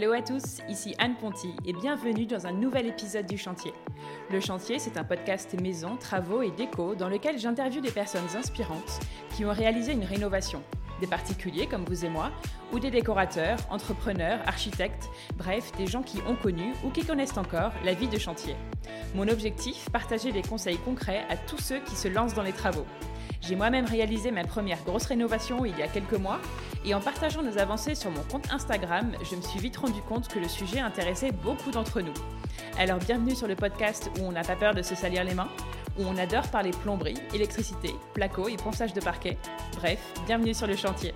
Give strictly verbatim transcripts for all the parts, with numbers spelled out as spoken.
Hello à tous, ici Anne Ponty et bienvenue dans un nouvel épisode du Chantier. Le Chantier, c'est un podcast maison, travaux et déco dans lequel j'interviewe des personnes inspirantes qui ont réalisé une rénovation. Des particuliers comme vous et moi, ou des décorateurs, entrepreneurs, architectes, bref, des gens qui ont connu ou qui connaissent encore la vie de chantier. Mon objectif, partager des conseils concrets à tous ceux qui se lancent dans les travaux. J'ai moi-même réalisé ma première grosse rénovation il y a quelques mois et en partageant nos avancées sur mon compte Instagram, je me suis vite rendu compte que le sujet intéressait beaucoup d'entre nous. Alors bienvenue sur le podcast où on n'a pas peur de se salir les mains, où on adore parler plomberie, électricité, placo et ponçage de parquet. Bref, bienvenue sur le chantier.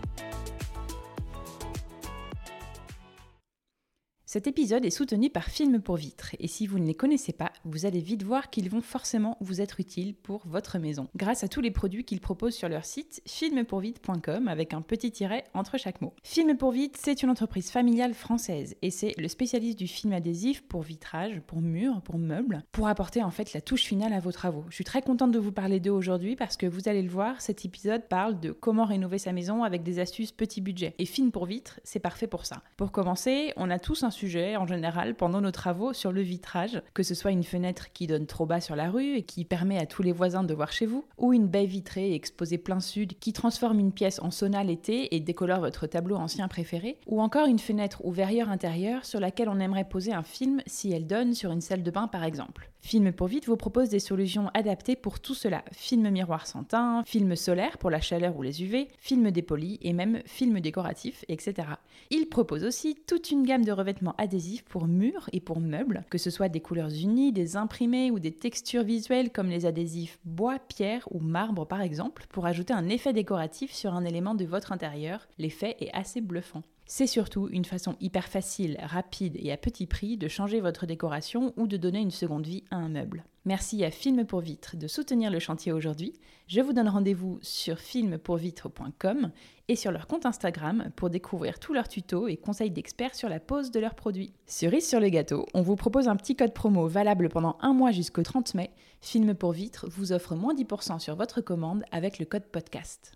Cet épisode est soutenu par Films pour Vitres et si vous ne les connaissez pas, vous allez vite voir qu'ils vont forcément vous être utiles pour votre maison. Grâce à tous les produits qu'ils proposent sur leur site films pour vitres point com avec un petit tiret entre chaque mot. Films pour Vitres, c'est une entreprise familiale française et c'est le spécialiste du film adhésif pour vitrage, pour murs, pour meubles, pour apporter en fait la touche finale à vos travaux. Je suis très contente de vous parler d'eux aujourd'hui parce que vous allez le voir, cet épisode parle de comment rénover sa maison avec des astuces petit budget. Et Films pour Vitres, c'est parfait pour ça. Pour commencer, on a tous un sujet en général pendant nos travaux sur le vitrage, que ce soit une fenêtre qui donne trop bas sur la rue et qui permet à tous les voisins de voir chez vous, ou une baie vitrée exposée plein sud qui transforme une pièce en sauna l'été et décolore votre tableau ancien préféré, ou encore une fenêtre ou verrière intérieure sur laquelle on aimerait poser un film si elle donne sur une salle de bain par exemple. Films pour Vitres vous propose des solutions adaptées pour tout cela. Film miroir sans teint, film solaire pour la chaleur ou les U V, film dépoli et même film décoratif, et cetera. Il propose aussi toute une gamme de revêtements adhésifs pour murs et pour meubles, que ce soit des couleurs unies, des imprimés ou des textures visuelles comme les adhésifs bois, pierre ou marbre par exemple, pour ajouter un effet décoratif sur un élément de votre intérieur. L'effet est assez bluffant. C'est surtout une façon hyper facile, rapide et à petit prix de changer votre décoration ou de donner une seconde vie à un meuble. Merci à Films pour Vitres de soutenir le chantier aujourd'hui. Je vous donne rendez-vous sur films pour vitres point com et sur leur compte Instagram pour découvrir tous leurs tutos et conseils d'experts sur la pose de leurs produits. Cerise sur le gâteau, on vous propose un petit code promo valable pendant un mois jusqu'au trente mai. Films pour Vitres vous offre moins dix pour cent sur votre commande avec le code podcast.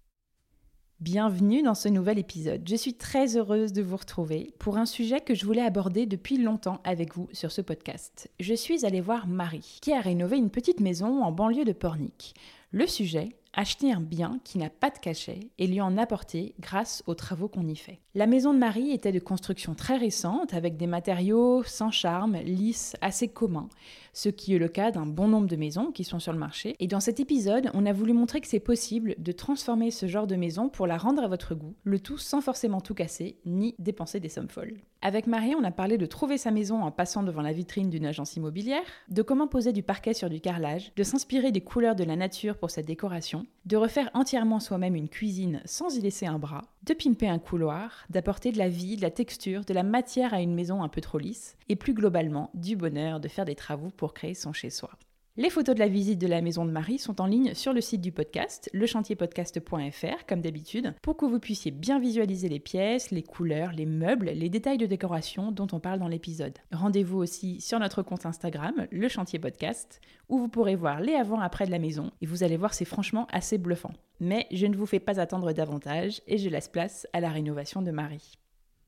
Bienvenue dans ce nouvel épisode. Je suis très heureuse de vous retrouver pour un sujet que je voulais aborder depuis longtemps avec vous sur ce podcast. Je suis allée voir Marie, qui a rénové une petite maison en banlieue de Pornic. Le sujet, acheter un bien qui n'a pas de cachet et lui en apporter grâce aux travaux qu'on y fait. La maison de Marie était de construction très récente avec des matériaux sans charme, lisses, assez communs, ce qui est le cas d'un bon nombre de maisons qui sont sur le marché. Et dans cet épisode, on a voulu montrer que c'est possible de transformer ce genre de maison pour la rendre à votre goût, le tout sans forcément tout casser ni dépenser des sommes folles. Avec Marie, on a parlé de trouver sa maison en passant devant la vitrine d'une agence immobilière, de comment poser du parquet sur du carrelage, de s'inspirer des couleurs de la nature pour sa décoration, de refaire entièrement soi-même une cuisine sans y laisser un bras, de pimper un couloir, d'apporter de la vie, de la texture, de la matière à une maison un peu trop lisse, et plus globalement, du bonheur de faire des travaux pour créer son chez-soi. Les photos de la visite de la maison de Marie sont en ligne sur le site du podcast, le chantier podcast point f r, comme d'habitude, pour que vous puissiez bien visualiser les pièces, les couleurs, les meubles, les détails de décoration dont on parle dans l'épisode. Rendez-vous aussi sur notre compte Instagram, le chantier podcast, où vous pourrez voir les avant-après de la maison, et vous allez voir, c'est franchement assez bluffant. Mais je ne vous fais pas attendre davantage, et je laisse place à la rénovation de Marie.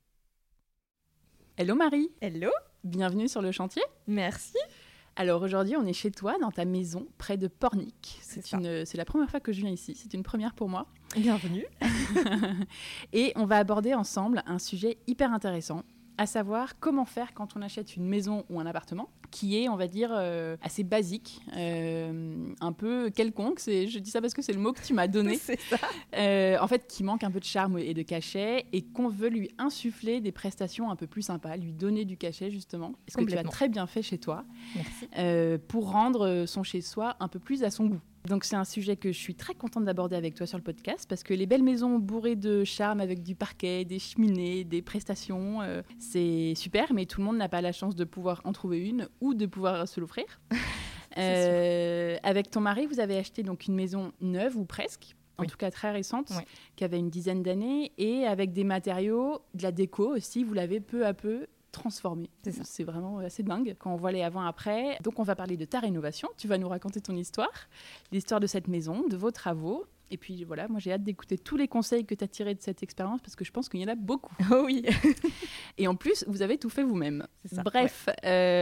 Hello Marie. Hello. Bienvenue sur le chantier. Merci. Alors aujourd'hui, on est chez toi, dans ta maison, près de Pornic. C'est, c'est, une, c'est la première fois que je viens ici, c'est une première pour moi. Bienvenue. Et on va aborder ensemble un sujet hyper intéressant, à savoir comment faire quand on achète une maison ou un appartement qui est, on va dire, euh, assez basique, euh, un peu quelconque. C'est, je dis ça parce que c'est le mot que tu m'as donné. C'est ça. Euh, en fait, qui manque un peu de charme et de cachet et qu'on veut lui insuffler des prestations un peu plus sympas, lui donner du cachet, justement. Ce que tu as très bien fait chez toi. Merci. Euh, pour rendre son chez-soi un peu plus à son goût. Donc c'est un sujet que je suis très contente d'aborder avec toi sur le podcast parce que les belles maisons bourrées de charme avec du parquet, des cheminées, des prestations, euh, c'est super, mais tout le monde n'a pas la chance de pouvoir en trouver une ou de pouvoir se l'offrir. euh, avec ton mari, vous avez acheté donc une maison neuve ou presque, en oui. tout cas très récente, oui. qui avait une dizaine d'années et avec des matériaux, de la déco aussi, vous l'avez peu à peu transformé. C'est ça. C'est vraiment assez dingue quand on voit les avant-après. Donc on va parler de ta rénovation. Tu vas nous raconter ton histoire, l'histoire de cette maison, de vos travaux Et puis voilà, moi j'ai hâte d'écouter tous les conseils que tu as tirés de cette expérience parce que je pense qu'il y en a beaucoup. Oh oui. Et en plus, vous avez tout fait vous-même. C'est ça, Bref, ouais.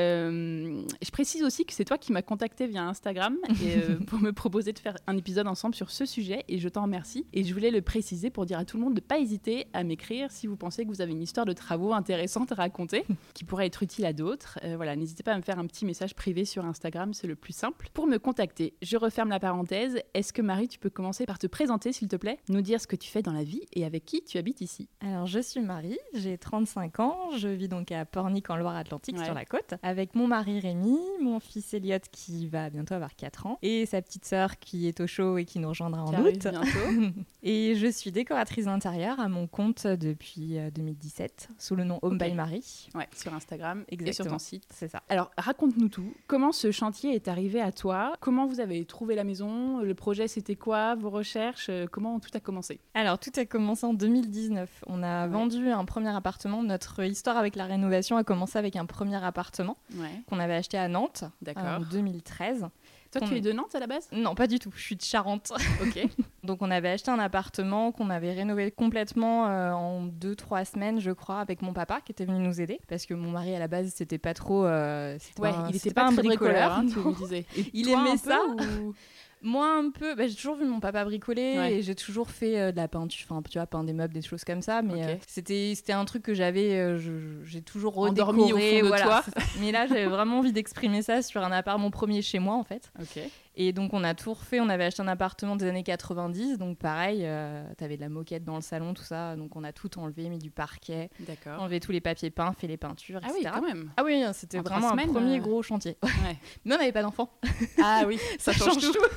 euh, je précise aussi que c'est toi qui m'as contacté via Instagram et, euh, pour me proposer de faire un épisode ensemble sur ce sujet et je t'en remercie. Et je voulais le préciser pour dire à tout le monde de ne pas hésiter à m'écrire si vous pensez que vous avez une histoire de travaux intéressante à raconter qui pourrait être utile à d'autres. Euh, voilà, n'hésitez pas à me faire un petit message privé sur Instagram, c'est le plus simple. Pour me contacter, je referme la parenthèse. Est-ce que Marie, tu peux commencer par te présenter s'il te plaît, nous dire ce que tu fais dans la vie et avec qui tu habites ici? Alors je suis Marie, j'ai trente-cinq ans, je vis donc à Pornic en Loire-Atlantique, ouais. sur la côte, avec mon mari Rémi, mon fils Elliot qui va bientôt avoir quatre ans et sa petite sœur qui est au chaud et qui nous rejoindra en août. Bientôt. Et je suis décoratrice d'intérieur à mon compte depuis deux mille dix-sept sous le nom Home okay. by Marie. Ouais, sur Instagram. Exactement. Et sur ton site. C'est ça. Alors raconte-nous tout. Comment ce chantier est arrivé à toi? Comment vous avez trouvé la maison? Le projet c'était quoi? Vos recherches? Comment tout a commencé? Alors tout a commencé en deux mille dix-neuf. On a ouais. vendu un premier appartement. Notre histoire avec la rénovation a commencé avec un premier appartement ouais. qu'on avait acheté à Nantes en deux mille treize. Toi, on... tu es de Nantes à la base? Non, pas du tout. Je suis de Charente. Ok. Donc, on avait acheté un appartement qu'on avait rénové complètement euh, en deux, trois semaines, je crois, avec mon papa qui était venu nous aider. Parce que mon mari, à la base, c'était pas trop. Euh, c'était ouais, pas, il était pas, pas un très bricoleur. bricoleur, hein, tu me disais. Et il aimait ça ou... Moi, un peu. Bah, j'ai toujours vu mon papa bricoler ouais. et j'ai toujours fait euh, de la peinture, enfin, tu vois, peindre des meubles, des choses comme ça. Mais okay. euh, c'était, c'était un truc que j'avais, euh, je, j'ai toujours redécoré. Endormi au fond de voilà, toi. Mais là, j'avais vraiment envie d'exprimer ça sur un appart, mon premier chez moi, en fait. Ok. Et donc, on a tout refait. On avait acheté un appartement des années quatre-vingt-dix. Donc, pareil, euh, t'avais de la moquette dans le salon, tout ça. Donc, on a tout enlevé, mis du parquet. D'accord. Enlevé tous les papiers peints, fait les peintures, ah et cetera. Ah oui, quand même. Ah oui, c'était en vraiment semaines, un premier euh... gros chantier. Ouais. Mais on n'avait pas d'enfants. Ah oui, ça, ça change, change tout.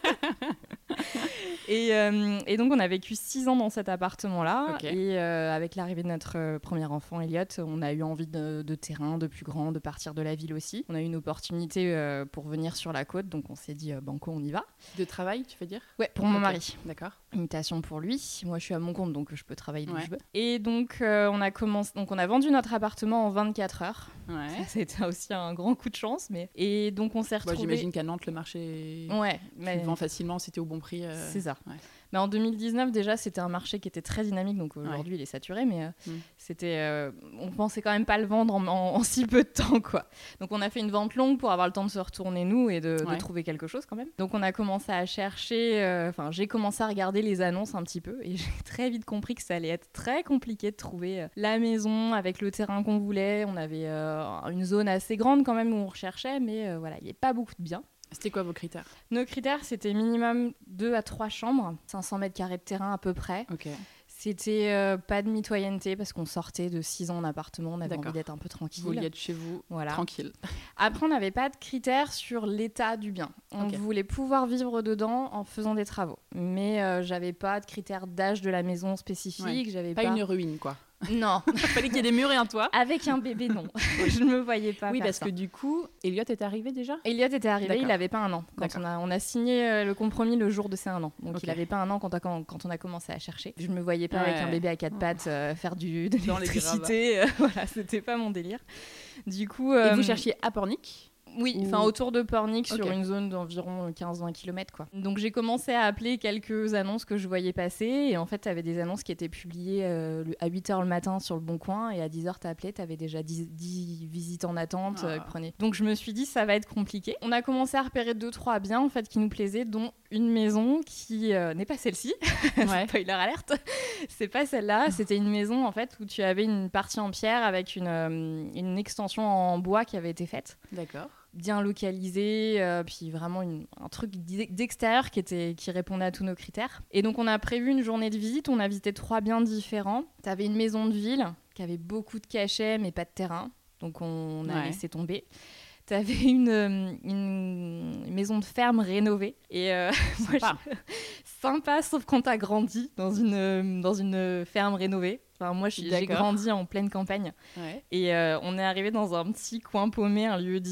tout. et, euh, et donc, on a vécu six ans dans cet appartement-là. Okay. Et euh, avec l'arrivée de notre euh, premier enfant, Elliot, on a eu envie de, de terrain, de plus grand, de partir de la ville aussi. On a eu une opportunité euh, pour venir sur la côte. Donc, on s'est dit, euh, banco, on y va. De travail, tu veux dire? Ouais, pour mon okay. mari. D'accord. Invitation pour lui. Moi, je suis à mon compte, donc je peux travailler d'où ouais. je veux. Et donc, euh, on a commencé. Donc, on a vendu notre appartement en vingt-quatre heures. Ouais. Ça, c'était aussi un grand coup de chance, mais et donc on s'est retrouvés. Bah, j'imagine qu'à Nantes, le marché. Ouais. Mais... Tu vends facilement si t'es au bon prix. Euh... C'est ça. Ouais. Mais en deux mille dix-neuf, déjà, c'était un marché qui était très dynamique. Donc aujourd'hui, ouais. il est saturé, mais euh, mm. c'était. Euh, on pensait quand même pas le vendre en, en, en si peu de temps, quoi. Donc on a fait une vente longue pour avoir le temps de se retourner nous et de, ouais. de trouver quelque chose quand même. Donc on a commencé à chercher. Enfin, euh, j'ai commencé à regarder les annonces un petit peu et j'ai très vite compris que ça allait être très compliqué de trouver euh, la maison avec le terrain qu'on voulait. On avait euh, une zone assez grande quand même où on recherchait, mais euh, voilà, il n'y avait pas beaucoup de biens. C'était quoi vos critères? Nos critères, c'était minimum deux à trois chambres, cinq cents mètres carrés de terrain à peu près. Ok. C'était euh, pas de mitoyenneté parce qu'on sortait de six ans en appartement, on avait D'accord. envie d'être un peu tranquille. Vous vouliez être chez vous, voilà. tranquille. Après, on n'avait pas de critères sur l'état du bien. On okay. voulait pouvoir vivre dedans en faisant des travaux. Mais euh, j'avais pas de critères d'âge de la maison spécifique. Ouais. J'avais pas, pas une ruine, quoi. Non. Il fallait qu'il y ait des murs et un toit. Avec un bébé, non. Je ne me voyais pas Oui, faire parce ça. que du coup, Elliot est arrivé déjà? Elliot était arrivé, D'accord. il n'avait pas un an. Quand on a, on a signé euh, le compromis le jour de ses un an. Donc, okay. il n'avait pas un an quand, quand, quand on a commencé à chercher. Je ne me voyais pas ouais. avec un bébé à quatre pattes euh, faire du, de l'électricité. Euh, voilà, c'était pas mon délire. Du coup, euh, et vous cherchiez à Pornic? Oui, enfin ou... autour de Pornic, okay. sur une zone d'environ quinze à vingt kilomètres, quoi. Donc j'ai commencé à appeler quelques annonces que je voyais passer. Et en fait, tu avais des annonces qui étaient publiées euh, à huit heures le matin sur le Bon Coin. Et à dix heures, tu appelé, tu avais déjà dix, dix visites en attente. Ah. Euh, prenez. Donc je me suis dit, ça va être compliqué. On a commencé à repérer deux, trois biens en fait, qui nous plaisaient, dont une maison qui euh, n'est pas celle-ci. Ouais. Spoiler alerte. C'est pas celle-là. C'était une maison en fait, où tu avais une partie en pierre avec une, euh, une extension en bois qui avait été faite. D'accord. Bien localisé, euh, puis vraiment une, un truc d'extérieur qui, était, qui répondait à tous nos critères. Et donc on a prévu une journée de visite, on a visité trois biens différents. Tu avais une maison de ville qui avait beaucoup de cachets mais pas de terrain, donc on a ouais. laissé tomber. Tu avais une, une, une maison de ferme rénovée. Et euh, sympa. Moi, je... sympa, sauf quand tu as grandi dans une, dans une ferme rénovée. Enfin, moi, j'ai, j'ai grandi en pleine campagne. Ouais. Et euh, on est arrivé dans un petit coin paumé, un lieu-dit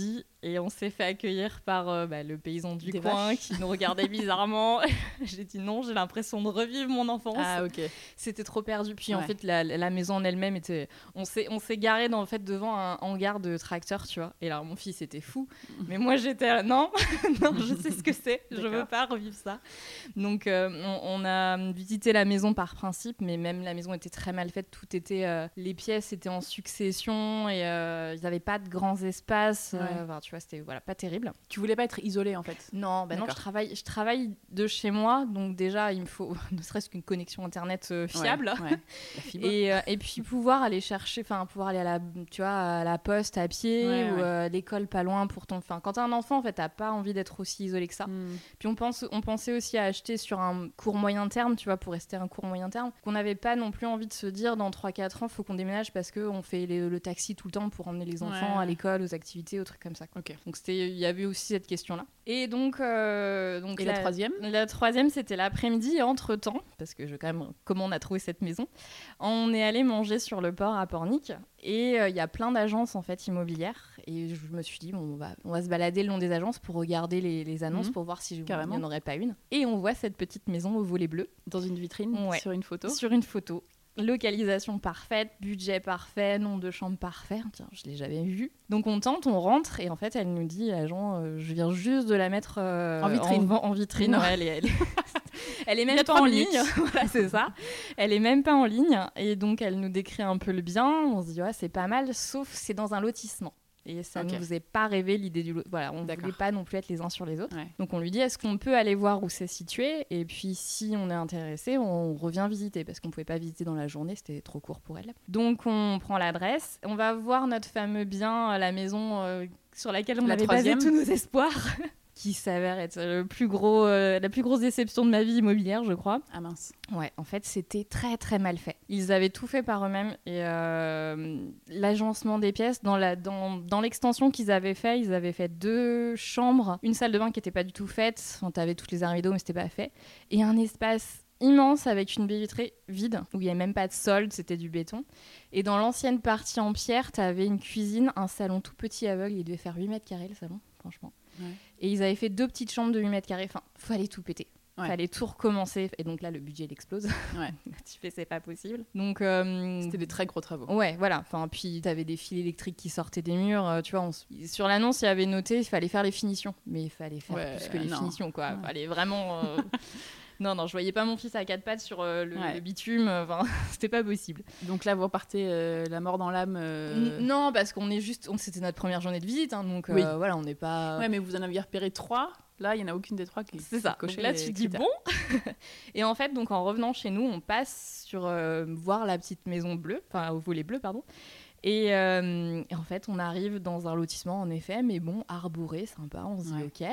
Et on s'est fait accueillir par euh, bah, le paysan du Des coin vaches. qui nous regardait bizarrement. J'ai dit non, j'ai l'impression de revivre mon enfance. Ah, ok. C'était trop perdu. Puis en Ouais. fait, la, la maison en elle-même était. On s'est, on s'est garé dans, en fait, devant un hangar de tracteur, tu vois. Et là, mon fils était fou. Mais moi, j'étais là, non, non, je sais ce que c'est. Je veux pas revivre ça. Donc, euh, on, on a visité la maison par principe, mais même la maison était très mal faite. Tout était. Euh, les pièces étaient en succession et euh, ils n'avaient pas de grands espaces. Ouais. Euh, enfin, tu vois, c'était voilà, pas terrible. Tu voulais pas être isolée en fait. Non, bah non, je travaille, je travaille de chez moi, donc déjà, il me faut ne serait-ce qu'une connexion internet euh, fiable. Ouais, ouais. La fibre. Et, euh, et puis pouvoir aller chercher, enfin pouvoir aller à la, tu vois, à la poste à pied Ouais, ou ouais. euh, l'école pas loin pour ton. Enfin, quand t'as un enfant, en fait, t'as pas envie d'être aussi isolé que ça. Mm. Puis on pense, on pensait aussi à acheter sur un court moyen terme, tu vois, pour rester un court moyen terme. Qu'on n'avait pas non plus envie de se dire dans trois quatre ans, faut qu'on déménage parce que on fait les- le taxi tout le temps pour emmener les enfants Ouais. à l'école, aux activités, aux trucs comme ça. Ok. Donc c'était, il y avait aussi cette question-là. Et donc, euh, donc Et la troisième La troisième, c'était l'après-midi. Et entre-temps, parce que je quand même, comment on a trouvé cette maison, on est allé manger sur le port à Pornic. Et il euh, y a plein d'agences en fait immobilières. Et je me suis dit, bon, on va, on va se balader le long des agences pour regarder les, les annonces, Mhm. pour voir si il n'y Carrément. en aurait pas une. Et on voit cette petite maison au volet bleu Dans une vitrine, Ouais. sur une photo. sur une photo. Localisation parfaite, budget parfait, nombre de chambres parfait. Tiens, je l'ai jamais vu. Donc on tente, on rentre et en fait elle nous dit, l'agent, euh, je viens juste de la mettre euh, En vitrine. En, en vitrine. Non. Ouais, elle, est, elle, est... elle est Il y même a pas trois en minutes. ligne. Voilà, c'est ça. Elle est même pas en ligne et donc elle nous décrit un peu le bien. On se dit ouais c'est pas mal, sauf c'est dans un lotissement. Et ça ne Ok. nous faisait pas rêvé l'idée du lot. Voilà, on ne D'accord. voulait pas non plus être les uns sur les autres. Ouais. Donc on lui dit est-ce qu'on peut aller voir où c'est situé et puis si on est intéressé, on revient visiter parce qu'on pouvait pas visiter dans la journée, c'était trop court pour elle. Donc on prend l'adresse, on va voir notre fameux bien, la maison euh, sur laquelle on La avait basé troisième. tous nos espoirs. Qui s'avère être le plus gros, euh, la plus grosse déception de ma vie immobilière, je crois. Ah mince. Ouais, en fait, c'était très très mal fait. Ils avaient tout fait par eux-mêmes et euh, l'agencement des pièces, dans, la, dans, dans l'extension qu'ils avaient fait, ils avaient fait deux chambres, une salle de bain qui n'était pas du tout faite, enfin, t'avais toutes les armes rideaux mais c'était pas fait, et un espace immense avec une baie vitrée vide, où il n'y avait même pas de sol, c'était du béton. Et dans l'ancienne partie en pierre, t'avais une cuisine, un salon tout petit aveugle, il devait faire huit mètres carrés le salon, franchement. Ouais. Et ils avaient fait deux petites chambres de huit mètres carrés, enfin, fallait tout péter. Ouais. Fallait tout recommencer. Et donc là, le budget, il explose. Ouais. Tu fais, c'est pas possible. Donc, euh, C'était des très gros travaux. ouais, voilà. Enfin, puis t'avais des fils électriques qui sortaient des murs. euh, tu vois, on s- sur l'annonce, il y avait noté il fallait faire les finitions. Mais il fallait faire Ouais, plus que les non. finitions, quoi. Ouais. Fallait vraiment. euh, Non, non, je voyais pas mon fils à quatre pattes sur euh, le, Ouais. le bitume. Enfin, c'était pas possible. Donc là, vous repartez euh, la mort dans l'âme. euh, N- Non, parce qu'on est juste. on- C'était notre première journée de visite, hein, donc euh, Oui. voilà, on n'est pas. Ouais, mais vous en aviez repéré trois. Là, il y en a aucune des trois qui. C'est ça. qui cochait Donc là, les tu te dis critères. bon. Et en fait, donc en revenant chez nous, on passe sur euh, voir la petite maison bleue, enfin au volet bleu, pardon. Et, euh, et en fait, on arrive dans un lotissement, en effet, mais bon, arboré, sympa. On se dit Ouais. ok.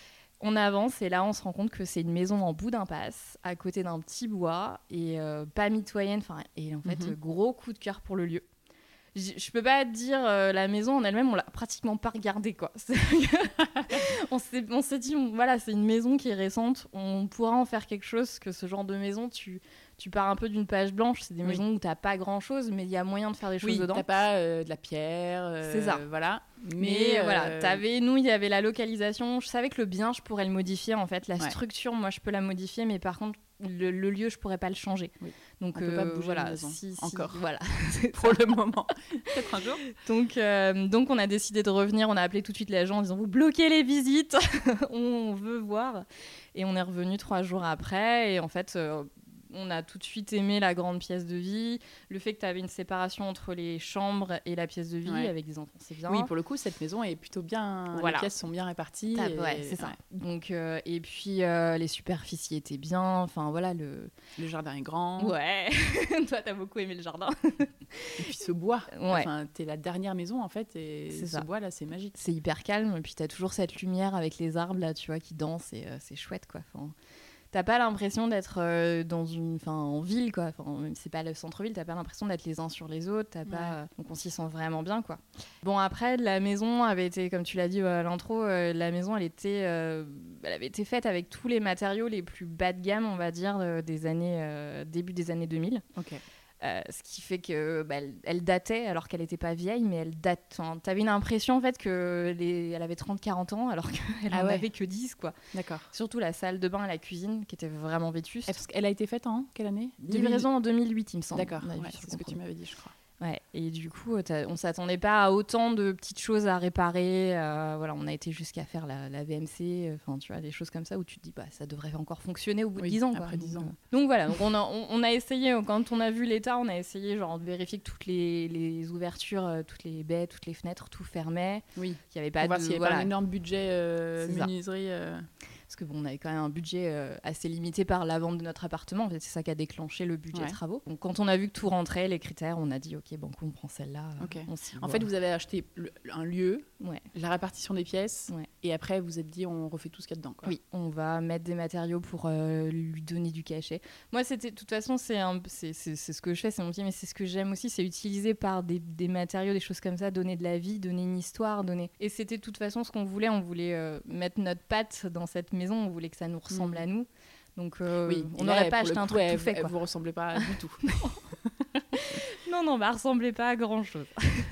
On avance et là, on se rend compte que c'est une maison en bout d'impasse, à côté d'un petit bois et euh, pas mitoyenne. Enfin, et en fait, Mhm. euh, gros coup de cœur pour le lieu. J- Je peux pas te dire euh, la maison en elle-même, on l'a pratiquement pas regardée quoi. C'est- on s'est on s'est dit on- voilà, c'est une maison qui est récente, on pourra en faire quelque chose que ce genre de maison tu tu pars un peu d'une page blanche, c'est des Oui. maisons où t'as pas grand-chose mais il y a moyen de faire des choses Oui, dedans. t'as pas euh, de la pierre. euh, C'est ça. Voilà. Mais, Mais, euh, voilà, t'avais, nous, il y avait la localisation. Je savais que le bien, je pourrais le modifier. En fait, la Ouais. structure, moi, je peux la modifier, mais par contre, le, le lieu, je pourrais pas le changer. Oui. Donc, On peut pas euh, bouger voilà, la maison, si- si- encore. Voilà. Pour le moment. Peut-être un jour. Donc, euh, donc, on a décidé de revenir. On a appelé tout de suite l'agent en disant vous bloquez les visites, on veut voir. Et on est revenu trois jours après. Et en fait. euh, on a tout de suite aimé la grande pièce de vie, le fait que tu avais une séparation entre les chambres et la pièce de vie Ouais. avec des enfants, c'est bien. Oui, pour le coup, cette maison est plutôt bien. Voilà. Les pièces sont bien réparties. T'as- et- Ouais, c'est ça. ouais. Donc, euh, et puis euh, les superficies étaient bien. Enfin voilà le. Le jardin est grand. Ouais. Toi t'as beaucoup aimé le jardin. Et puis ce bois. Ouais. Enfin, t'es la dernière maison en fait. Et C'est ce ça. bois là, c'est magique. C'est hyper calme. Et puis t'as toujours cette lumière avec les arbres là, tu vois, qui dansent et euh, c'est chouette quoi. Enfin, t'as pas l'impression d'être euh, dans une, enfin en ville quoi. Enfin même si c'est pas le centre-ville, t'as pas l'impression d'être les uns sur les autres. T'as pas. Ouais. euh, Donc on s'y sent vraiment bien quoi. Bon après la maison avait été, comme tu l'as dit à l'intro, euh, la maison elle était, euh, elle avait été faite avec tous les matériaux les plus bas de gamme on va dire euh, des années, euh, début des années deux mille. Ok. Euh, ce qui fait que bah, elle, elle datait alors qu'elle n'était pas vieille, mais elle date. Enfin, t'avais une impression en fait qu'elle avait trente quarante ans alors qu'elle Ah en ouais. avait que dix, quoi. D'accord. Surtout la salle de bain et la cuisine qui étaient vraiment vétustes. Parce qu'elle a été faite en quelle année? Livraison en deux mille huit, il me semble. D'accord, On a vu ouais, sur c'est le ce que tu compromis. m'avais dit, je crois. Ouais, et du coup, t'as- on s'attendait pas à autant de petites choses à réparer. euh, voilà, on a été jusqu'à faire la, la V M C, enfin, tu vois, des choses comme ça où tu te dis, bah, ça devrait encore fonctionner au bout Oui, de dix ans. Quoi. après dix donc, ans. euh, donc voilà, donc on, a, on, on a essayé, quand on a vu l'état, on a essayé genre, de vérifier que toutes les, les ouvertures, euh, toutes les baies, toutes les fenêtres, tout fermait. Oui. Qu'il y avait pas Pour voir de, s'il y avait voilà. pas un énorme budget euh, C'est ça. menuiserie. Euh... Parce que bon, on avait quand même un budget euh, assez limité par la vente de notre appartement. En fait, c'est ça qui a déclenché le budget Ouais. travaux. Donc, quand on a vu que tout rentrait, les critères, on a dit ok, bon, on prend celle-là. Ok. On s'y En voit. fait, vous avez acheté le- un lieu, Ouais. la répartition des pièces, Ouais. et après vous êtes dit on refait tout ce qu'il y a dedans. Quoi. Oui, on va mettre des matériaux pour euh, lui donner du cachet. Moi, c'était, de toute façon, c'est, un, c'est, c'est, c'est ce que je fais, c'est mon métier, mais c'est ce que j'aime aussi, c'est utiliser par des, des matériaux, des choses comme ça, donner de la vie, donner une histoire, donner. Et c'était de toute façon ce qu'on voulait. On voulait euh, mettre notre patte dans cette maison. On voulait que ça nous ressemble Mmh. à nous. Donc, euh, Oui, on et là, n'aurait pas pour le acheté un coup, truc elle, tout fait. elle Quoi. vous ressemblait pas du tout. Non, non, bah, ressemblait pas à grand chose.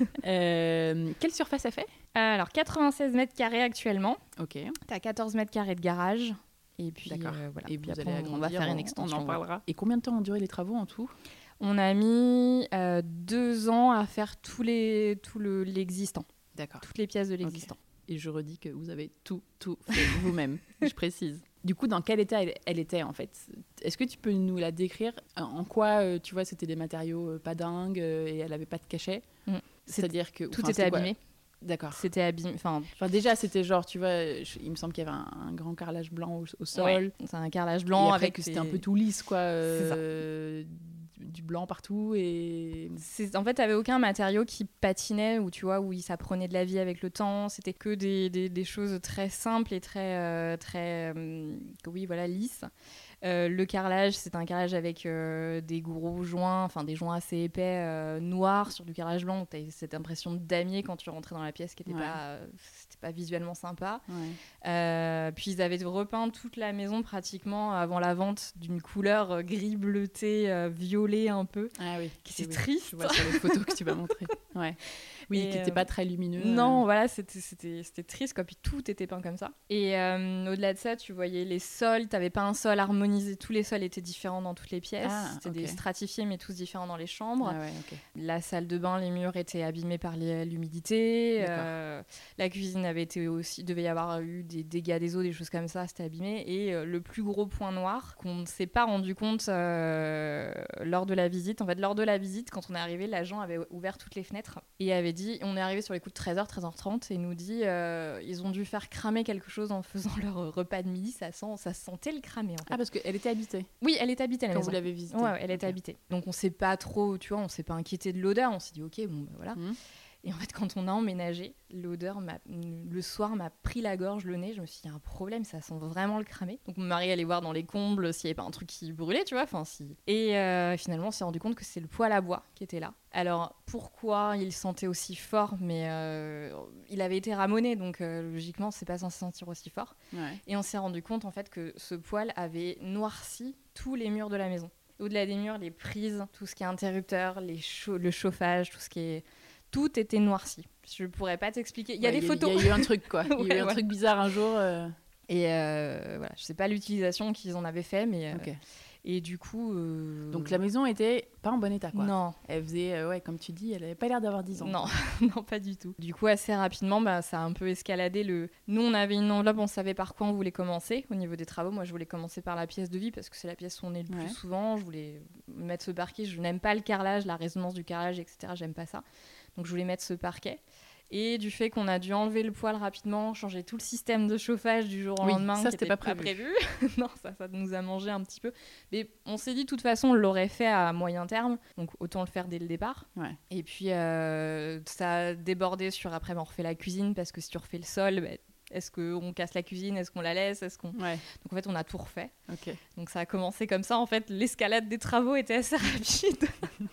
Euh, quelle surface elle fait? Alors, quatre-vingt-seize mètres carrés actuellement. Ok. T'as quatorze mètres carrés de garage. Et puis, D'accord. euh, voilà. Et Puis vous après, allez on agrandir, va faire une on- extension. On en parlera. Et combien de temps ont duré les travaux en tout? On a mis euh, deux ans à faire tous les, tout le, l'existant, D'accord. toutes les pièces de l'existant. Et je redis que vous avez tout, tout fait vous-même, je précise. Du coup, dans quel état elle, elle était en fait? Est-ce que tu peux nous la décrire? En quoi, euh, tu vois, c'était des matériaux euh, pas dingues euh, et elle avait pas de cachet? Mm. C'est-à-dire que Tout enfin, était c'est quoi? abîmé. D'accord. C'était abîmé. Enfin, Enfin, déjà, c'était genre, tu vois, je- il me semble qu'il y avait un, un grand carrelage blanc au, au sol. ouais, c'est un carrelage Et blanc après avec que des- c'était un peu tout lisse, quoi. C'est ça. euh, du blanc partout et... C'est- En fait, t'avais aucun matériau qui patinait ou tu vois où il s'apprenait de la vie avec le temps. C'était que des, des, des choses très simples et très euh, très euh, oui voilà lisses. Euh, le carrelage, c'est un carrelage avec euh, des gros joints, enfin des joints assez épais, euh, noirs sur du carrelage blanc. T'as cette impression de damier quand tu rentrais dans la pièce, qui n'était Ouais. pas, euh, c'était pas visuellement sympa. Ouais. Euh, puis ils avaient repeint toute la maison pratiquement avant la vente d'une couleur euh, gris bleuté, euh, violet un peu, Ah oui. qui c'est oui. triste. Je vois sur les photos que tu m'as montrées. Ouais. Oui, Et, qui n'était euh, pas très lumineux. Non, euh. voilà, c'était, c'était, c'était triste, quoi. Puis tout était peint comme ça. Et euh, au-delà de ça, tu voyais les sols, t'avais pas un sol harmonisé, tous les sols étaient différents dans toutes les pièces. Ah, C'était ok. des stratifiés, mais tous différents dans les chambres. Ah ouais, ok. La salle de bain, les murs étaient abîmés par les- l'humidité. D'accord. Euh, la cuisine avait été aussi, devait y avoir eu des dégâts des eaux, des choses comme ça, c'était abîmé. Et euh, le plus gros point noir qu'on ne s'est pas rendu compte euh, lors de la visite, en fait, lors de la visite, quand on est arrivé, l'agent avait ouvert toutes les fenêtres et avait dit, on est arrivé sur les coups de treize heures, treize heures trente, et il nous dit, euh, ils ont dû faire cramer quelque chose en faisant leur repas de midi, ça, sent, ça sentait le cramer en fait. Ah, parce qu'elle était habitée Oui, elle est habitée la quand maison. vous l'avez visitée. Ouais, ouais, elle était Ok. habitée. Donc on s'est pas trop, tu vois, on s'est pas inquiété de l'odeur. On s'est dit ok, bon, bah, voilà. Mhm. Et en fait, quand on a emménagé, l'odeur m'a, le soir m'a pris la gorge, le nez. Je me suis dit, il y a un problème, ça sent vraiment le cramé. Donc mon mari allait voir dans les combles s'il y avait pas un truc qui brûlait, tu vois. Enfin, si. Et euh, finalement, on s'est rendu compte que c'est le poêle à bois qui était là. Alors pourquoi il sentait aussi fort? Mais euh, il avait été ramoné, donc euh, logiquement, c'est pas censé sentir aussi fort. Ouais. Et on s'est rendu compte en fait que ce poêle avait noirci tous les murs de la maison. Au-delà des murs, les prises, tout ce qui est interrupteur, les chau- le chauffage, tout ce qui est... Tout était noirci. Je pourrais pas t'expliquer. Il y a Ouais, des photos. Il y a eu un truc, quoi. Il y a eu Ouais, un voilà. truc bizarre un jour. euh, Et euh, voilà, je sais pas l'utilisation qu'ils en avaient fait, mais... euh, Ok. Et du coup... euh, Donc la maison était pas en bon état, quoi. Non, Elle faisait, euh, ouais, comme tu dis, elle avait pas l'air d'avoir dix ans. non, non, pas du tout. Du coup, assez rapidement, bah, ça a un peu escaladé. Le... Nous, on avait une enveloppe, on savait par quoi on voulait commencer au niveau des travaux. Moi, je voulais commencer par la pièce de vie parce que c'est la pièce où on est le Ouais. plus souvent. Je voulais mettre ce parquet. Je n'aime pas le carrelage, la résonance du carrelage, et cetera. J'aime pas ça. Donc, je voulais mettre ce parquet. Et du fait qu'on a dû enlever le poêle rapidement, changer tout le système de chauffage du jour au Oui, lendemain, ça, qui c'était était pas prévu. non, ça, ça nous a mangé un petit peu. Mais on s'est dit, de toute façon, on l'aurait fait à moyen terme, donc autant le faire dès le départ. Ouais. Et puis, euh, ça a débordé sur après, ben, on refait la cuisine, parce que si tu refais le sol, ben, est-ce qu'on casse la cuisine, est-ce qu'on la laisse, est-ce qu'on... Ouais. Donc en fait, on a tout refait. Ok. Donc ça a commencé comme ça. En fait, l'escalade des travaux était assez rapide.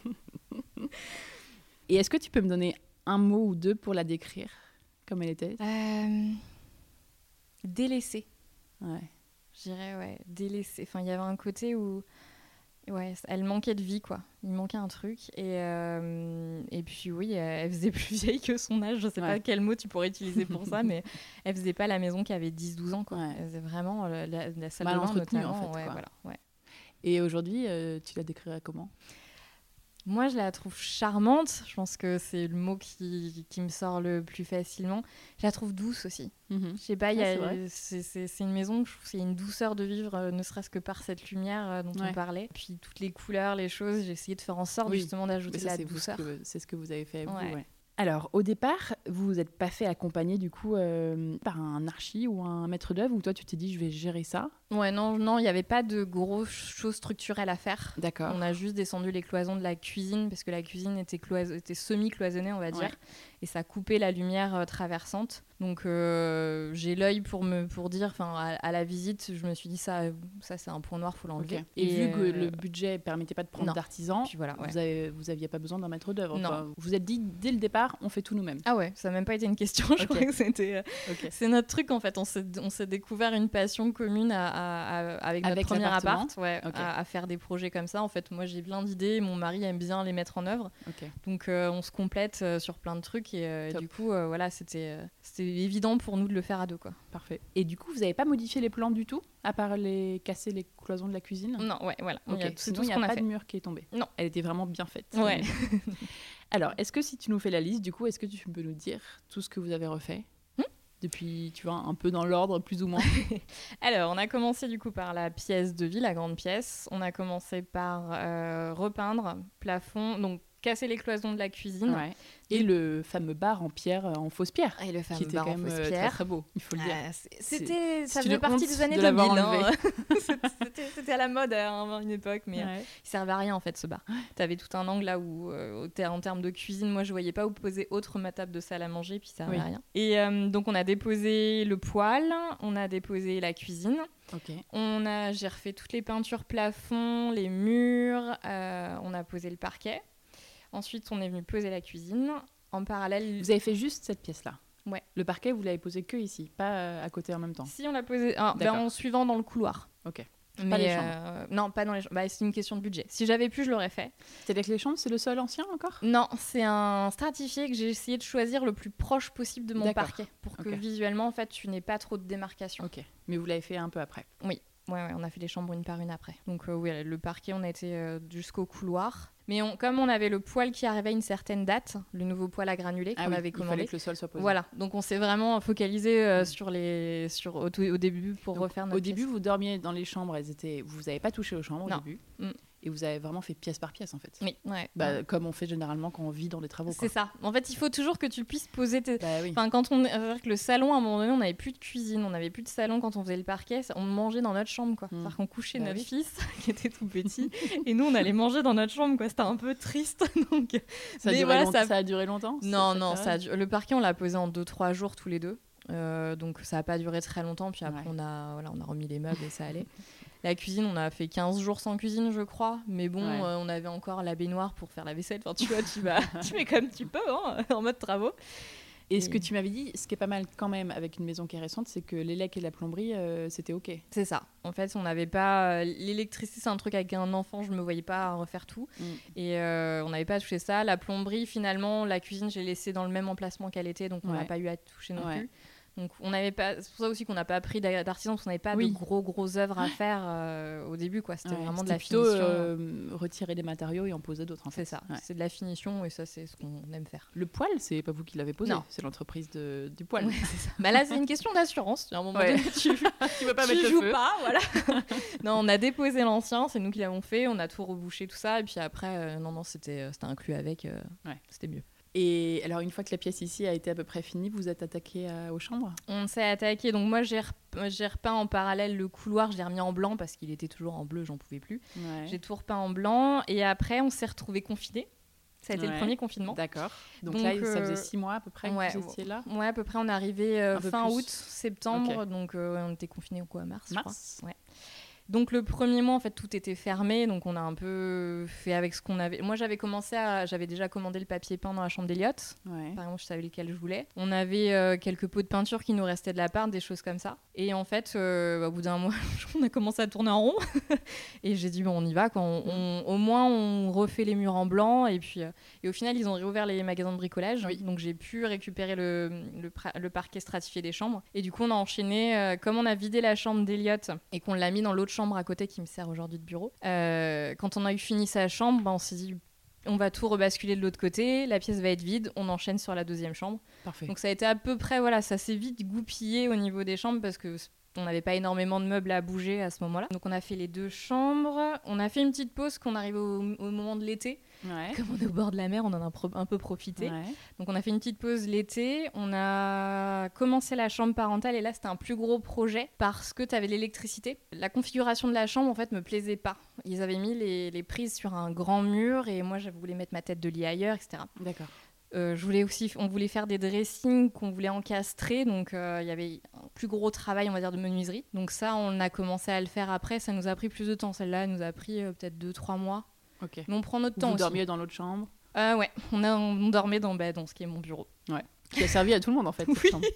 Et est-ce que tu peux me donner un mot ou deux pour la décrire comme elle était? Euh... Délaissée. Ouais. Je dirais, ouais, délaissée. Enfin, il y avait un côté où Ouais, elle manquait de vie, quoi. Il manquait un truc. Et, euh, et puis, oui, elle faisait plus vieille que son âge. Je sais ouais. pas quel mot tu pourrais utiliser pour ça, mais elle faisait pas la maison qui avait dix douze ans, quoi. Ouais. Elle faisait vraiment la, la salle mal de bain, entretenue, notamment. en fait. Ouais, Quoi. voilà, ouais. Et aujourd'hui, euh, tu la décrirais comment ? Moi, je la trouve charmante. Je pense que c'est le mot qui, qui me sort le plus facilement. Je la trouve douce aussi. Mm-hmm. Je sais pas, y a, ah, c'est, c'est, c'est, c'est une maison, je trouve qu'il y a une douceur de vivre, euh, ne serait-ce que par cette lumière euh, dont ouais. on parlait. Puis toutes les couleurs, les choses, j'ai essayé de faire en sorte oui. justement d'ajouter ça, la c'est douceur. Que, c'est ce que vous avez fait, vous, ouais. ouais. Alors, au départ, vous vous êtes pas fait accompagner du coup euh, par un archi ou un maître d'œuvre, ou toi tu t'es dit je vais gérer ça ? Ouais, non, non, il n'y avait pas de grosses choses structurelles à faire. D'accord. On a juste descendu les cloisons de la cuisine parce que la cuisine était, clois- était semi-cloisonnée, on va dire, ouais. et ça coupait la lumière euh, traversante. Donc euh, j'ai l'œil pour me pour dire, enfin à, à la visite, je me suis dit ça, ça c'est un point noir, faut l'enlever. Okay. Et, et vu euh... que le budget permettait pas de prendre non. d'artisan, voilà, ouais. vous avez vous aviez pas besoin d'un maître d'œuvre. Enfin, vous vous êtes dit dès le départ, on fait tout nous-mêmes. Ah ouais, ça n'a même pas été une question. Je okay. crois que c'était. Euh, okay. C'est notre truc en fait. On s'est on s'est découvert une passion commune à, à, à, avec notre avec premier appart, ouais, okay. à, à faire des projets comme ça. En fait, moi j'ai plein d'idées, mon mari aime bien les mettre en œuvre. Okay. Donc euh, on se complète euh, sur plein de trucs et euh, du coup euh, voilà, c'était euh, c'était évident pour nous de le faire à deux, quoi. Parfait. Et du coup, vous n'avez pas modifié les plans du tout, à part les casser les cloisons de la cuisine ? Non, ouais, voilà. Okay. Il Sinon, il n'y a, a pas fait. de mur qui est tombé. Non. Elle était vraiment bien faite. Ouais. Alors, est-ce que si tu nous fais la liste, du coup, est-ce que tu peux nous dire tout ce que vous avez refait ? hmm Depuis, tu vois, un peu dans l'ordre, plus ou moins. Alors, on a commencé du coup par la pièce de vie, la grande pièce. On a commencé par euh, repeindre plafond, donc casser les cloisons de la cuisine. Ouais. Et, et le fameux bar en pierre, en fausse pierre. Et le fameux qui était bar quand même en fausse pierre. Très, très beau, il faut le dire. Ah, c'était, ça c'est faisait partie des années de deux mille. Hein. c'était, c'était à la mode à une époque, mais ouais. il servait à rien en fait ce bar. Tu avais tout un angle là où, euh, en termes de cuisine, moi je voyais pas où poser autre ma table de salle à manger, puis ça servait oui. à rien. Et euh, donc on a déposé le poêle, on a déposé la cuisine. Okay. On a, j'ai refait toutes les peintures plafond, les murs, euh, on a posé le parquet. Ensuite, on est venu poser la cuisine. En parallèle... Vous avez fait juste cette pièce-là ? Ouais. Le parquet, vous l'avez posé que ici, pas à côté en même temps ? Si, on l'a posé ah, ben, en suivant dans le couloir. Ok. Mais pas les chambres euh, Non, pas dans les chambres. Bah, c'est une question de budget. Si j'avais pu, je l'aurais fait. C'est avec les chambres, c'est le sol ancien encore ? Non, c'est un stratifié que j'ai essayé de choisir le plus proche possible de mon D'accord. parquet. Pour que okay. visuellement, en fait, tu n'aies pas trop de démarcation. Ok. Mais vous l'avez fait un peu après ? Oui. Ouais, ouais, on a fait les chambres une par une après. Donc euh, oui, le parquet, on a été euh, jusqu'au couloir. Mais on, comme on avait le poêle qui arrivait à une certaine date, le nouveau poêle à granulés ah qu'on oui, avait commandé. Il fallait que le sol soit posé. Voilà, donc on s'est vraiment focalisé euh, mmh. sur les, sur, au, au début pour donc, refaire notre Au pièce. début, vous dormiez dans les chambres, elles étaient... vous n'avez pas touché aux chambres non. au début mmh. Et vous avez vraiment fait pièce par pièce en fait. Oui, ouais. Bah, ouais. Comme on fait généralement quand on vit dans des travaux. Quoi. C'est ça. En fait, il faut toujours que tu puisses poser tes... Bah, oui. Enfin, quand on... C'est-à-dire que le salon, à un moment donné, on n'avait plus de cuisine, on n'avait plus de salon quand on faisait le parquet, on mangeait dans notre chambre, quoi. Mmh. C'est-à-dire qu'on couchait bah, notre oui. fils, qui était tout petit, et nous, on allait manger dans notre chambre, quoi. C'était un peu triste. Donc... Ça, a Mais duré voilà, long... ça... ça a duré longtemps Non, non, ça a du... le parquet, on l'a posé en deux trois jours tous les deux. Euh, donc ça n'a pas duré très longtemps, puis après ouais. on, a, voilà, on a remis les meubles et ça allait. La cuisine, on a fait quinze jours sans cuisine, je crois, mais bon, ouais. euh, on avait encore la baignoire pour faire la vaisselle. Enfin, tu vois, tu, vas, tu mets comme tu peux, hein, en mode travaux. Et, et ce que tu m'avais dit, ce qui est pas mal quand même avec une maison qui est récente, c'est que l'élec et la plomberie, euh, c'était OK. C'est ça. En fait, on n'avait pas... L'électricité, c'est un truc avec un enfant, je ne me voyais pas refaire tout. Mm. Et euh, on n'avait pas touché ça. La plomberie, finalement, la cuisine, j'ai laissé dans le même emplacement qu'elle était, donc on n'a ouais. pas eu à toucher non ouais. plus. Donc on n'avait pas, c'est pour ça aussi qu'on n'a pas pris d'artisan, parce qu'on n'avait pas oui. de gros gros œuvres à faire euh, au début, quoi. C'était ouais, vraiment c'était de la plutôt, finition. Euh, retirer des matériaux et en poser d'autres. En fait. C'est ça, ouais. c'est de la finition et ça c'est ce qu'on aime faire. Le poêle, c'est pas vous qui l'avez posé, non. c'est l'entreprise de, du poêle. Ouais, c'est ça. Bah là c'est une question d'assurance. À un moment ouais. donné, tu, tu veux pas tu mettre joues le feu. pas, voilà. Non, on a déposé l'ancien, c'est nous qui l'avons fait, on a tout rebouché tout ça et puis après, euh, non non c'était c'était inclus avec, euh, ouais. c'était mieux. Et alors, une fois que la pièce ici a été à peu près finie, vous êtes attaqué à, aux chambres ? On s'est attaqué. Donc moi, j'ai, rep- j'ai repeint en parallèle le couloir. Je l'ai remis en blanc parce qu'il était toujours en bleu, j'en pouvais plus. Ouais. J'ai tout repeint en blanc. Et après, on s'est retrouvés confinés. Ça a été ouais. le premier confinement. D'accord. Donc, donc là, euh, ça faisait six mois à peu près ouais, que vous étiez là ? Ouais, à peu près. On est arrivé euh, fin plus. août, septembre. Okay. Donc, euh, on était confinés au quoi, mars, mars. je crois. Ouais. Donc le premier mois, en fait, tout était fermé, donc on a un peu fait avec ce qu'on avait. Moi, j'avais commencé à, j'avais déjà commandé le papier peint dans la chambre d'Eliott. Ouais. Par exemple, je savais lesquels je voulais. On avait euh, quelques pots de peinture qui nous restaient de la part, des choses comme ça. Et en fait, euh, au bout d'un mois, on a commencé à tourner en rond. Et j'ai dit bon, on y va. Quand on, on, au moins, on refait les murs en blanc. Et puis, euh, et au final, ils ont réouvert les magasins de bricolage. Oui. Donc j'ai pu récupérer le, le, le parquet stratifié des chambres. Et du coup, on a enchaîné. Euh, comme on a vidé la chambre d'Eliott et qu'on l'a mis dans l'autre chambre à côté qui me sert aujourd'hui de bureau. Euh, quand on a eu fini sa chambre, bah, on s'est dit on va tout rebasculer de l'autre côté, la pièce va être vide, on enchaîne sur la deuxième chambre. Parfait. Donc ça a été à peu près, voilà, ça s'est vite goupillé au niveau des chambres parce que on n'avait pas énormément de meubles à bouger à ce moment-là. Donc on a fait les deux chambres, on a fait une petite pause qu'on arrive au, au moment de l'été. Ouais. Comme on est au bord de la mer, on en a pro- un peu profité. Ouais. Donc on a fait une petite pause l'été, on a commencé la chambre parentale et là c'était un plus gros projet parce que tu avais l'électricité. La configuration de la chambre en fait me plaisait pas. Ils avaient mis les, les prises sur un grand mur et moi je voulais mettre ma tête de lit ailleurs, et cetera. D'accord. Euh, je voulais aussi, on voulait faire des dressings qu'on voulait encastrer, donc il euh, y avait un plus gros travail, on va dire, de menuiserie. Donc ça, on a commencé à le faire après, ça nous a pris plus de temps. Celle-là, elle nous a pris euh, peut-être deux trois mois. Ok. Mais on prend notre temps Vous aussi. dormiez dans l'autre chambre? euh, Ouais, on, a, on dormait dans, bah, dans ce qui est mon bureau. Ouais. Qui a servi à tout le monde en fait. Cette chambre.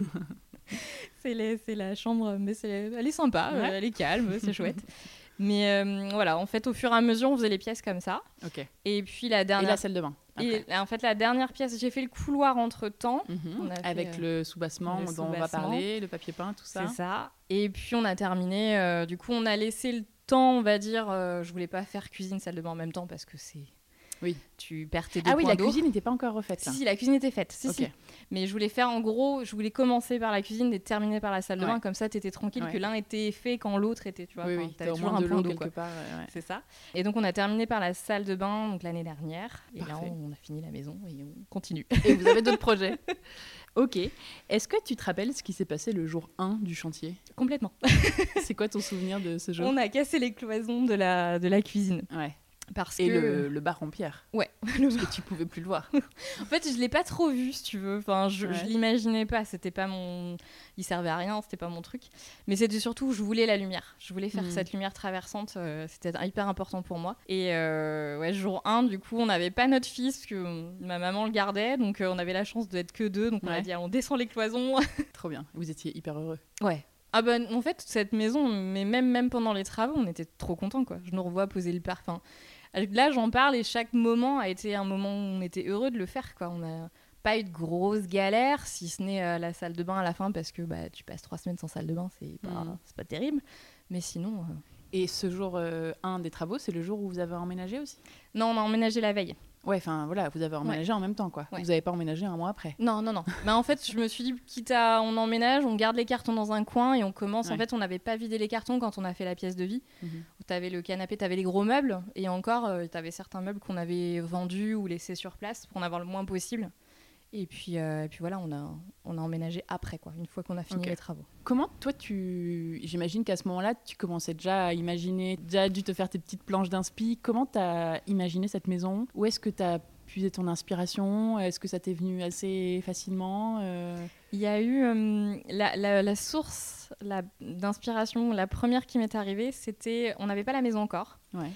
c'est, les, c'est la chambre, mais c'est, elle est sympa, Ouais. euh, elle est calme, c'est chouette. Mais euh, voilà, en fait, au fur et à mesure, on faisait les pièces comme ça. Ok. Et puis la dernière... Et la salle de bain. Et en fait, la dernière pièce, j'ai fait le couloir entre-temps. Mmh. On a fait, avec euh, le soubassement le dont on va soubassement. parler, le papier peint, tout ça. C'est ça. Et puis on a terminé. Euh, du coup, on a laissé le temps, on va dire. Euh, je voulais pas faire cuisine, salle de bain en même temps parce que c'est. Oui. Tu perds tes deux Ah oui, points la d'eau. cuisine n'était pas encore refaite. Si, Là. si, la cuisine était faite. Si, Ok. si. Mais je voulais faire en gros, je voulais commencer par la cuisine et terminer par la salle de Ouais. bain. Comme ça, t'étais tranquille Ouais. que l'un était fait quand l'autre était. Tu vois, Oui, enfin, oui. t'avais T'as au toujours moins un de point l'eau d'eau, quelque quoi. part. Ouais. C'est ça. Et donc on a terminé par la salle de bain donc l'année dernière. Et Parfait. là, on a fini la maison et on continue. Et vous avez d'autres projets? Ok. Est-ce que tu te rappelles ce qui s'est passé le jour un du chantier? Complètement. C'est quoi ton souvenir de ce jour? On a cassé les cloisons de la, de la cuisine. Ouais. Parce Et que... le, le bar en pierre. Ouais. Parce que tu pouvais plus le voir. En fait, je l'ai pas trop vu, si tu veux. Enfin, je, Ouais. je l'imaginais pas. C'était pas mon. Il servait à rien. C'était pas mon truc. Mais c'était surtout, je voulais la lumière. Je voulais faire Mm. cette lumière traversante. euh, c'était hyper important pour moi. Et euh, ouais, jour un, du coup, on n'avait pas notre fils parce que euh, ma maman le gardait. Donc, euh, on avait la chance d'être que deux. Donc, on a Ouais. dit, ah, on descend les cloisons. Trop bien. Vous étiez hyper heureux. Ouais. Ah ben, en fait, cette maison, mais même, même pendant les travaux, on était trop contents, quoi. Je nous revois poser le parfum. Là, j'en parle et chaque moment a été un moment où on était heureux de le faire, quoi. On n'a pas eu de grosses galères, si ce n'est euh, la salle de bain à la fin, parce que bah, tu passes trois semaines sans salle de bain, c'est pas, Mm. c'est pas terrible. Mais sinon... euh, Et ce jour euh, un des travaux, c'est le jour où vous avez emménagé aussi? Non, on a emménagé la veille. Ouais, enfin voilà, vous avez emménagé en même temps, quoi. Ouais. Vous n'avez pas emménagé un mois après. Non, non, non. Mais en fait, je me suis dit, quitte à on emménage, on garde les cartons dans un coin et on commence. Ouais. En fait, on n'avait pas vidé les cartons quand on a fait la pièce de vie. Mhm. Tu avais le canapé, tu avais les gros meubles. Et encore, euh, tu avais certains meubles qu'on avait vendus ou laissés sur place pour en avoir le moins possible. Et puis, euh, et puis voilà, on a, on a emménagé après, quoi, une fois qu'on a fini Ok. les travaux. Comment, toi, tu... J'imagine qu'à ce moment-là, tu commençais déjà à imaginer, déjà dû te faire tes petites planches d'inspi. Comment tu as imaginé cette maison? Où est-ce que tu as puisé ton inspiration? Est-ce que ça t'est venu assez facilement? euh... Il y a eu euh, la, la, la source la, d'inspiration, la première qui m'est arrivée, c'était, on n'avait pas la maison encore. Ouais.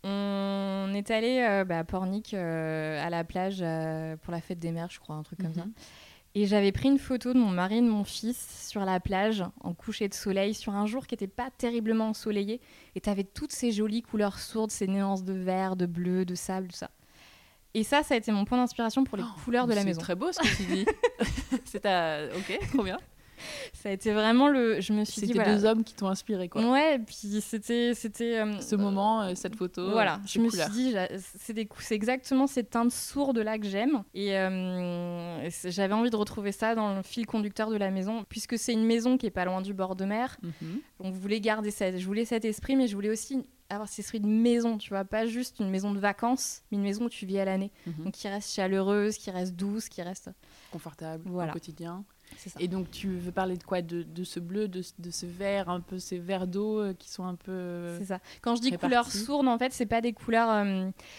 On est allé euh, bah, à Pornic, euh, à la plage, euh, pour la fête des mères, je crois, un truc comme ça. Mhm. Et j'avais pris une photo de mon mari et de mon fils sur la plage, en coucher de soleil, sur un jour qui n'était pas terriblement ensoleillé. Et tu avais toutes ces jolies couleurs sourdes, ces nuances de vert, de bleu, de sable, tout ça. Et ça, ça a été mon point d'inspiration pour les Oh, couleurs de la c'est maison. très beau ce que tu dis. C'est ta... Ok, trop bien. Ça a été vraiment le... Je me suis dit, C'était voilà. deux hommes qui t'ont inspiré, quoi. Ouais, et puis c'était... c'était euh, Ce moment, euh, cette photo, Voilà, euh, je ces me couleurs. suis dit, j'a- c'est, des cou- c'est exactement ces teintes sourdes-là que j'aime. Et euh, c'est- j'avais envie de retrouver ça dans le fil conducteur de la maison, puisque c'est une maison qui est pas loin du bord de mer. Mhm. On voulait garder ça, je voulais cet esprit, mais je voulais aussi avoir cet esprit de maison, tu vois, pas juste une maison de vacances, mais une maison où tu vis à l'année. Mhm. Donc qui reste chaleureuse, qui reste douce, qui reste... Confortable Voilà. au quotidien. C'est ça. Et donc, tu veux parler de quoi? de, de ce bleu, de, de ce vert, un peu ces verres d'eau euh, qui sont un peu... euh, C'est ça. Quand je dis répartis. couleurs sourdes, en fait, c'est pas des couleurs... euh,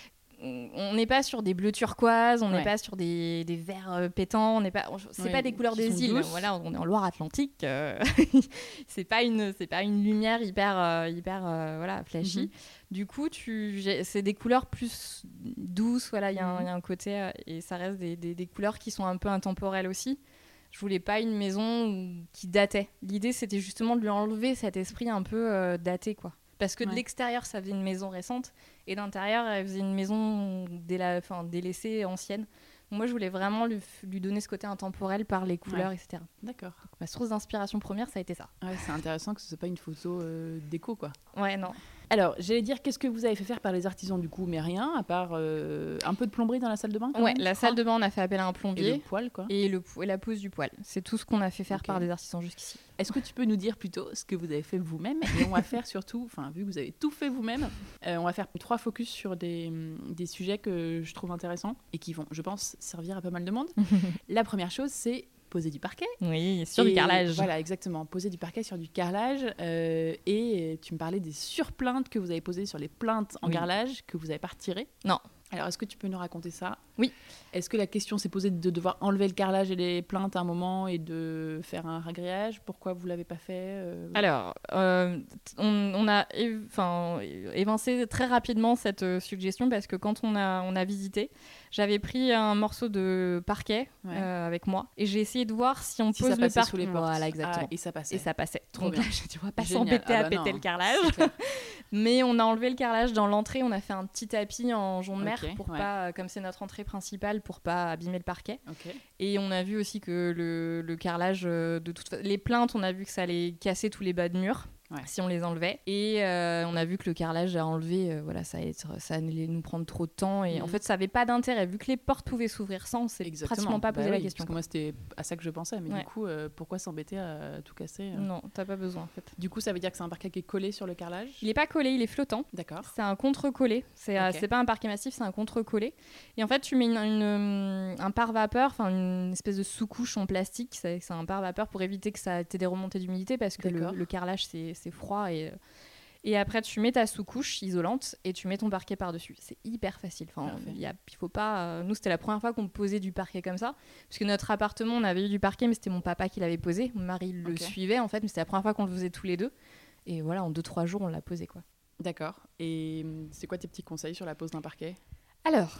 on n'est pas sur des bleus turquoise, on n'est Ouais. pas sur des, des verts euh, pétants, on n'est pas, on- c'est Ouais, pas des couleurs qui sont des îles. douces. Voilà, on est en Loire-Atlantique. euh, c'est pas une, c'est pas une lumière hyper, euh, hyper, euh, voilà, flashy. Mhm. Du coup, tu, j'ai- c'est des couleurs plus douces. Voilà, il y, a un- Mhm. il y a un côté euh, et ça reste des, des, des couleurs qui sont un peu intemporelles aussi. Je voulais pas une maison où- qui datait. L'idée, c'était justement de lui enlever cet esprit un peu euh, daté, quoi. Parce que de Ouais. l'extérieur, ça faisait une maison récente, et d'intérieur, elle faisait une maison déla... enfin, délaissée, ancienne. Moi, je voulais vraiment lui, f- lui donner ce côté intemporel par les couleurs, Ouais. et cetera. D'accord. Donc, ma source d'inspiration première, ça a été ça. Ouais, c'est intéressant que ce soit pas une photo euh, déco, quoi. Ouais, non. Alors, j'allais dire, qu'est-ce que vous avez fait faire par les artisans du coup, mais rien, à part euh, un peu de plomberie dans la salle de bain quand Ouais, même, la je salle crois. de bain, on a fait appel à un Et plombier. le poêle, quoi. Et, le, po- et la pose du poêle. C'est tout ce qu'on a fait faire Ok. par des artisans jusqu'ici. Est-ce que tu peux nous dire plutôt ce que vous avez fait vous-même? Et on va faire surtout, enfin, vu que vous avez tout fait vous-même, euh, on va faire trois focus sur des, des sujets que je trouve intéressants et qui vont, je pense, servir à pas mal de monde. La première chose, c'est poser du parquet. Oui, sur Et du carrelage. Voilà, exactement. Poser du parquet sur du carrelage. euh, et tu me parlais des surplaintes que vous avez posées sur les plaintes en Oui. carrelage que vous n'avez pas retirées. Non. Alors, est-ce que tu peux nous raconter ça? Oui. Est-ce que la question s'est posée de devoir enlever le carrelage et les plaintes à un moment et de faire un ragréage? Pourquoi vous ne l'avez pas fait euh Alors, euh, on, on a év- enfin, évincé très rapidement cette euh, suggestion parce que quand on a, on a visité, j'avais pris un morceau de parquet Ouais. euh, avec moi et j'ai essayé de voir si on Si pose ça le passait parquet. sous les portes. Voilà, exactement. Ah, et ça passait. Et ça passait. Trop Donc bien. là, j'ai dit, on va pas Génial. s'embêter Ah à bah péter non, le carrelage. c'est clair. Mais on a enlevé le carrelage dans l'entrée, on a fait un petit tapis en jonc de mer Ok, pour ouais. pas, comme c'est notre entrée principale, pour pas abîmer le parquet. Ok. Et on a vu aussi que le, le carrelage, euh, de toute façon, les plaintes, on a vu que ça allait casser tous les bas de mur. Ouais. Si on les enlevait. Et euh, on a vu que le carrelage à enlever, euh, voilà, ça, allait être- ça allait nous prendre trop de temps. Et Mhm. en fait, ça n'avait pas d'intérêt. Vu que les portes pouvaient s'ouvrir sans, on s'est Exactement. pratiquement pas posé Bah la oui, question. Parce que moi, c'était à ça que je pensais. Mais Ouais. du coup, euh, pourquoi s'embêter à tout casser euh Non, t'as pas besoin en fait. Du coup, ça veut dire que c'est un parquet qui est collé sur le carrelage? Il est pas collé, il est flottant. D'accord. C'est un contre-collé. C'est euh, Ok. c'est pas un parquet massif, c'est un contre-collé. Et en fait, tu mets une, une, euh, un pare-vapeur, enfin une espèce de sous-couche en plastique. C'est c'est un pare-vapeur pour éviter que ça ait des remontées d'humidité parce que le, D'accord. le carrelage c'est c'est froid et. euh, Et après, tu mets ta sous-couche isolante et tu mets ton parquet par-dessus. C'est hyper facile. Enfin, Parfait. il y a, il faut pas. euh, Nous, c'était la première fois qu'on posait du parquet comme ça, parce que notre appartement, on avait eu du parquet, mais c'était mon papa qui l'avait posé. Mon mari le Ok. suivait en fait, mais c'était la première fois qu'on le faisait tous les deux. Et voilà, en deux trois jours, on l'a posé quoi. D'accord. Et hum, c'est quoi tes petits conseils sur la pose d'un parquet? Alors,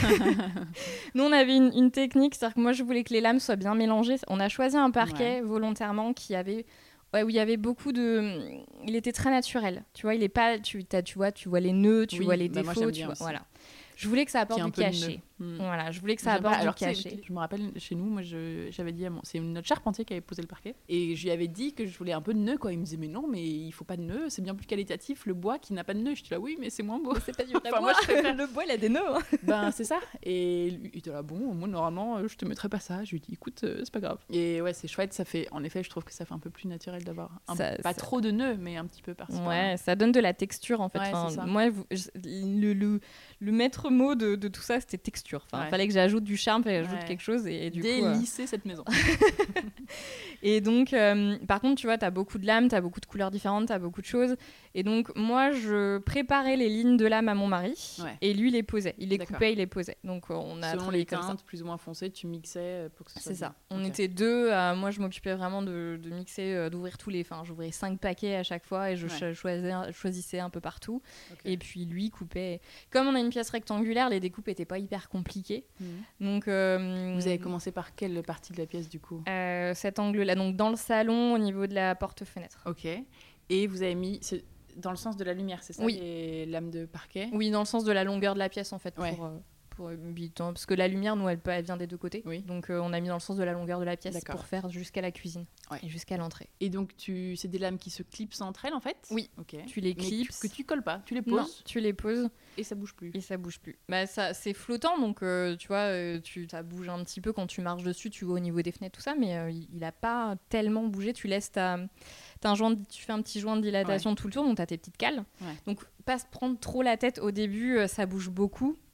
nous on avait une, une technique, c'est-à-dire que moi je voulais que les lames soient bien mélangées. On a choisi un parquet volontairement qui avait, ouais, où il y avait beaucoup de, il était très naturel. Tu vois, il est pas, tu, t'as- tu vois, tu vois les nœuds, tu Oui, vois les bah moi, défauts, j'aime tu bien vois, aussi. voilà. Je voulais que ça apporte Qui est un du peu de cachet. nœud. Hmm. Voilà, je voulais que ça J'aime pas. apporte Alors, du tu sais, cachet. je me rappelle chez nous, moi je- j'avais dit à mon, c'est notre charpentier qui avait posé le parquet et je lui avais dit que je voulais un peu de nœud quoi. Il me disait mais non mais il faut pas de nœud, c'est bien plus qualitatif le bois qui n'a pas de nœud. Je dis là oui mais c'est moins beau. C'est pas du vrai Enfin, moi, bois. je préfère- Le bois, il a des nœuds. hein. Ben c'est ça. Et lui il était là bon moi normalement euh, je te mettrais pas ça. Je lui dis écoute euh, c'est pas grave. Et ouais c'est chouette, ça fait en effet je trouve que ça fait un peu plus naturel d'avoir un- Ça- pas ça- trop de nœuds mais un petit peu par-ci. Ouais, ça donne de la texture en fait. Ouais, Enfin, c'est ça. moi, vous- je- le, le, le maître mot de, de tout ça, c'était texture. Enfin, Ouais. fallait que j'ajoute du charme, fallait que j'ajoute Ouais. quelque chose et, et du coup. euh, Délisser cette maison. Et donc, euh, par contre, tu vois, t'as beaucoup de lames, t'as beaucoup de couleurs différentes, t'as beaucoup de choses. Et donc, moi, je préparais les lignes de lames à mon mari Ouais. et lui les posait. Il les D'accord. coupait, il les posait. Donc, euh, on a Selon travaillé les comme ça. teintes plus ou moins foncées tu mixais euh, pour que ce soit C'est ça. bien. On Ok. était deux. euh, moi, je m'occupais vraiment de, de mixer, euh, d'ouvrir tous les. Enfin, j'ouvrais cinq paquets à chaque fois et je Ouais. cho- choisais, choisissais un peu partout. Ok. Et puis, lui coupait. Comme on a une pièce rectangulaire, les découpes n'étaient pas hyper compliquées. Mhm. Donc, euh, Vous avez commencé par quelle partie de la pièce du coup? euh, cet angle-là, donc dans le salon, au niveau de la porte-fenêtre. Ok. Et vous avez mis c'est dans le sens de la lumière, c'est ça? Oui. Les lames de parquet? Oui, dans le sens de la longueur de la pièce, en fait, Ouais. pour, euh, pour habitant. Parce que la lumière, nous, elle, peut- elle vient des deux côtés. Oui. Donc, euh, on a mis dans le sens de la longueur de la pièce D'accord. pour faire jusqu'à la cuisine Ouais. et jusqu'à l'entrée. Et donc tu c'est des lames qui se clipsent entre elles en fait? Oui. Ok. Tu les Mais tu- clips. que tu colles pas, tu les Non, poses tu les poses et ça bouge plus. et ça bouge plus. Bah, ça, c'est flottant, donc euh, tu vois, euh, tu, ça bouge un petit peu quand tu marches dessus, tu vois au niveau des fenêtres, tout ça, mais euh, il, il a pas tellement bougé. Tu laisses ta, t'as un joint de- tu fais un petit joint de dilatation tout le tour, donc tu as tes petites cales. Ouais. Donc, pas se prendre trop la tête au début, euh, ça bouge beaucoup.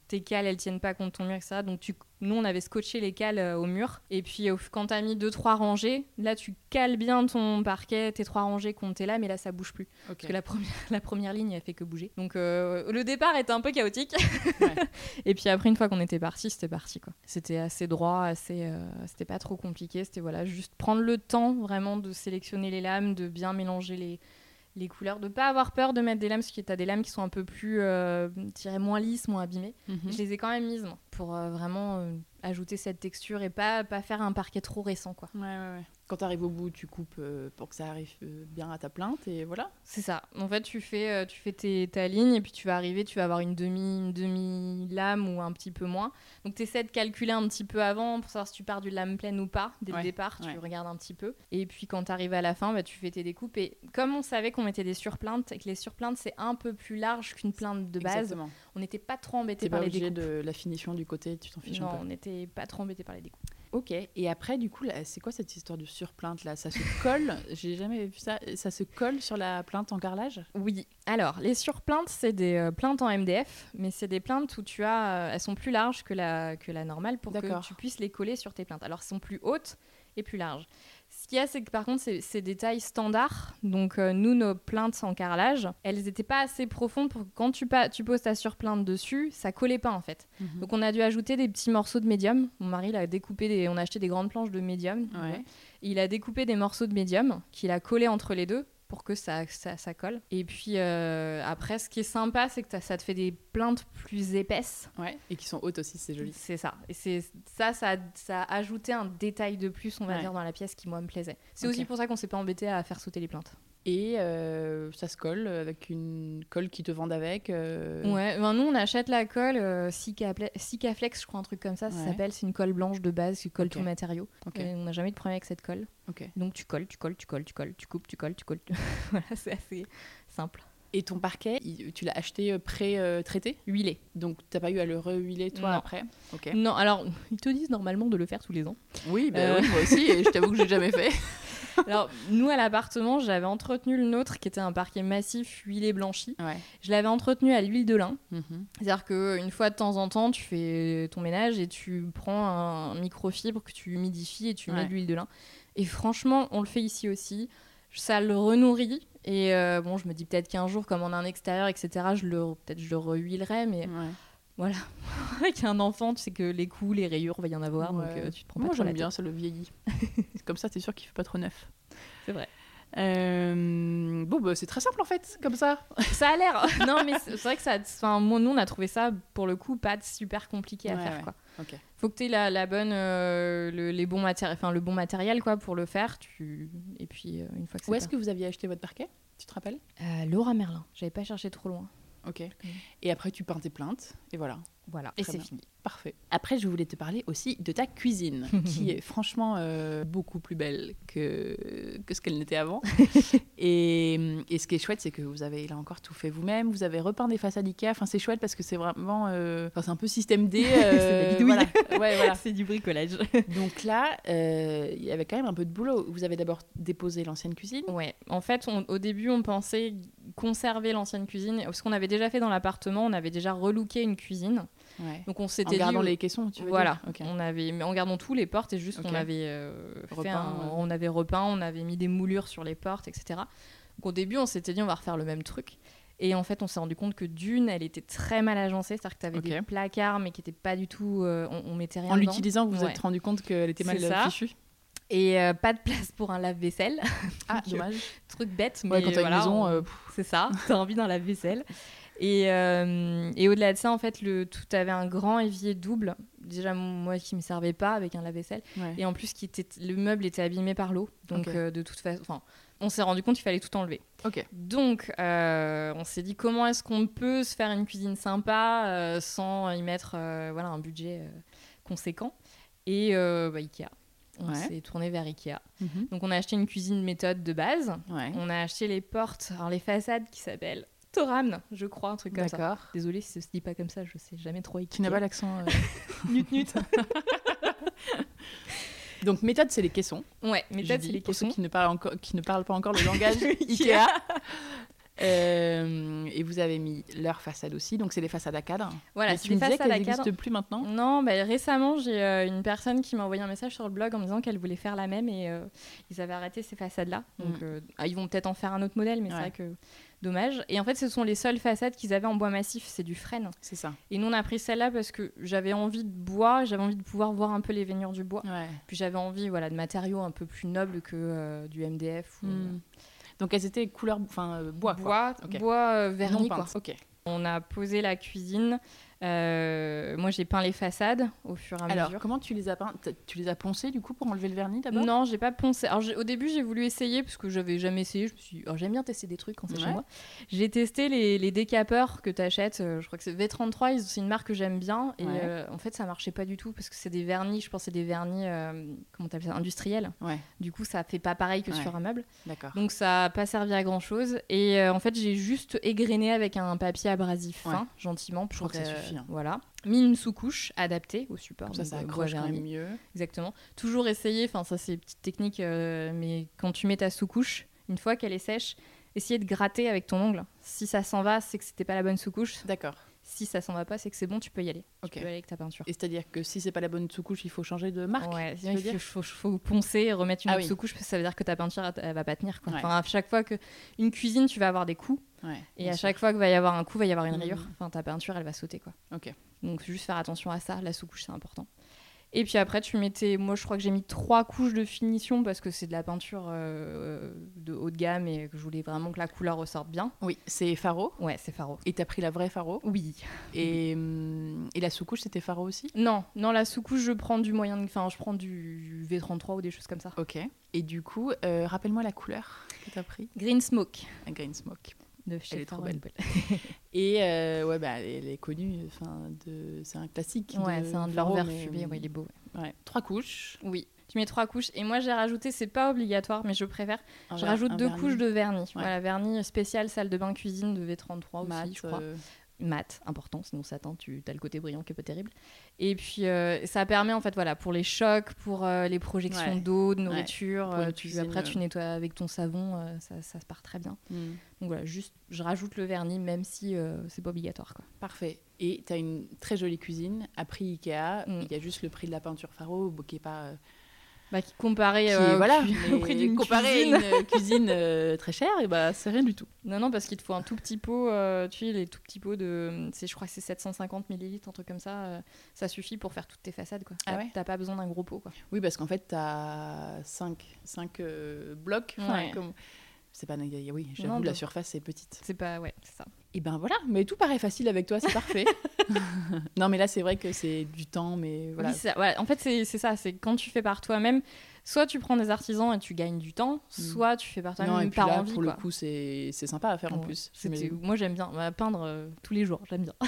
tes cales elles tiennent pas contre ton mur, et cetera. Donc tu, nous on avait scotché les cales euh, au mur et puis euh, quand t'as mis deux trois rangées, là tu cales bien ton parquet, tes trois rangées contre tes lames et là ça bouge plus. Okay. Parce que la première, la première ligne elle fait que bouger. Donc euh, le départ était un peu chaotique. Ouais. Et puis après une fois qu'on était parti, c'était parti quoi. C'était assez droit, assez, euh, c'était pas trop compliqué. C'était voilà juste prendre le temps vraiment de sélectionner les lames, de bien mélanger les les couleurs, de pas avoir peur de mettre des lames, parce que t'as des lames qui sont un peu plus, euh, je dirais, moins lisses, moins abîmées. Mm-hmm. Je les ai quand même mises, moi, pour euh, vraiment euh, ajouter cette texture et pas, pas faire un parquet trop récent, quoi. Ouais, ouais, ouais. Quand t'arrives au bout, tu coupes euh, pour que ça arrive euh, bien à ta plainte, et voilà. C'est ça. En fait, tu fais, euh, tu fais tes, ta ligne, et puis tu vas arriver, tu vas avoir une demi, une demi-lame ou un petit peu moins. Donc, tu essaies de calculer un petit peu avant pour savoir si tu pars d'une lame pleine ou pas. Dès ouais, le départ, tu ouais. regardes un petit peu. Et puis, quand tu arrives à la fin, bah, tu fais tes découpes. Et comme on savait qu'on mettait des surplaintes, et que les surplaintes, c'est un peu plus large qu'une plainte de base, exactement. On n'était pas trop embêtés par les découpes. T'es pas obligé de la finition du côté, tu t'en fiches non, un peu. Non, on n'était pas trop embêtés par les découpes. Ok, et après, du coup, là, c'est quoi cette histoire de surplainte là ? Ça se colle, j'ai jamais vu ça, ça se colle sur la plainte en carrelage ? Oui, alors les surplaintes, c'est des euh, plaintes en M D F, mais c'est des plaintes où tu as, euh, elles sont plus larges que la, que la normale pour D'accord. que tu puisses les coller sur tes plaintes. Alors, elles sont plus hautes et plus larges. Ce qu'il y a, c'est que par contre, c'est, c'est des tailles standards. Donc, euh, nous, nos plaintes en carrelage, elles n'étaient pas assez profondes pour que quand tu, pa- tu poses ta surplainte dessus, ça collait pas en fait. Mm-hmm. Donc, on a dû ajouter des petits morceaux de médium. Mon mari, il a découpé des... on a acheté des grandes planches de médium. Ouais. Il a découpé des morceaux de médium qu'il a collés entre les deux pour que ça, ça, ça colle. Et puis euh, après, ce qui est sympa, c'est que ça te fait des plaintes plus épaisses. Ouais, et qui sont hautes aussi, c'est joli. C'est ça. Et c'est, ça, ça, ça a ajouté un détail de plus, on va ouais. dire, dans la pièce qui, moi, me plaisait. C'est okay. aussi pour ça qu'on ne s'est pas embêté à faire sauter les plaintes. Et euh, ça se colle avec une colle qui te vendent avec euh... Ouais, ben nous on achète la colle euh, Sikaflex, je crois, un truc comme ça, ça ouais. s'appelle. C'est une colle blanche de base qui colle okay. tout le matériau. Okay. On n'a jamais eu de problème avec cette colle. Okay. Donc tu colles, tu colles, tu colles, tu colles, tu coupes, tu colles, tu colles. Voilà, c'est assez simple. Et ton parquet, tu l'as acheté pré-traité ? Huilé. Donc t'as pas eu à le re-huiler toi non. après ? Okay. Non, alors ils te disent normalement de le faire tous les ans. Oui, bah euh... oui moi aussi, et je t'avoue que je l'ai jamais fait. Alors, nous, à l'appartement, j'avais entretenu le nôtre, qui était un parquet massif, huilé, blanchi. Ouais. Je l'avais entretenu à l'huile de lin. Mm-hmm. C'est-à-dire qu'une fois de temps en temps, tu fais ton ménage et tu prends un microfibre que tu humidifies et tu ouais. mets de l'huile de lin. Et franchement, on le fait ici aussi. Ça le renourrit. Et euh, bon, je me dis peut-être qu'un jour, comme on a un extérieur, et cetera, je le, peut-être je le rehuilerai, mais... Ouais. Voilà, avec un enfant, tu sais que les coups, les rayures, il va y en avoir, ouais. donc euh, tu te prends pas Moi, trop la j'aime bien, tête. Ça le vieillit. Comme ça, t'es sûr qu'il fait pas trop neuf. C'est vrai. Euh... Bon, bah, c'est très simple en fait, comme ça. Ça a l'air. Non, mais c'est, c'est vrai que ça. Enfin, nous, on a trouvé ça pour le coup pas super compliqué à ouais, faire, ouais. quoi. Okay. Faut que t'aies la, la bonne, euh, le, les bons matéri- enfin le bon matériel, quoi, pour le faire. Tu et puis euh, une fois que c'est. Où est-ce pas... que vous aviez acheté votre parquet ? Tu te rappelles ? euh, Laura Merlin. J'avais pas cherché trop loin. Ok. Mmh. Et après, tu peins tes plaintes et voilà. Voilà. Très et c'est bien. fini. Parfait. Après, je voulais te parler aussi de ta cuisine, qui est franchement euh, beaucoup plus belle que, que ce qu'elle n'était avant. et, et ce qui est chouette, c'est que vous avez là encore tout fait vous-même. Vous avez repeint des façades Ikea. Enfin, c'est chouette parce que c'est vraiment, euh, enfin, c'est un peu système D. Euh, c'est de la bidouille. Voilà. Ouais, voilà. C'est du bricolage. Donc là, euh, il y avait quand même un peu de boulot. Vous avez d'abord déposé l'ancienne cuisine. Ouais. En fait, on, au début, on pensait conserver l'ancienne cuisine parce qu'on avait déjà fait dans l'appartement. On avait déjà relooké une cuisine. Ouais. Donc on s'était en gardant dit, les caissons, tu veux voilà, dire okay. on avait, mais en gardant tous les portes et juste okay. on avait euh, repeint, fait un, ouais. on avait repeint, on avait mis des moulures sur les portes, et cetera. Donc au début on s'était dit on va refaire le même truc. Et en fait on s'est rendu compte que d'une, elle était très mal agencée, c'est-à-dire que tu avais okay. des placards mais qui n'étaient pas du tout, euh, on, on mettait rien en dedans. l'utilisant, vous vous ouais. êtes rendu compte qu'elle était mal fichue. Et euh, pas de place pour un lave-vaisselle. Ah dommage. Truc bête, mais ouais, quand t'as voilà, une maison, on... euh... c'est ça. T'as envie d'un lave-vaisselle. Et, euh, et au-delà de ça, en fait, le, tout avait un grand évier double. Déjà, moi, qui ne me servait pas avec un lave-vaisselle. Ouais. Et en plus, qui était, le meuble était abîmé par l'eau. Donc, okay. euh, de toute façon, on s'est rendu compte qu'il fallait tout enlever. Okay. Donc, euh, on s'est dit comment est-ce qu'on peut se faire une cuisine sympa euh, sans y mettre euh, voilà, un budget euh, conséquent. Et euh, bah, Ikea. On ouais. s'est tourné vers Ikea. Mm-hmm. Donc, on a acheté une cuisine méthode de base. Ouais. On a acheté les portes, alors les façades qui s'appellent Toram, je crois, un truc comme D'accord. ça. Désolée si ça se dit pas comme ça, je sais jamais trop Ikea. Tu n'as pas l'accent euh... nut nut. Donc méthode, c'est les caissons. Ouais, méthode, c'est les pour caissons. Ceux qui ne parlent encore, qui ne parlent pas encore le langage Ikea. Euh, et vous avez mis leur façade aussi, donc c'est les façades à cadre. Voilà, mais c'est tu me des disais façades qu'elles à cadre. n'existent plus maintenant. Non, bah, récemment, j'ai euh, une personne qui m'a envoyé un message sur le blog en me disant qu'elle voulait faire la même et euh, ils avaient arrêté ces façades-là. Donc, mm. euh, ah, ils vont peut-être en faire un autre modèle, mais ouais. c'est vrai que dommage. Et en fait, ce sont les seules façades qu'ils avaient en bois massif, c'est du frêne. C'est ça. Et nous, on a pris celle-là parce que j'avais envie de bois, j'avais envie de pouvoir voir un peu les veinures du bois. Ouais. Puis j'avais envie voilà, de matériaux un peu plus nobles que euh, du M D F. Ou, mm. euh... Donc elles étaient couleur enfin euh, bois. Bois, okay. bois euh, verni quoi. Ok. On a posé la cuisine. Euh, moi, j'ai peint les façades au fur et à mesure. Alors, comment tu les as peints ? Tu les as poncées du coup pour enlever le vernis d'abord ? Non, j'ai pas poncé. Alors, j'ai, au début, j'ai voulu essayer parce que j'avais jamais essayé. Je me suis, alors, j'aime bien tester des trucs quand c'est ouais. chez moi. J'ai testé les, les décapeurs que t'achètes. Euh, je crois que c'est V trente-trois. C'est une marque que j'aime bien. Et ouais. euh, en fait, ça marchait pas du tout parce que c'est des vernis. Je pense que c'est des vernis, euh, comment t'appelles ça, industriels. Ouais. Du coup, ça fait pas pareil que ouais. sur un meuble. D'accord. Donc, ça a pas servi à grand chose. Et euh, en fait, j'ai juste égrené avec un papier abrasif fin, ouais. gentiment. Pour, je crois que ça euh, suffit. Hein. Voilà. Mis une sous-couche adaptée au support. Comme ça, ça accroche quand même mieux. Exactement. Toujours essayer, enfin ça c'est une petite technique, euh, mais quand tu mets ta sous-couche, une fois qu'elle est sèche, essayer de gratter avec ton ongle. Si ça s'en va, c'est que c'était pas la bonne sous-couche. D'accord. Si ça s'en va pas, c'est que c'est bon, tu peux y aller. Okay. Tu peux y aller avec ta peinture. Et c'est-à-dire que si c'est pas la bonne sous-couche, il faut changer de marque. Ouais, il faut, faut, faut poncer et remettre une ah, autre oui. sous-couche parce que ça veut dire que ta peinture elle, elle va pas tenir. Quoi. Ouais. Enfin, à chaque fois que une cuisine, tu vas avoir des coups. Ouais, et à sûr. Chaque fois qu'il va y avoir un coup, il va y avoir une rayure. Mmh. Enfin, ta peinture, elle va sauter quoi. Ok. Donc juste faire attention à ça. La sous-couche, c'est important. Et puis après, tu mettais... Moi, je crois que j'ai mis trois couches de finition parce que c'est de la peinture euh, de haut de gamme et que je voulais vraiment que la couleur ressorte bien. Oui, c'est faro. Ouais, c'est faro. Et t'as pris la vraie faro ? Oui. Et, hum, et la sous-couche, c'était faro aussi ? Non, non, la sous-couche, je prends du moyen... Enfin, je prends du V trente-trois ou des choses comme ça. Ok. Et du coup, euh, rappelle-moi la couleur que t'as pris ? Green Smoke. Un Green Smoke. De elle est trop belle. Et euh, ouais, bah, elle est connue, de... c'est un classique. Ouais, de c'est un faro, vert mais... fumé, ouais, il est beau. Ouais. Ouais. Trois couches. Oui, tu mets trois couches. Et moi, j'ai rajouté, c'est pas obligatoire, mais je préfère, un je ver- rajoute deux vernis. couches de vernis. Ouais. Voilà, vernis spécial salle de bain cuisine de V trente-trois aussi, Mat, je crois. Euh... Mat, important, sinon ça teint, tu as le côté brillant qui est pas terrible. Et puis euh, ça permet en fait voilà pour les chocs, pour euh, les projections ouais. d'eau, de nourriture. Ouais. Euh, tu, cuisine, après tu nettoies avec ton savon, euh, ça, ça se part très bien. Mm. Donc voilà, juste je rajoute le vernis même si euh, c'est pas obligatoire quoi. Parfait. Et tu as une très jolie cuisine à prix Ikea. Il mm. y a juste le prix de la peinture faro qui est pas. Euh... Bah, qui comparé qui, euh, voilà, au prix d'une comparé cuisine, à une cuisine euh, très chère, et bah c'est rien du tout. Non non parce qu'il te faut un tout petit pot, euh, tu sais les tout petits pots de, c'est je crois que c'est sept cent cinquante millilitres un truc comme ça, euh, ça suffit pour faire toutes tes façades quoi. Ah t'as, ouais t'as pas besoin d'un gros pot quoi. Oui parce qu'en fait t'as cinq euh, blocs. Ouais. Comme... C'est pas oui, j'avoue non, la donc... surface est petite. C'est pas ouais c'est ça. Et ben voilà, mais tout paraît facile avec toi, c'est parfait. Non mais là c'est vrai que c'est du temps, mais voilà. Oui, c'est, ouais, en fait c'est, c'est ça, c'est quand tu fais par toi-même. Soit tu prends des artisans et tu gagnes du temps, mmh. soit tu fais par toi-même non, et puis par là, envie. Pour quoi. le coup, c'est, c'est sympa à faire ouais. en plus. Moi, j'aime bien bah, peindre euh, tous les jours, j'aime bien.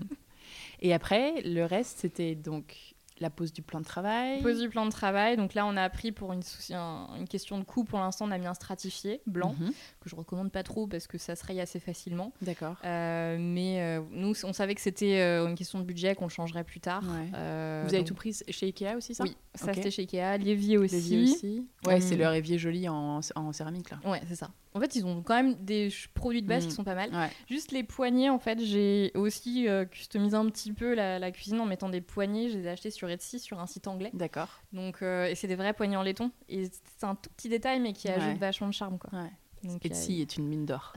Et après, le reste, c'était donc la pose du plan de travail. Pose du plan de travail. Donc là, on a appris pour une, souci, un, une question de coût. Pour l'instant, on a mis un stratifié blanc, mmh. que je recommande pas trop parce que ça se raye assez facilement. D'accord. Euh, mais euh, nous, on savait que c'était euh, une question de budget, qu'on le changerait plus tard. Ouais. Euh, Vous avez donc... tout pris chez Ikea aussi, ça ? Oui, ça okay. c'était chez Ikea. L'évier aussi. L'évier aussi. Ouais, mmh. c'est leur évier joli en, en céramique, là. Ouais, c'est ça. En fait, ils ont quand même des produits de base mmh. qui sont pas mal. Ouais. Juste les poignées, en fait, j'ai aussi euh, customisé un petit peu la, la cuisine en mettant des poignées. Je les ai achetées sur Etsy, sur un site anglais. D'accord. Donc, euh, et c'est des vrais poignets en laiton. Et c'est un tout petit détail, mais qui ouais. ajoute vachement de charme, quoi. Ouais. Donc, Etsy euh, est une mine d'or.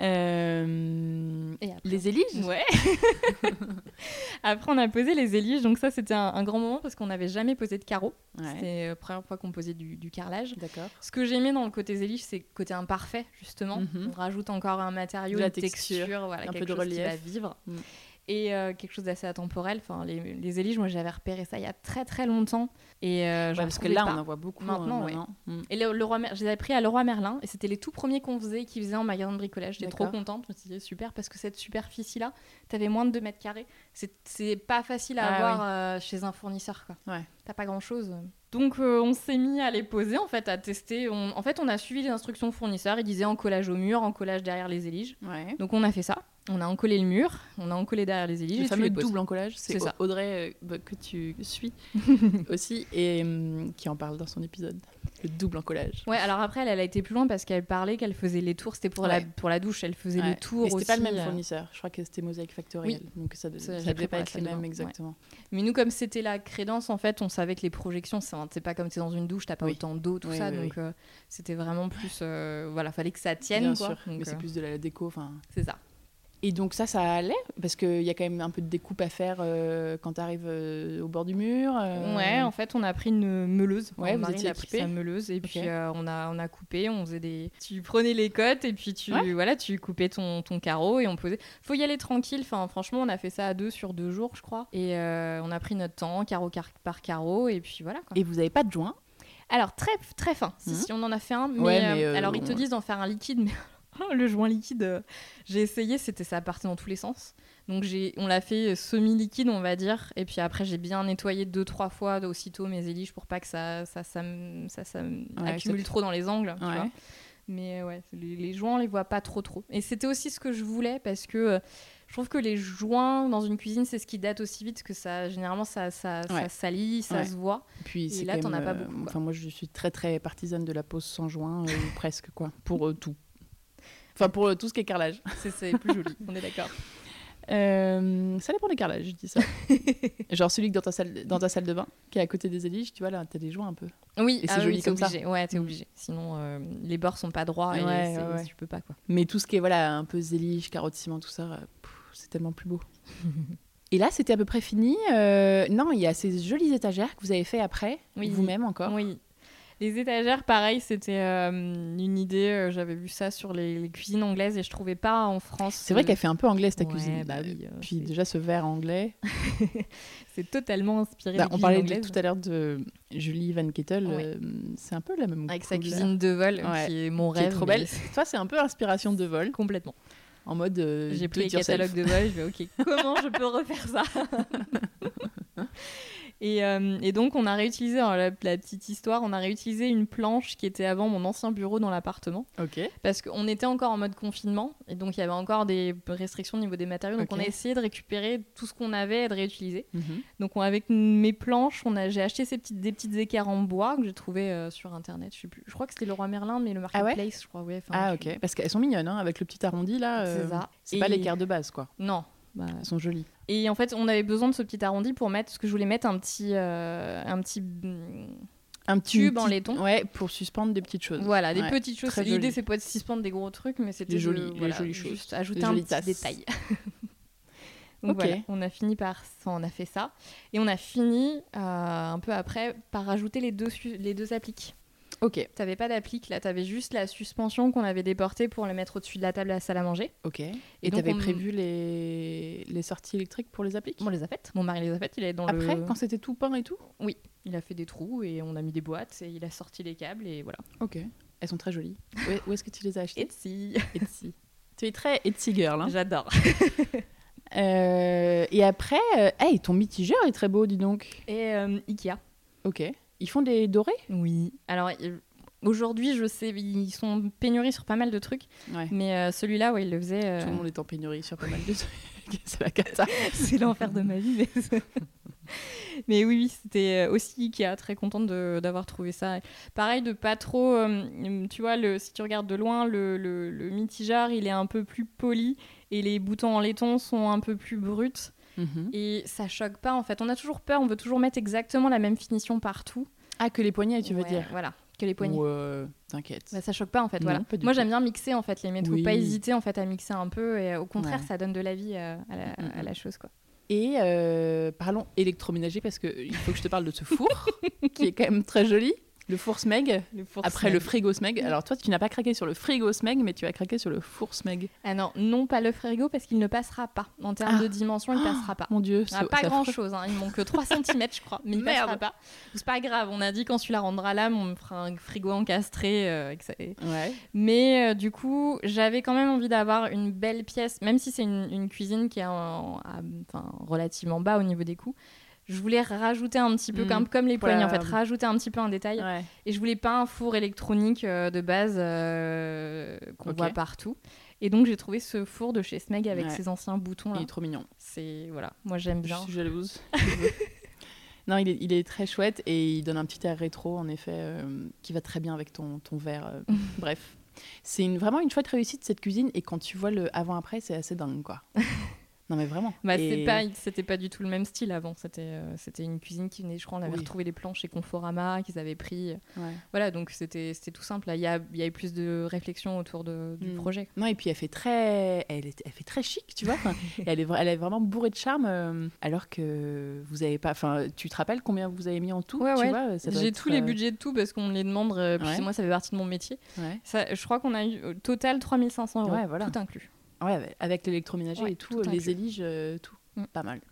euh... et après, les éliges. Ouais. Après, on a posé les éliges. Donc ça, c'était un, un grand moment parce qu'on n'avait jamais posé de carreaux. Ouais. C'était la première fois qu'on posait du, du carrelage. D'accord. Ce que j'aimais dans le côté élige, c'est le côté imparfait, justement. Mm-hmm. On rajoute encore un matériau, de la une texture, texture, voilà, un quelque peu de chose relief. qui va vivre. Mm. Et euh, quelque chose d'assez atemporel. Enfin, les, les éliges, moi, j'avais repéré ça il y a très, très longtemps. Et euh, ouais, parce que là, pas. on en voit beaucoup. Maintenant, hein, ouais. maintenant. Mm. Et le, le roi Mer- je les avais pris à Leroy Merlin. Et c'était les tout premiers qu'on faisait, qu'ils faisaient en magasin de bricolage. J'étais D'accord. trop contente. Je me suis dit, super, parce que cette superficie-là, t'avais moins de deux mètres carrés. C'est, c'est pas facile à ah, avoir oui. euh, chez un fournisseur, quoi. Ouais. T'as pas grand-chose. Donc, euh, on s'est mis à les poser, en fait, à tester. On... En fait, on a suivi les instructions fournisseurs. Ils disaient encollage au mur, encollage derrière les éliges. Ouais. Donc, on a fait ça. On a encollé le mur, on a encollé derrière les éliges. Le et fameux les double encollage, c'est, c'est ça. Audrey euh, bah, que tu suis aussi et euh, qui en parle dans son épisode. Le double encollage. Ouais, alors après, elle, elle a été plus loin parce qu'elle parlait qu'elle faisait les tours. C'était pour, ouais. la, pour la douche, elle faisait ouais. les tours et aussi. c'était pas le même fournisseur. Je crois que c'était Mosaic Factorial. Oui. Donc ça, de, ça, ça devait pas être les mêmes bain. exactement. Ouais. Mais nous, comme c'était la crédence, en fait, on savait que les projections, c'est, c'est pas comme t'es dans une douche, t'as pas oui. autant d'eau, tout oui, ça. oui, donc oui. Euh, c'était vraiment plus. Euh, voilà, fallait que ça tienne. Bien quoi. sûr. Donc, mais c'est euh, plus de la déco. C'est ça. Et donc ça, ça allait parce qu'il y a quand même un peu de découpe à faire euh, quand tu arrives euh, au bord du mur. Euh... Ouais, en fait, on a pris une meuleuse. Ouais, enfin, vous Marie étiez a pris équipés. sa meuleuse et puis okay. euh, on, a, on a coupé, on faisait des... Tu prenais les cotes et puis tu, ouais. voilà, tu coupais ton, ton carreau et on posait... Faut y aller tranquille. Enfin, franchement, on a fait ça à deux sur deux jours, je crois. Et euh, on a pris notre temps, carreau car- par carreau et puis voilà. Quoi. Et vous n'avez pas de joint? Alors, très, très fin. Si, mmh. si, on en a fait un. Mais, ouais, mais euh, euh, alors, on... ils te disent d'en faire un liquide, mais... le joint liquide, euh, j'ai essayé, c'était ça partait dans tous les sens. Donc j'ai, on l'a fait semi-liquide, on va dire. Et puis après, j'ai bien nettoyé deux, trois fois aussitôt mes éliges pour pas que ça, ça, ça, ça, ça ouais, accumule ça... trop dans les angles. Tu ouais. vois. Mais ouais, les, les joints, on les voit pas trop, trop. Et c'était aussi ce que je voulais parce que euh, je trouve que les joints dans une cuisine, c'est ce qui date aussi vite que ça, généralement, ça, ça, ouais. ça salit, ça ouais. se voit. Puis, et c'est là, t'en même, as pas euh, beaucoup. Enfin, moi, je suis très, très partisane de la pose sans joint, euh, presque, quoi, pour euh, tout. Enfin, pour euh, tout ce qui est carrelage. C'est, c'est plus joli, on est d'accord. Euh, ça dépend des carrelages, je dis ça. Genre celui que dans ta salle, dans ta salle de bain, qui est à côté des éliges, tu vois, là, t'as des joints un peu. Oui, et c'est ah joli oui, comme obligé. ça. Ouais, t'es mmh. obligé. Sinon, euh, les bords sont pas droits et ouais, c'est, ouais. tu peux pas, quoi. Mais tout ce qui est, voilà, un peu zélige, carotte ciment, tout ça, pff, c'est tellement plus beau. Et là, c'était à peu près fini. Euh, non, il y a ces jolies étagères que vous avez fait après, oui. vous-même encore. Oui. Les étagères, pareil, c'était euh, une idée. Euh, j'avais vu ça sur les, les cuisines anglaises et je trouvais pas en France. C'est vrai qu'elle fait un peu anglaise ta ouais, cuisine. Bah oui, euh, Puis c'est... déjà ce verre anglais. c'est totalement inspiré. Bah, des on parlait anglaises. de, tout à l'heure de Julie Van Kettel. Ouais. Euh, c'est un peu la même. Avec couleur. sa cuisine de vol, ouais. qui est mon qui rêve. Est trop belle. Toi, c'est un peu inspiration de vol. Complètement. En mode. Euh, J'ai pris le catalogue de vol. Je vais ok. Comment je peux refaire ça? Et, euh, et donc, on a réutilisé, alors, la, la petite histoire, on a réutilisé une planche qui était avant mon ancien bureau dans l'appartement. Ok. Parce qu'on était encore en mode confinement, et donc il y avait encore des restrictions au niveau des matériaux. Donc, okay. on a essayé de récupérer tout ce qu'on avait et de réutiliser. Mm-hmm. Donc, on, avec mes planches, on a, j'ai acheté ces petites, des petites équerres en bois que j'ai trouvées euh, sur Internet. Je sais plus. Je crois que c'était Leroy Merlin, mais le Marketplace, ah ouais je crois. Ouais, ah, ok. Je... Parce qu'elles sont mignonnes, hein, avec le petit arrondi, là. Euh, c'est ça. C'est et... pas l'équerre de base, quoi. Non. Bah, elles sont jolies. Et en fait, on avait besoin de ce petit arrondi pour mettre, parce que je voulais mettre un petit, euh, un petit, un petit tube en laiton. Ouais, pour suspendre des petites choses. Voilà, des ouais, petites choses. L'idée, joli. C'est pas de suspendre des gros trucs, mais c'était des jolies, de, les voilà, jolies choses. Juste ajouter les un petit tasses. détail. Donc okay. voilà, on a fini par, enfin, on a fait ça, et on a fini euh, un peu après par rajouter les deux, les deux appliques. Ok. T'avais pas d'applique, là, t'avais juste la suspension qu'on avait déportée pour la mettre au-dessus de la table à la salle à manger. Ok. Et, et donc t'avais on... prévu les... les sorties électriques pour les appliques ? On les a faites. Mon mari les a faites. Il est dans Après, le... quand c'était tout peint et tout ? Oui. Il a fait des trous et on a mis des boîtes et il a sorti les câbles et voilà. Ok. Elles sont très jolies. Où est-ce que tu les as achetées ? Etsy. Etsy. Tu es très Etsy girl. Hein ? J'adore. euh, et après, euh... hey, ton mitigeur est très beau, dis donc. Et euh, Ikea. Ok. Ils font des dorés ? Oui. Alors... Aujourd'hui, je sais, ils sont pénuries sur pas mal de trucs. Ouais. Mais euh, celui-là, ouais, il le faisait. Euh... Tout le monde est en pénurie sur pas mal de trucs. C'est la cata. C'est l'enfer de ma vie. Mais, mais oui, oui, c'était aussi Ikea. Très contente de, d'avoir trouvé ça. Pareil, de pas trop. Euh, tu vois, le, si tu regardes de loin, le, le, le mitigeur, il est un peu plus poli et les boutons en laiton sont un peu plus bruts. Mm-hmm. Et ça choque pas, en fait. On a toujours peur, on veut toujours mettre exactement la même finition partout. Ah, que les poignets, tu veux ouais, dire ? Voilà. Que les poignées. Ouais, t'inquiète. Bah, ça choque pas en fait. Non, voilà. pas du Moi tout. J'aime bien mixer en fait les métaux, oui. pas hésiter en fait à mixer un peu et au contraire ouais. ça donne de la vie à, à, la, mm-hmm. à la chose quoi. Et euh, parlons électroménager parce que il faut que je te parle de ce four qui est quand même très joli. Le four Smeg, le four après Smeg. Le frigo Smeg. Alors toi, tu n'as pas craqué sur le frigo Smeg, mais tu as craqué sur le four Smeg. Ah non, non pas le frigo parce qu'il ne passera pas. En termes ah. de dimension, il ne passera pas. Mon Dieu, ah, pas grand-chose, hein. Il manque trois centimètres je crois, mais il ne passera pas. C'est pas grave, on a dit quand tu la rendras là, on fera un frigo encastré. Euh, ça... ouais. Mais euh, du coup, j'avais quand même envie d'avoir une belle pièce, même si c'est une, une cuisine qui est en, à, enfin, relativement bas au niveau des coûts. Je voulais rajouter un petit peu, mmh. comme, comme les poignées, la... en fait, rajouter un petit peu un détail. Ouais. Et je voulais pas un four électronique euh, de base euh, qu'on okay. voit partout. Et donc, j'ai trouvé ce four de chez Smeg avec ouais. ses anciens boutons. Là. Il est trop mignon. C'est, voilà, moi, j'aime bien. Je suis jalouse. Non, il est, il est très chouette et il donne un petit air rétro, en effet, euh, qui va très bien avec ton, ton verre. euh. Bref, c'est une, vraiment une chouette réussite, cette cuisine. Et quand tu vois le avant-après, c'est assez dingue, quoi. Non, mais vraiment. Bah, et... c'est pas, c'était pas du tout le même style avant. C'était, euh, c'était une cuisine qui venait, je crois, on avait Oui. retrouvé les plans chez Conforama qu'ils avaient pris. Ouais. Voilà, donc c'était, c'était tout simple. Il y a, il y a eu plus de réflexion autour de, du Mm. projet. Non, et puis elle fait très, elle, est... elle fait très chic, tu vois. Enfin, elle, est... elle est vraiment bourrée de charme, euh, alors que vous avez pas. Enfin, tu te rappelles combien vous avez mis en tout, Ouais, tu ouais. vois, ça doit J'ai être, tous les euh, budgets de tout parce qu'on me les demande. Euh, puis Ouais. moi, ça fait partie de mon métier. Ouais. Ça, je crois qu'on a eu au total trois mille cinq cents euros, Ouais, voilà. tout inclus. Ouais, avec l'électroménager Ouais, et tout, tout les inclus. éliges, euh, tout. Mm. Pas mal.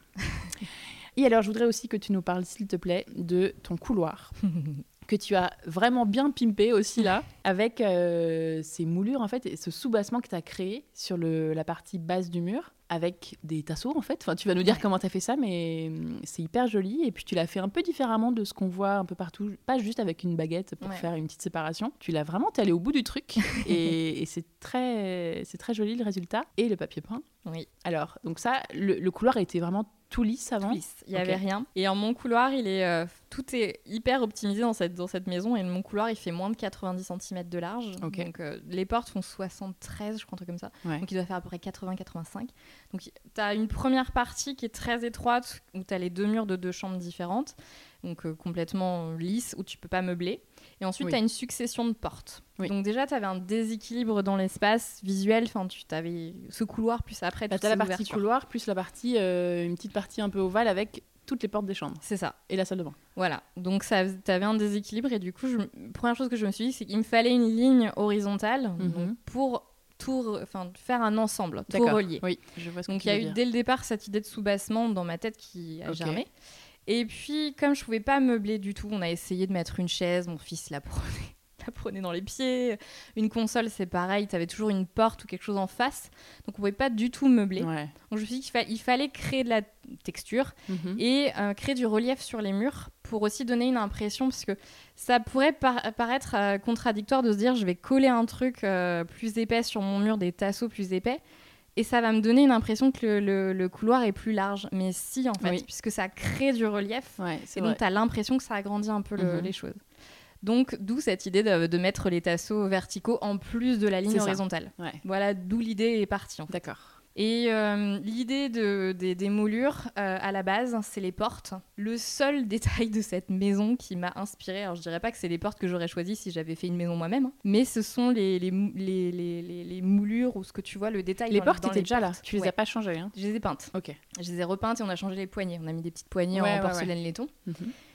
Et alors, je voudrais aussi que tu nous parles, s'il te plaît, de ton couloir, que tu as vraiment bien pimpé aussi là, avec euh, ces moulures, en fait, et ce soubassement que tu as créé sur le, la partie basse du mur, avec des tasseaux, en fait. Enfin, tu vas nous dire Ouais. comment tu as fait ça, mais hum, c'est hyper joli. Et puis, tu l'as fait un peu différemment de ce qu'on voit un peu partout, pas juste avec une baguette pour Ouais. faire une petite séparation. Tu l'as vraiment, t'es allé au bout du truc, et, et c'est très, c'est très joli le résultat. Et le papier peint. Oui. Alors, donc ça, le, le couloir était vraiment tout lisse avant. Tout lisse. Il n'y Ok. avait rien. Et en mon couloir, il est, euh, tout est hyper optimisé dans cette, dans cette maison. Et mon couloir, il fait moins de quatre-vingt-dix centimètres de large. Ok. Donc euh, les portes font soixante-treize, je crois, un truc comme ça. Ouais. Donc il doit faire à peu près quatre-vingts quatre-vingt-cinq. Donc tu as une première partie qui est très étroite, où tu as les deux murs de deux chambres différentes. Donc euh, complètement lisse, où tu peux pas meubler. Et ensuite, Oui. tu as une succession de portes. Oui. Donc déjà, tu avais un déséquilibre dans l'espace visuel. Enfin, tu avais ce couloir, plus après, Bah, toutes t'as la ces partie ouvertures. couloir, plus la partie, euh, une petite partie un peu ovale avec toutes les portes des chambres. C'est ça. Et la salle de bain. Voilà, donc ça, t'avais un déséquilibre et du coup, je, première chose que je me suis dit, c'est qu'il me fallait une ligne horizontale Mhm. donc pour tout, re- enfin, faire un ensemble, tout D'accord. relier. Oui, je vois ce Donc que il y a tu eu veux dire. dès le départ cette idée de soubassement dans ma tête qui a Ok. germé. Et puis, comme je pouvais pas meubler du tout, on a essayé de mettre une chaise, mon fils la prenait, la prenait dans les pieds. Une console, c'est pareil, t'avais toujours une porte ou quelque chose en face, donc on pouvait pas du tout meubler. Ouais. Donc je me suis dit qu'il fa- il fallait créer de la texture Mhm. et euh, créer du relief sur les murs pour aussi donner une impression, parce que ça pourrait par- paraître euh, contradictoire de se dire je vais coller un truc euh, plus épais sur mon mur, des tasseaux plus épais, et ça va me donner une impression que le, le- le couloir est plus large. Mais si, en fait, Oui. puisque ça crée du relief, Ouais, c'est et vrai. donc tu as l'impression que ça agrandit un peu le- Mhm. les choses. Donc, d'où cette idée de, de mettre les tasseaux verticaux en plus de la ligne C'est ça. horizontale. Ouais. Voilà d'où l'idée est partie, en fait. D'accord. Et euh, l'idée de, des, des moulures, euh, à la base, c'est les portes. Le seul détail de cette maison qui m'a inspirée, alors je dirais pas que c'est les portes que j'aurais choisies si j'avais fait une maison moi-même, hein, mais ce sont les, les, mou- les, les, les, les moulures ou ce que tu vois, le détail Les dans portes dans étaient déjà là. portes. Tu les Ouais. as pas changées, hein. Je les ai peintes. Ok. Je les ai repeintes et on a changé les poignées. On a mis des petites poignées Ouais, en ouais, porcelaine laiton. Mhm.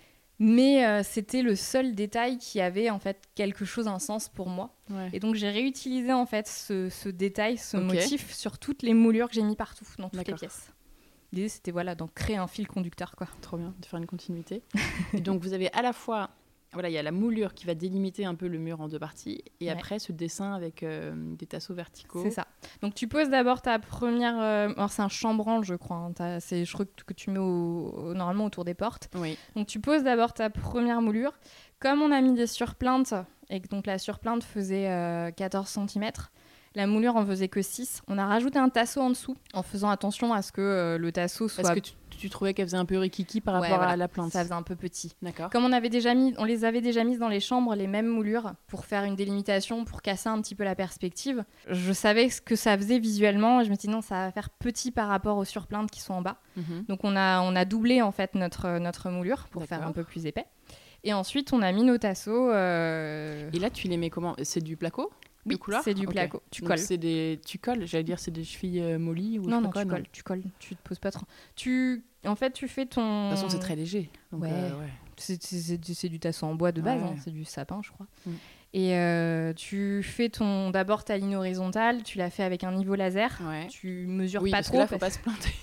Mais euh, c'était le seul détail qui avait en fait quelque chose, un sens pour moi. Ouais. Et donc j'ai réutilisé en fait ce, ce détail, ce Ok. motif sur toutes les moulures que j'ai mis partout, dans toutes les D'accord. pièces. L'idée c'était voilà, d'en créer un fil conducteur, quoi. Trop bien, de faire une continuité. Et donc, vous avez à la fois, voilà, il y a la moulure qui va délimiter un peu le mur en deux parties, et Ouais. après ce dessin avec euh, des tasseaux verticaux. C'est ça. Donc tu poses d'abord ta première... euh, Alors c'est un chambranle, je crois. hein. T'as- C'est, je crois que que tu mets au- au- normalement autour des portes. Oui. Donc tu poses d'abord ta première moulure. Comme on a mis des surplaintes, et que donc la surplainte faisait euh, quatorze centimètres, la moulure en faisait que six. On a rajouté un tasseau en dessous, en faisant attention à ce que euh, le tasseau soit... Parce que tu, tu trouvais qu'elle faisait un peu rikiki par Ouais, rapport voilà. à la plainte. Ça faisait un peu petit. D'accord. Comme on, avait déjà mis, on les avait déjà mises dans les chambres, les mêmes moulures, pour faire une délimitation, pour casser un petit peu la perspective, je savais ce que ça faisait visuellement, et je me suis dit non, ça va faire petit par rapport aux surplaintes qui sont en bas. Mhm. Donc on a, on a doublé en fait notre, notre moulure pour faire D'accord. un peu plus épais. Et ensuite, on a mis nos tasseaux. euh, Et là, tu les mets comment? C'est du placo? Oui, le couloir c'est du Ok. placo. Tu Donc colles. c'est des... Tu colles, j'allais dire, c'est des chevilles euh, mollies ou je Non, sais non, pas tu quoi, colles, tu colles, tu te poses pas trop. Tu, en fait, tu fais ton. De toute façon, c'est très léger. Donc, Ouais. euh, ouais. C'est, c'est- c'est du- c'est du tasseau en bois de base, Ouais. hein, c'est du sapin, je crois. Mm. Et euh, tu fais ton, d'abord ta ligne horizontale, tu la fais avec un niveau laser. Ouais. Tu mesures Oui, pas parce trop. que là, faut parce- pas se planter.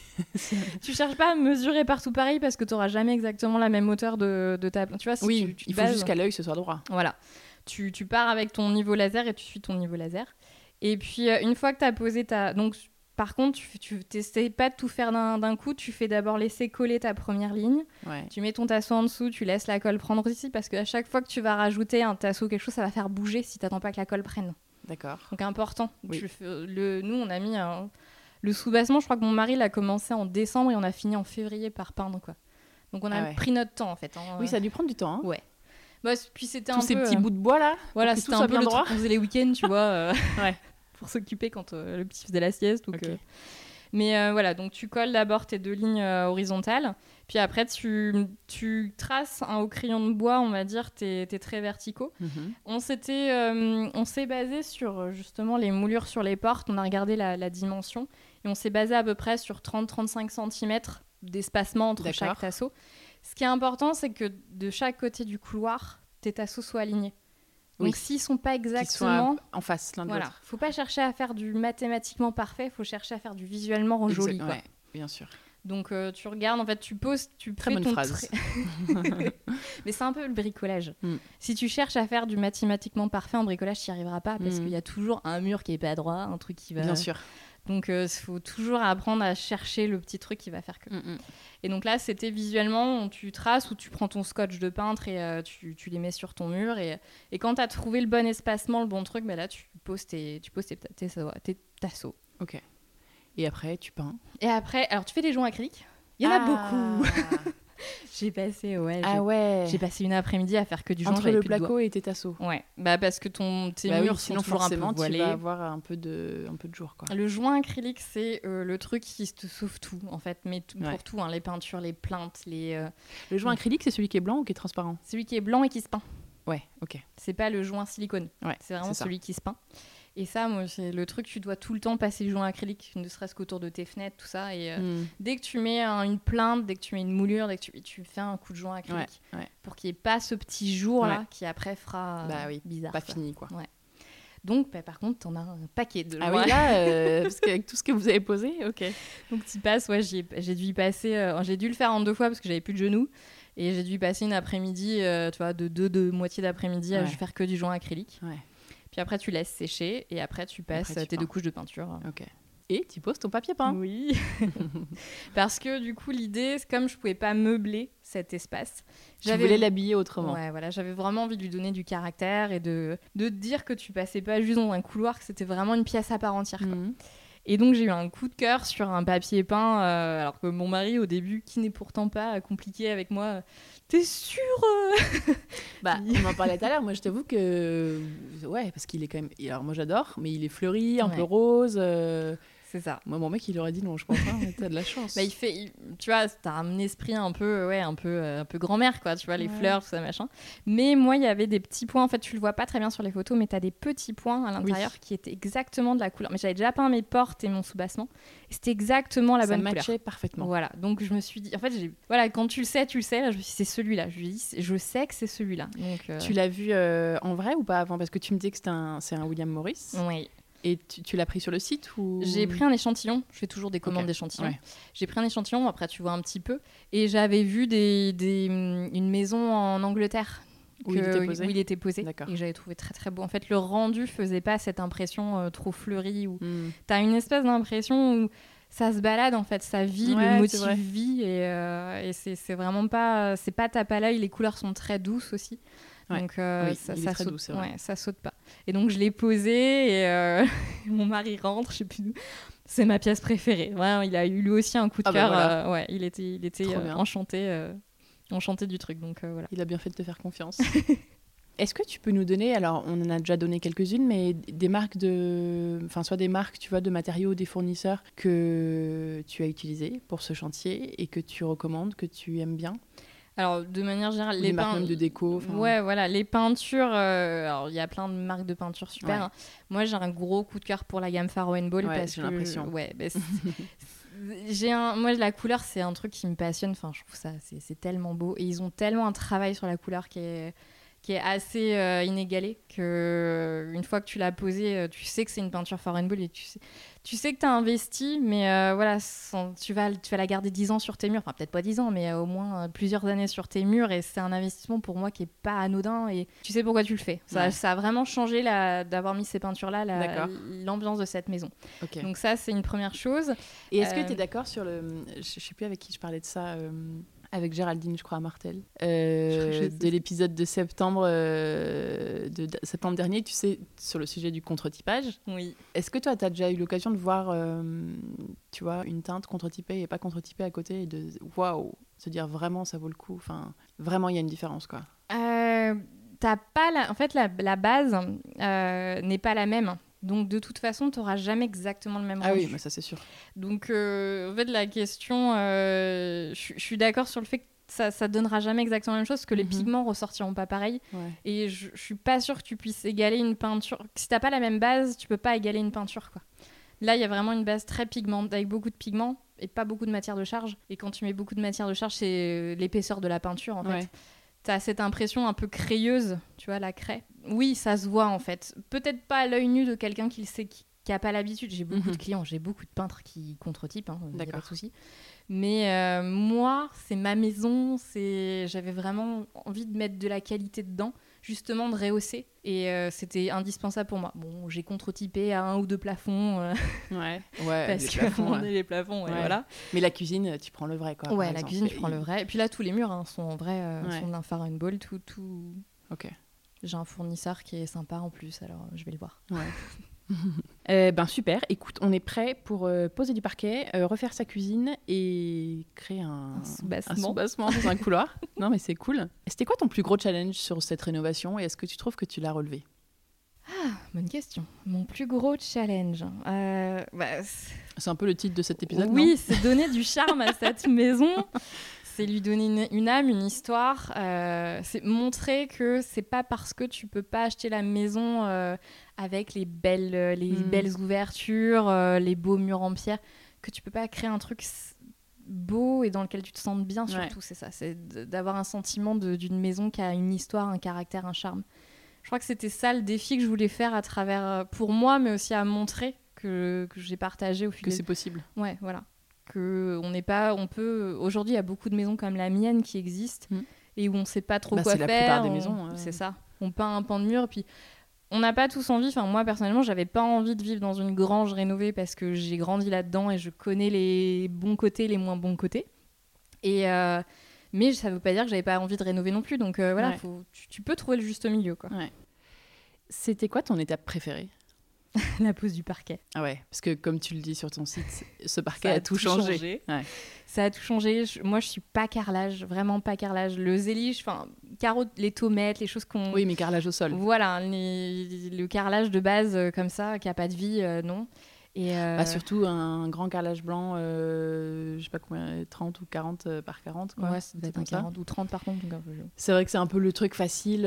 Tu cherches pas à mesurer partout pareil parce que tu n'auras jamais exactement la même hauteur de, de ta. Tu vois, si Oui, tu, tu te il faut bases- juste qu'à l'œil, ce soit droit. Voilà. Tu, tu pars avec ton niveau laser et tu suis ton niveau laser. Et puis, euh, une fois que tu as posé ta. Donc, par contre, tu n'essayes pas de tout faire d'un, d'un coup. Tu fais d'abord laisser coller ta première ligne. Ouais. Tu mets ton tasseau en dessous, tu laisses la colle prendre ici parce qu'à chaque fois que tu vas rajouter un tasseau, quelque chose, ça va faire bouger si tu n'attends pas que la colle prenne. D'accord. Donc, important. Oui. Tu fais- le, nous, on a mis un. Le sous-bassement, je crois que mon mari l'a commencé en décembre et on a fini en février par peindre, quoi. Donc on a Ah ouais. pris notre temps en fait. Hein. Oui, ça a dû prendre du temps. Hein. Ouais. Bah, puis c'était Tous un ces peu, petits euh, bouts de bois là. Voilà, pour que c'était tout un soit peu bien le droit. truc qu'on faisait les week-ends, tu vois, euh, Ouais. pour s'occuper quand euh, le petit faisait la sieste. Donc, Ok. euh, Mais euh, voilà, donc tu colles d'abord tes deux lignes euh, horizontales, puis après tu, tu traces hein, au crayon de bois, on va dire, tes, tes traits verticaux. Mhm. On, s'était, euh, on s'est basé sur justement les moulures sur les portes, on a regardé la, la dimension, et on s'est basé à peu près sur trente à trente-cinq centimètres d'espacement entre D'accord. chaque tasseau. Ce qui est important, c'est que de chaque côté du couloir, tes tasseaux soient alignés. Donc Oui. s'ils sont pas Qui soient exactement... en face l'un de Voilà, l'autre. faut pas chercher à faire du mathématiquement parfait, faut chercher à faire du visuellement joli. Exact- Quoi. ouais, bien sûr. Donc euh, tu regardes, en fait, tu poses, tu Très fais bonne ton phrase. trait. Mais c'est un peu le bricolage. Mm. Si tu cherches à faire du mathématiquement parfait en bricolage, tu n'y arriveras pas parce Mm. qu'il y a toujours un mur qui est pas droit, un truc qui va. Bien sûr. Donc il faut toujours apprendre à chercher le petit truc qui va faire que. Mm, mm. Et donc là, c'était visuellement, tu traces ou tu prends ton scotch de peintre et euh, tu, tu les mets sur ton mur. Et, et quand tu as trouvé le bon espacement, le bon truc, bah là, tu poses tes, tu poses tes, tes, tes, tes tasseaux. Ok. Et après, tu peins. Et après, alors tu fais des joints acryliques. Il y en a Ah. beaucoup. J'ai passé, ouais, j'ai, Ah ouais. j'ai passé une après-midi à faire que du joint. Entre j'avais le plus de doigts. placo et tes tasseaux. Ouais, bah parce que ton, tes Bah oui, murs sinon sont toujours un peu forcément tu voilés. vas avoir un peu de, un peu de jour, quoi. Le joint acrylique, c'est euh, le truc qui te sauve tout, en fait. Mais t- Ouais. pour tout, hein, les peintures, les plaintes, les, euh, Le joint Mm. acrylique, c'est celui qui est blanc ou qui est transparent? celui qui est blanc et qui se peint. Ouais, ok. C'est pas le joint silicone. Ouais, C'est vraiment c'est ça. celui qui se peint. Et ça, moi, c'est le truc, tu dois tout le temps passer le joint acrylique, ne serait-ce qu'autour de tes fenêtres, tout ça. Et euh, Mm. dès que tu mets un- une plainte, dès que tu mets une moulure, dès que tu, tu fais un coup de joint acrylique, Ouais, ouais. pour qu'il n'y ait pas ce petit jour-là Ouais. qui après fera euh, Bah oui, bizarre. Pas quoi. fini, quoi. Donc, bah, par contre, t'en as un paquet de Ah joints. oui, là, euh, parce qu'avec tout ce que vous avez posé, ok. Donc, tu passes, ouais, j'y ai- j'ai dû y passer, euh, j'ai dû le faire en deux fois parce que j'avais plus de genoux. Et j'ai dû y passer une après-midi, euh, tu vois, de deux de moitié d'après-midi à Ouais. faire que du joint acrylique. Ouais, Puis après, tu laisses sécher et après, tu passes Après, tu tes peins. deux couches de peinture. ok. Et tu poses ton papier peint. Oui. Parce que du coup, l'idée, c'est comme je pouvais pas meubler cet espace, Tu voulais l'habiller autrement. Ouais, voilà, j'avais vraiment envie de lui donner du caractère et de, de te dire que tu passais pas juste dans un couloir, que c'était vraiment une pièce à part entière. Quoi. Mhm. Et donc j'ai eu un coup de cœur sur un papier peint, euh, alors que mon mari au début, qui n'est pourtant pas compliqué avec moi, euh, t'es sûre euh Bah, on en parlait tout à l'heure. Moi, je t'avoue que. Ouais, parce qu'il est quand même. Alors, moi, j'adore, mais il est fleuri, un Ouais. peu rose. euh, C'est ça. Moi, mon mec, il aurait dit non, je pense pas, mais t'as de la chance. Bah, il fait, il- tu vois, t'as un esprit un peu, ouais, un peu, euh, un peu grand-mère, quoi. Tu vois, les Ouais. fleurs, tout ça, machin. Mais moi, il y avait des petits points. En fait, tu le vois pas très bien sur les photos, mais t'as des petits points à l'intérieur Oui. qui étaient exactement de la couleur. Mais j'avais déjà peint mes portes et mon soubassement. Et c'était exactement la Ça bonne matchait couleur. parfaitement. Voilà. Donc je me suis dit, en fait, j'ai, voilà, quand tu le sais, tu le sais. Là, je me suis dit, c'est celui-là. Je lui dis, je sais que c'est celui-là. Donc. euh, Tu l'as vu euh, en vrai ou pas avant? Parce que tu me dis que c'est un, c'est un William Morris. Oui. Et tu, tu l'as pris sur le site ou... J'ai pris un échantillon. Je fais toujours des commandes Ok. d'échantillons. Ouais. J'ai pris un échantillon. Après, tu vois un petit peu. Et j'avais vu des, des, une maison en Angleterre. Où il que- était posé. où il était posé. D'accord. Et que j'avais trouvé très très beau. En fait, le rendu faisait pas cette impression euh, trop fleurie. Où Hmm. t'as une espèce d'impression où ça se balade en fait, ça vit, Ouais, le c'est motif vrai. vit et, euh, et c'est, c'est vraiment pas, c'est pas tape à l'œil. Les couleurs sont très douces aussi. Ouais. Donc euh, Oui, ça, il est ça très saute, doux, c'est vrai. ouais, ça saute pas. Et donc je l'ai posé et euh, mon mari rentre, je sais plus d'où. C'est ma pièce préférée. Vraiment, il a eu lui aussi un coup de Ah bah cœur. voilà. euh, ouais, il était, il était Trop euh, bien. enchanté, euh, enchanté du truc. Donc euh, voilà. Il a bien fait de te faire confiance. Est-ce que tu peux nous donner, alors on en a déjà donné quelques-unes, mais des marques de, enfin soit des marques, tu vois, de matériaux, des fournisseurs que tu as utilisés pour ce chantier et que tu recommandes, que tu aimes bien, Alors de manière générale, Ou les des marques peint- même de déco. enfin, Ouais, voilà, les peintures. euh, alors, il y a plein de marques de peinture super. Ouais. hein. Moi, j'ai un gros coup de cœur pour la gamme Faro and Ball Ouais, parce j'ai que l'impression. ouais, bah, c'est- j'ai un. Moi, la couleur, c'est un truc qui me passionne. Enfin, je trouve ça, c'est, c'est tellement beau et ils ont tellement un travail sur la couleur qui est qui est assez euh, inégalé que euh, une fois que tu l'as posée, euh, tu sais que c'est une peinture Faro and Ball et tu sais, tu sais que tu as investi, mais euh, voilà, sans- tu vas, tu vas la garder dix ans sur tes murs, enfin peut-être pas dix ans, mais euh, au moins euh, plusieurs années sur tes murs et c'est un investissement pour moi qui est pas anodin et tu sais pourquoi tu le fais. Ça, Ouais. ça a vraiment changé la, d'avoir mis ces peintures-là, la- D'accord. l'ambiance de cette maison. Ok. Donc ça, c'est une première chose. Et est-ce que euh, tu es d'accord sur le, je je sais plus avec qui je parlais de ça. euh, Avec Géraldine, je crois, à Martel, euh, Je crois que je sais. de l'épisode de septembre, euh, de, de septembre dernier, tu sais, sur le sujet du contre-typage. Oui. Est-ce que toi, tu as déjà eu l'occasion de voir, euh, tu vois, une teinte contre-typée et pas contre-typée à côté et de waouh, Se dire vraiment ça vaut le coup, enfin, vraiment il y a une différence, quoi. Euh, t'as pas la... En fait, la, la base euh, n'est pas la même. Donc, de toute façon, tu n'auras jamais exactement le même rendu. Ah oui, bah ça, c'est sûr. Donc, euh, en fait, la question... Euh, je suis d'accord sur le fait que ça ne donnera jamais exactement la même chose, parce que mm-hmm. les pigments ressortiront pas pareil. Ouais. Et je ne suis pas sûre que tu puisses égaler une peinture. Si tu n'as pas la même base, tu ne peux pas égaler une peinture, quoi. Là, il y a vraiment une base très pigmentée, avec beaucoup de pigments et pas beaucoup de matière de charge. Et quand tu mets beaucoup de matière de charge, c'est l'épaisseur de la peinture, en fait. Ouais. T'as cette impression un peu crayeuse, tu vois, la craie. Oui, ça se voit, en fait. Peut-être pas à l'œil nu de quelqu'un qui le sait, qui n'a pas l'habitude. J'ai beaucoup mm-hmm. de clients, j'ai beaucoup de peintres qui contre-typent, hein, y a pas de souci. Mais euh, moi, c'est ma maison, c'est... j'avais vraiment envie de mettre de la qualité dedans, justement de rehausser. Et euh, c'était indispensable pour moi. Bon, j'ai contre-typé à un ou deux plafonds. Euh... Ouais, ouais. Parce les que plafonds, on ouais. est les plafonds, ouais, ouais. voilà. Mais la cuisine, tu prends le vrai, quoi. Ouais, la exemple. cuisine, je prends le vrai. Et puis là, tous les murs hein, sont en vrai, euh, ouais. sont d'un Fahrenheit, tout, tout. Ok. J'ai un fournisseur qui est sympa en plus, alors je vais le voir. Ouais. euh, ben super, écoute, on est prêt pour euh, poser du parquet, euh, refaire sa cuisine et créer un, un soubassement, un soubassement dans un couloir. Non mais c'est cool. C'était quoi ton plus gros challenge sur cette rénovation et est-ce que tu trouves que tu l'as relevé ? Ah, bonne question. Mon plus gros challenge. Euh, bah, c'est... c'est un peu le titre de cet épisode, oui, non ? c'est donner du charme à cette maison. C'est lui donner une, une âme, une histoire. Euh, c'est montrer que c'est pas parce que tu peux pas acheter la maison euh, avec les belles, les mmh. belles ouvertures, euh, les beaux murs en pierre, que tu peux pas créer un truc beau et dans lequel tu te sens bien. Surtout, ouais. c'est ça. C'est d'avoir un sentiment de, d'une maison qui a une histoire, un caractère, un charme. Je crois que c'était ça le défi que je voulais faire à travers, pour moi, mais aussi à montrer que, que j'ai partagé au fil que des... c'est possible. Ouais, voilà. Que on n'est pas, on peut. Aujourd'hui, il y a beaucoup de maisons comme la mienne qui existent mmh. et où on ne sait pas trop bah, quoi c'est faire. C'est la plupart des on... maisons. Euh... C'est ça. On peint un pan de mur, puis on n'a pas tous envie. Enfin, moi personnellement, j'avais pas envie de vivre dans une grange rénovée parce que j'ai grandi là-dedans et je connais les bons côtés, les moins bons côtés. Et euh... mais ça ne veut pas dire que j'avais pas envie de rénover non plus. Donc euh, voilà, ouais. faut... tu, tu peux trouver le juste milieu, quoi. Ouais. C'était quoi ton étape préférée ? La pose du parquet. Ah ouais, parce que comme tu le dis sur ton site, ce parquet a, a tout, tout changé. changé. Ouais. Ça a tout changé. Je, moi, je suis pas carrelage, vraiment pas carrelage. Le zélige, enfin, carreaux, les tomates, les choses qu'on... Oui, mais carrelage au sol. Voilà, les, le carrelage de base euh, comme ça, qui a pas de vie, euh, non. Et euh... bah, surtout un grand carrelage blanc, euh, je sais pas combien, trente ou quarante euh, par quarante, quoi. Ouais, c'est peut-être un quarante ou trente par contre. Donc un peu... C'est vrai que c'est un peu le truc facile,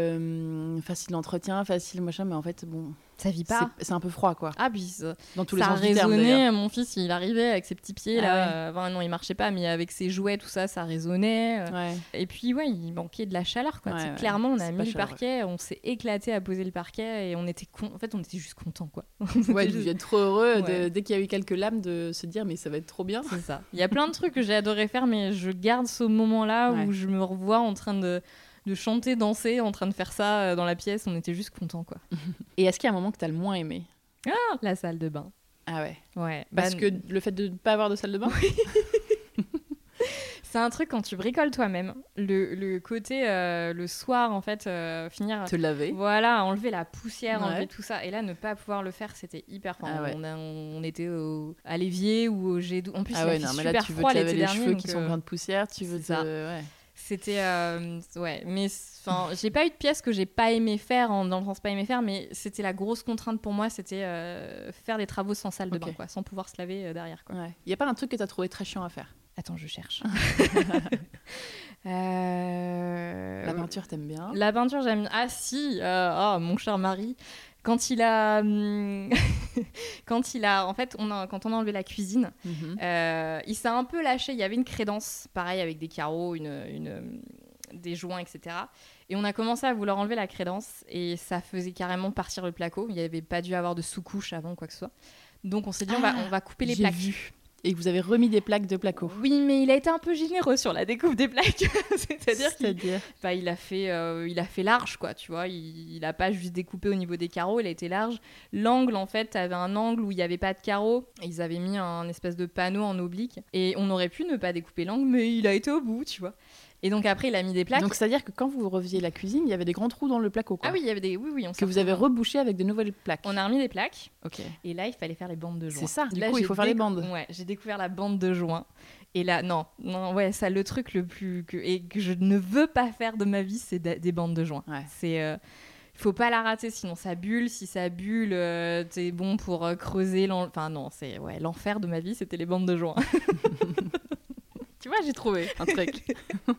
euh, facile d'entretien, facile machin, mais en fait, bon... Ça vit pas. C'est, c'est un peu froid, quoi. Ah, puis ça, dans tous ça les sens a résonné. Du terme, mon fils, il arrivait avec ses petits pieds, ah là. ouais. Euh, enfin, non, il marchait pas, mais avec ses jouets, tout ça, ça résonnait. Euh, ouais. Et puis, ouais, il manquait de la chaleur, quoi. Ouais, ouais. Clairement, on a c'est mis le chaleureux. parquet, on s'est éclaté à poser le parquet et on était con... En fait, on était juste contents, quoi. Ouais, vous êtes trop heureux ouais. de, dès qu'il y a eu quelques lames de se dire, mais ça va être trop bien. C'est ça. Il y a plein de trucs que j'ai adoré faire, mais je garde ce moment-là ouais. où je me revois en train de. de chanter, danser, en train de faire ça dans la pièce, on était juste contents, quoi. Et est-ce qu'il y a un moment que t'as le moins aimé ? Ah, la salle de bain. Ah ouais. Ouais. Parce bah, que le fait de ne pas avoir de salle de bain ? Oui. C'est un truc quand tu bricoles toi-même. Le, le côté, euh, le soir, en fait, euh, finir... Te laver. Voilà, enlever la poussière, ouais. enlever tout ça. Et là, ne pas pouvoir le faire, c'était hyper... Enfin, ah ouais. on, a, on était au, à l'évier ou au jet d'eau. En plus, ah il ouais, a fait non, mais super là, tu veux froid te laver l'été les dernier. cheveux donc, qui euh... sont pleins de poussière, tu veux te... ça. Ouais. C'était... Euh, ouais, mais... Enfin, j'ai pas eu de pièce que j'ai pas aimé faire, en, dans le sens pas aimé faire, mais c'était la grosse contrainte pour moi, c'était euh, faire des travaux sans salle de okay. bain, quoi, sans pouvoir se laver euh, derrière, quoi. Ouais. Y a pas un truc que t'as trouvé très chiant à faire ? Attends, je cherche. euh... La peinture, t'aimes bien ? La peinture, j'aime... Ah si, euh, oh, mon cher mari, quand il a... quand il a... En fait, on a... quand on a enlevé la cuisine, mm-hmm. euh, il s'est un peu lâché. Il y avait une crédence, pareil, avec des carreaux, une... une... des joints, et cetera. Et on a commencé à vouloir enlever la crédence et ça faisait carrément partir le placo. Il n'y avait pas dû avoir de sous-couche avant, quoi que ce soit. Donc on s'est dit, ah, on, va, on va couper les j'ai plaques. Vu. Et vous avez remis des plaques de placo. Oui, mais il a été un peu généreux sur la découpe des plaques. C'est-à-dire qu'il C'est-à-dire bah, il, a fait, euh, il a fait large, quoi, tu vois. Il n'a pas juste découpé au niveau des carreaux, il a été large. L'angle, en fait, avait un angle où il n'y avait pas de carreaux. Ils avaient mis un espèce de panneau en oblique. Et on aurait pu ne pas découper l'angle, mais il a été au bout, tu vois. Et donc après, il a mis des plaques. Donc c'est-à-dire que quand vous refaisiez la cuisine, il y avait des grands trous dans le placo, quoi. Ah oui, il y avait des... Oui, oui, on que vous avez rebouché avec de nouvelles plaques. On a remis des plaques. Ok. Et là, il fallait faire les bandes de joint. C'est ça, du là, coup, il faut faire déc... les bandes. Ouais, j'ai découvert la bande de joint. Et là, non, non, ouais, ça, le truc le plus... Que... Et que je ne veux pas faire de ma vie, c'est da... des bandes de joint. Ouais. C'est... Euh... Il faut pas la rater, sinon ça bulle. Si ça bulle, euh, c'est bon pour euh, creuser. L'en... Enfin non, c'est ouais, l'enfer de ma vie, c'était les bandes de joint. Tu vois, j'ai trouvé un truc.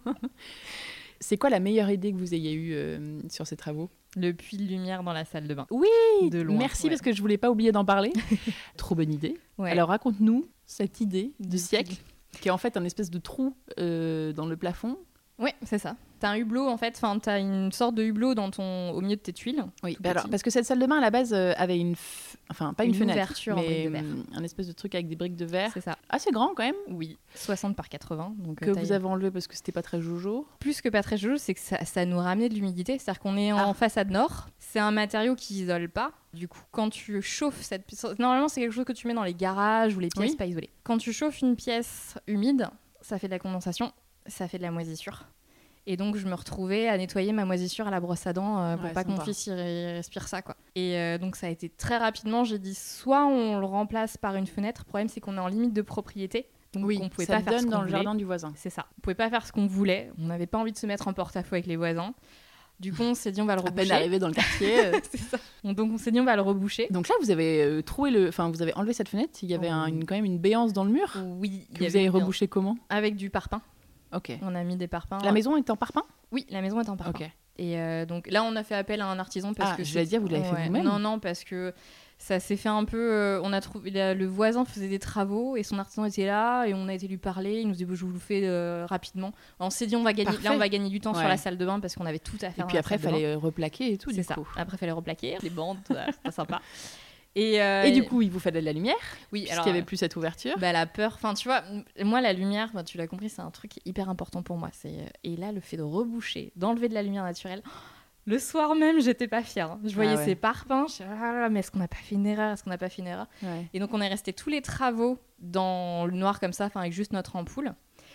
C'est quoi la meilleure idée que vous ayez eue euh, sur ces travaux ? Le puits de lumière dans la salle de bain. Oui, de loin, merci ouais. Parce que je voulais pas oublier d'en parler. Trop bonne idée. Ouais. Alors raconte-nous cette idée de Du siècle, qui est en fait un espèce de trou euh, dans le plafond. Ouais, c'est ça. T'as un hublot en fait, enfin t'as une sorte de hublot dans ton, au milieu de tes tuiles. Oui. Alors parce que cette salle de bain à la base euh, avait une, f... enfin pas une, une fenêtre, ouverture mais en briques de verre. un espèce de truc avec des briques de verre. C'est ça. Assez grand quand même. Oui. soixante par quatre-vingts. Donc que taille... vous avez enlevé parce que c'était pas très jojo. Plus que pas très jojo, c'est que ça, ça nous ramenait de l'humidité. C'est-à-dire qu'on est en ah. façade nord. C'est un matériau qui isole pas. Du coup, quand tu chauffes cette pièce, normalement c'est quelque chose que tu mets dans les garages ou les pièces oui. pas isolées. Quand tu chauffes une pièce humide, ça fait de la condensation, ça fait de la moisissure. Et donc, je me retrouvais à nettoyer ma moisissure à la brosse à dents euh, pour ouais, pas que mon sympa. fils y respire ça, quoi. Et euh, donc, ça a été très rapidement. J'ai dit, soit on le remplace par une fenêtre. Le problème, c'est qu'on est en limite de propriété. Donc, oui, on pouvait ça pas faire donne ce qu'on dans le voulait. jardin du voisin. C'est ça. On pouvait pas faire ce qu'on voulait. On n'avait pas envie de se mettre en porte-à-faux avec les voisins. Du coup, on s'est dit, on va le reboucher. À peine arrivé dans le quartier. euh... c'est ça. Donc, on s'est dit, on va le reboucher. Donc là, vous avez euh, troué le, enfin, vous avez enlevé cette fenêtre. Il y avait oh. un, une, quand même une béance dans le mur. Oui. Que vous avez rebouché comment ? Avec du parpaing. Ok. On a mis des parpaings. La maison est en parpaing ? Oui, la maison est en parpaing. Ok. Et euh, donc là, on a fait appel à un artisan parce ah, que je vais dire, vous l'avez ouais. fait vous-même ? Non, non, parce que ça s'est fait un peu. Euh, on a trouvé la, le voisin faisait des travaux et son artisan était là et on a été lui parler. Il nous dit bon, je vous le fais euh, rapidement. Alors, on s'est dit on va gagner. Parfait. Là, on va gagner du temps ouais. sur la salle de bain parce qu'on avait tout à faire. Et puis après, il fallait bain. replaquer et tout. C'est du ça. coup. Après, il fallait replaquer les bandes. C'était sympa. Et, euh, et du coup, il vous fallait de la lumière, oui, puisqu'il n'y avait plus cette ouverture. Bah, la peur, enfin tu vois, moi la lumière, bah, tu l'as compris, c'est un truc hyper important pour moi. C'est... Et là, le fait de reboucher, d'enlever de la lumière naturelle, le soir même, j'étais pas fière. Je voyais ah ouais. ces parpaings, je suis ah là là, mais est-ce qu'on n'a pas fait une erreur Est-ce qu'on n'a pas fait une erreur ouais. Et donc on est resté tous les travaux dans le noir comme ça, enfin avec juste notre ampoule.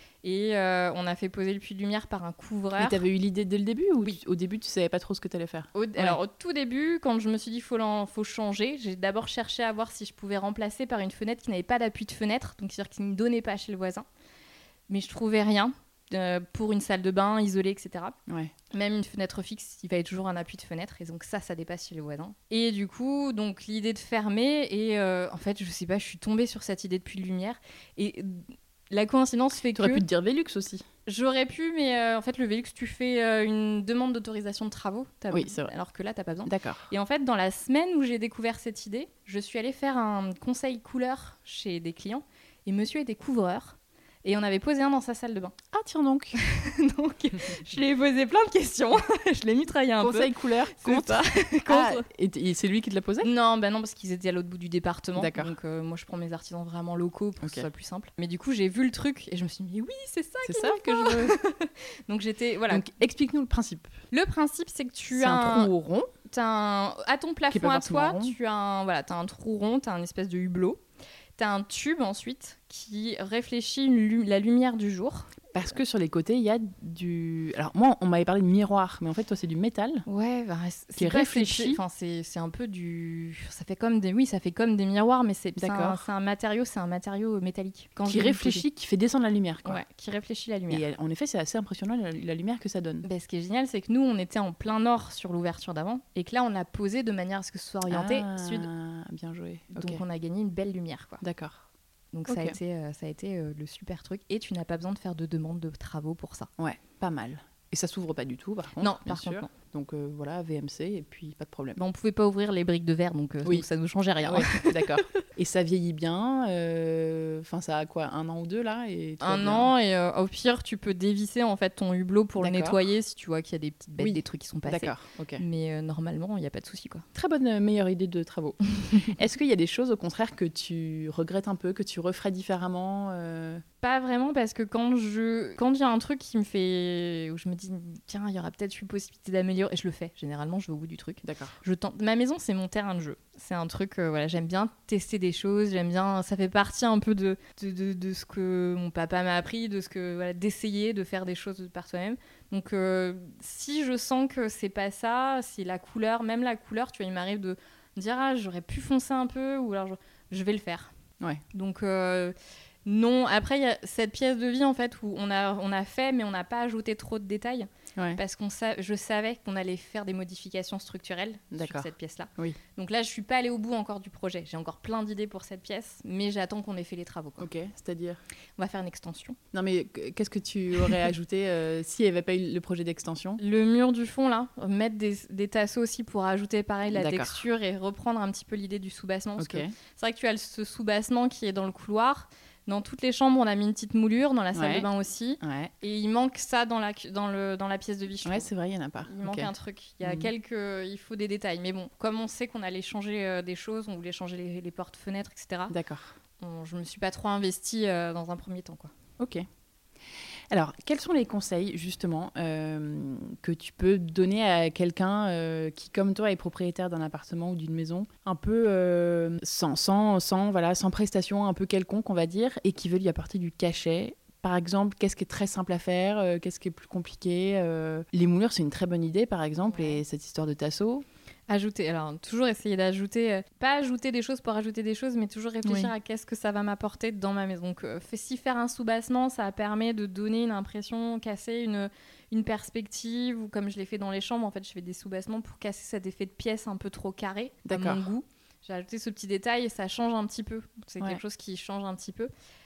Et euh, on a fait poser le puits de lumière par un couvreur. Mais t'avais eu l'idée dès le début ou oui. tu, au début tu savais pas trop ce que t'allais faire ? Au, ouais. Alors au tout début, quand je me suis dit faut faut changer, j'ai d'abord cherché à voir si je pouvais remplacer par une fenêtre qui n'avait pas d'appui de fenêtre, donc c'est-à-dire qui ne donnait pas chez le voisin. Mais je trouvais rien euh, pour une salle de bain isolée, et cetera. Ouais. Même une fenêtre fixe, il fallait toujours un appui de fenêtre, et donc ça, ça dépasse chez le voisin. Et du coup, donc l'idée de fermer, et euh, en fait, je sais pas, je suis tombée sur cette idée de puits de lumière, et la coïncidence fait T'aurais que... pu te dire Velux aussi. J'aurais pu, mais euh, en fait, le Velux, tu fais euh, une demande d'autorisation de travaux. T'as... Oui, c'est vrai. Alors que là, t'as pas besoin. D'accord. Et en fait, dans la semaine où j'ai découvert cette idée, je suis allée faire un conseil couleur chez des clients, et monsieur était couvreur. Et on avait posé un dans sa salle de bain. Ah tiens donc. Donc, je lui ai posé plein de questions. Je l'ai mitraillé un Conseil peu. couleur, Conseil contre. Ah, et, t- et c'est lui qui te l'a posé ? Non, bah non, parce qu'ils étaient à l'autre bout du département. D'accord. Donc euh, moi, je prends mes artisans vraiment locaux pour okay. que ce soit plus simple. Mais du coup, j'ai vu le truc et je me suis dit, mais oui, c'est ça, c'est qu'il ça me que faut. je veux. Donc j'étais, voilà. Donc explique-nous le principe. Le principe, c'est que tu c'est as un trou rond. T'as un... À ton plafond à toi, rond. tu as un... Voilà, t'as un trou rond, t'as un espèce de hublot. T'as un tube ensuite qui réfléchit une lu- la lumière du jour. Parce que sur les côtés, il y a du... Alors moi, on m'avait parlé de miroir, mais en fait, toi, c'est du métal. Ouais, bah, c'est qui est réfléchi. Enfin, c'est, c'est un peu du... Ça fait comme des... Oui, ça fait comme des miroirs, mais c'est, c'est, un, c'est un matériau, c'est un matériau métallique. Quand qui réfléchit, qui fait descendre la lumière, quoi. Ouais, qui réfléchit la lumière. Et en effet, c'est assez impressionnant, la, la lumière que ça donne. Bah, ce qui est génial, c'est que nous, on était en plein nord sur l'ouverture d'avant, et que là, on l'a posé de manière à ce que ce soit orienté ah, sud. Bien joué. Donc, okay. on a gagné une belle lumière, quoi. D'accord. Donc okay. ça a été, euh, ça a été euh, le super truc. Et tu n'as pas besoin de faire de demande de travaux pour ça. Ouais, pas mal. Et ça s'ouvre pas du tout, par contre. Non, bien par sûr. contre, non. Donc euh, voilà, V M C, et puis pas de problème. Bah, on pouvait pas ouvrir les briques de verre, donc, euh, oui. donc ça nous changeait rien. Oui, d'accord. Et ça vieillit bien. Enfin, euh, ça a quoi, un an ou deux là et Un an, et euh, au pire, tu peux dévisser en fait ton hublot pour d'accord. le nettoyer si tu vois qu'il y a des petites bêtes, oui. des trucs qui sont passés. D'accord, ok. Mais euh, normalement, il n'y a pas de souci, quoi. Très bonne, euh, meilleure idée de travaux. Est-ce qu'il y a des choses, au contraire, que tu regrettes un peu, que tu referais différemment euh... Pas vraiment, parce que quand je quand il y a un truc qui me fait, où je me dis tiens, il y aura peut-être une possibilité d'améliorer améliorer. Je le fais, généralement, je vais au bout du truc. D'accord. Je tente... Ma maison, c'est mon terrain de jeu. C'est un truc, euh, voilà, j'aime bien tester des choses, j'aime bien... Ça fait partie un peu de, de, de, de ce que mon papa m'a appris, de ce que, voilà, d'essayer de faire des choses par soi-même. Donc, euh, si je sens que c'est pas ça, si la couleur, même la couleur, tu vois, il m'arrive de me dire, ah, j'aurais pu foncer un peu, ou alors je, je vais le faire. Ouais. Donc... Euh, non, après, il y a cette pièce de vie, en fait, où on a, on a fait, mais on n'a pas ajouté trop de détails. Ouais. Parce que sa- je savais qu'on allait faire des modifications structurelles D'accord. sur cette pièce-là. Oui. Donc là, je ne suis pas allée au bout encore du projet. J'ai encore plein d'idées pour cette pièce, mais j'attends qu'on ait fait les travaux, quoi. Ok, c'est-à-dire ? On va faire une extension. Non, mais qu'est-ce que tu aurais ajouté euh, s'il n'y avait pas eu le projet d'extension ? Le mur du fond, là, mettre des, des tasseaux aussi pour ajouter, pareil, la D'accord. texture et reprendre un petit peu l'idée du sous-bassement. Parce Ok. que c'est vrai que tu as ce sous-bassement qui est dans le couloir. Dans toutes les chambres, on a mis une petite moulure, dans la salle Ouais. de bain aussi. Ouais. Et il manque ça dans la, dans le, dans la pièce de vie, je Ouais, trouve. c'est vrai, il n'y en a pas. Il manque Ok. un truc. Il y a Mhm. quelques... Il faut des détails. Mais bon, comme on sait qu'on allait changer euh, des choses, on voulait changer les, les portes-fenêtres, et cetera. D'accord. On, je ne me suis pas trop investie euh, dans un premier temps, quoi. Ok. Alors, quels sont les conseils, justement, euh, que tu peux donner à quelqu'un euh, qui, comme toi, est propriétaire d'un appartement ou d'une maison, un peu euh, sans, sans, sans, voilà, sans prestation, un peu quelconque, on va dire, et qui veut lui apporter du cachet ? Par exemple, qu'est-ce qui est très simple à faire, euh, qu'est-ce qui est plus compliqué euh... Les moulures, c'est une très bonne idée, par exemple, Ouais. et cette histoire de tasseau. Ajouter, alors toujours essayer d'ajouter, euh, pas ajouter des choses pour ajouter des choses, mais toujours réfléchir Oui. à qu'est-ce que ça va m'apporter dans ma maison. Donc, euh, fait- si faire un sous-bassement, ça permet de donner une impression, casser une, une perspective, ou comme je l'ai fait dans les chambres, en fait, je fais des sous-bassements pour casser cet effet de pièce un peu trop carré, à D'accord. mon goût. J'ai ajouté ce petit détail et ça change un petit peu. C'est Ouais. quelque chose qui change un petit peu.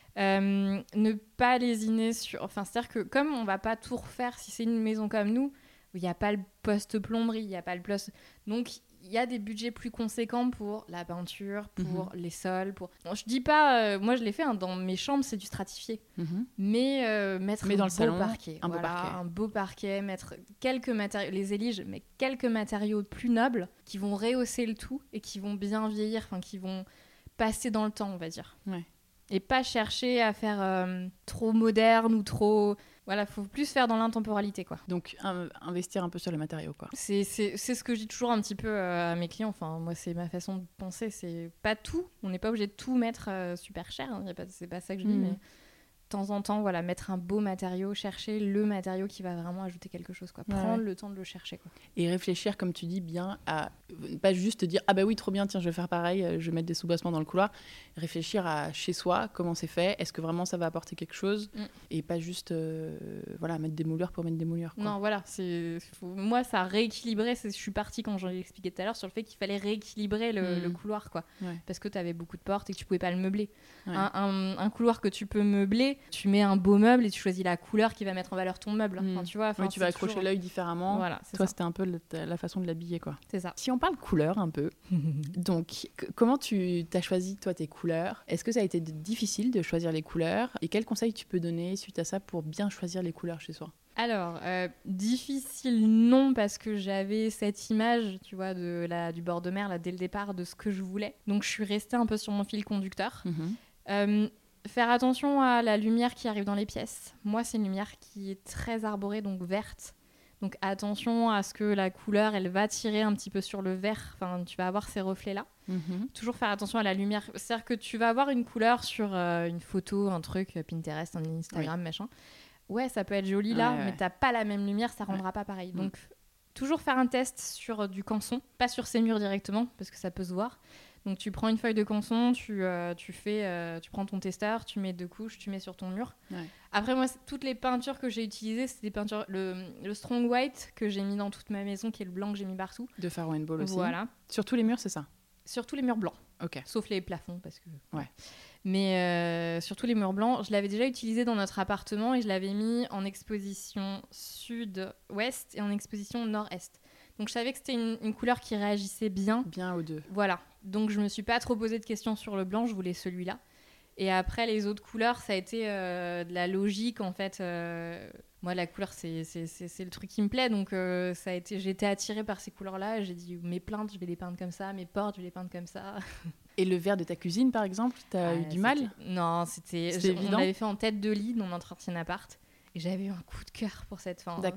Euh, ne pas lésiner sur... Enfin, c'est-à-dire que comme on va pas tout refaire, si c'est une maison comme nous, où il n'y a pas le poste plomberie, il n'y a pas le poste... Donc, il y a des budgets plus conséquents pour la peinture, pour Mhm. les sols, pour... Bon, je dis pas... euh, moi, je l'ai fait, hein, dans mes chambres, c'est du stratifié. Mhm. Mais euh, mettre Mais un dans beau le salon, parquet. un beau Voilà, parquet. un beau parquet, mettre quelques matériaux... Les éliges, mais quelques matériaux plus nobles qui vont rehausser le tout et qui vont bien vieillir, enfin, qui vont passer dans le temps, on va dire. Ouais. Et pas chercher à faire euh, trop moderne ou trop... Voilà, faut plus faire dans l'intemporalité, quoi. Donc, un- investir un peu sur les matériaux, quoi. C'est, c'est, c'est ce que je dis toujours un petit peu euh, à mes clients. Enfin, moi, c'est ma façon de penser. C'est pas tout. On n'est pas obligé de tout mettre euh, super cher. Hein. Y a pas, c'est pas ça que je dis, Mhm. mais de temps en temps, voilà, mettre un beau matériau, chercher le matériau qui va vraiment ajouter quelque chose, quoi. Ouais, Prendre ouais. le temps de le chercher, quoi. Et réfléchir, comme tu dis, bien à... Pas juste dire « Ah bah oui, trop bien, tiens, je vais faire pareil, euh, je vais mettre des sous-bassements dans le couloir. » Réfléchir à chez soi, comment c'est fait, est-ce que vraiment ça va apporter quelque chose Mm. et pas juste euh, voilà, mettre des moulures pour mettre des moulures, quoi. Non, voilà. C'est, faut- moi, ça a rééquilibré. C'est, je suis partie, quand j'en ai expliqué tout à l'heure, sur le fait qu'il fallait rééquilibrer le, Mm. le couloir, quoi. Ouais. Parce que tu avais beaucoup de portes et que tu pouvais pas le meubler. Ouais. Un, un- un couloir que tu peux meubler, tu mets un beau meuble et tu choisis la couleur qui va mettre en valeur ton meuble. Mm. Enfin, tu vois, enfin, Oui, tu vas c'est accrocher toujours- l'œil différemment. Voilà, c'est Toi, ça. c'était un peu le- la façon de l'habiller, quoi. C'est ça. Si on parle couleur un peu, donc c- comment tu as choisi, toi, tes couleurs ? Est-ce que ça a été d- difficile de choisir les couleurs ? Et quels conseils tu peux donner suite à ça pour bien choisir les couleurs chez soi ? Alors, euh, difficile, non, parce que j'avais cette image, tu vois, de la, du bord de mer, là, dès le départ, de ce que je voulais. Donc, je suis restée un peu sur mon fil conducteur. Euh, faire attention à la lumière qui arrive dans les pièces. Moi, c'est une lumière qui est très arborée, donc verte. Donc, attention à ce que la couleur, elle va tirer un petit peu sur le vert. Enfin, tu vas avoir ces reflets-là. Mhm. Toujours faire attention à la lumière. C'est-à-dire que tu vas avoir une couleur sur euh, une photo, un truc, euh, Pinterest, un Instagram, machin. Ouais, ça peut être joli là, Ouais, ouais. mais t'as pas la même lumière, ça rendra pas pareil. Mm. Donc, f- toujours faire un test sur euh, du canson, pas sur ces murs directement, parce que ça peut se voir. Donc, tu prends une feuille de canson, tu, euh, tu, fais, euh, tu prends ton testeur, tu mets deux couches, tu mets sur ton mur. Ouais. Après, moi, c'est- toutes les peintures que j'ai utilisées, c'est des peintures... Le, le Strong White que j'ai mis dans toute ma maison, qui est le blanc que j'ai mis partout. De Faro and Ball aussi. Voilà. Sur tous les murs, c'est ça ? Sur tous les murs blancs. Ok. Sauf les plafonds, parce que... Ouais. Mais euh, surtout les murs blancs, je l'avais déjà utilisé dans notre appartement et je l'avais mis en exposition sud-ouest et en exposition nord-est. Donc je savais que c'était une, une couleur qui réagissait bien. Bien aux deux. Voilà. Donc je me suis pas trop posé de questions sur le blanc, je voulais celui-là. Et après, les autres couleurs, ça a été euh, de la logique, en fait. Euh, moi, la couleur, c'est, c'est, c'est, c'est le truc qui me plaît. Donc, euh, ça a été, j'ai été attirée par ces couleurs-là. J'ai dit, mes plaintes, je vais les peindre comme ça. Mes portes, je vais les peindre comme ça. Et le verre de ta cuisine, par exemple, t'as eu Ouais, du c'était- mal ? Non, c'était... C'était je- évident On l'avait fait en tête de lit dans notre ancien appart. Et j'avais eu un coup de cœur pour cette fin. D'accord.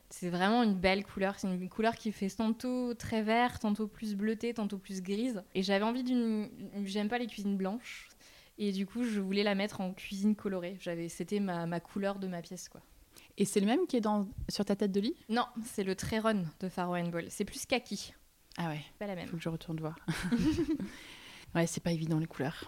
C'est vraiment une belle couleur. C'est une couleur qui fait tantôt très vert, tantôt plus bleuté, tantôt plus grise. Et j'avais envie d'une... J'aime pas les cuisines blanches. Et du coup, je voulais la mettre en cuisine colorée. J'avais... C'était ma, ma couleur de ma pièce, quoi. Et c'est le même qui est dans... sur ta tête de lit ? Non, c'est le Treron de Farrow and Ball. C'est plus kaki. Ah ouais. Pas la même. Faut que je retourne voir. Ouais, c'est pas évident les couleurs.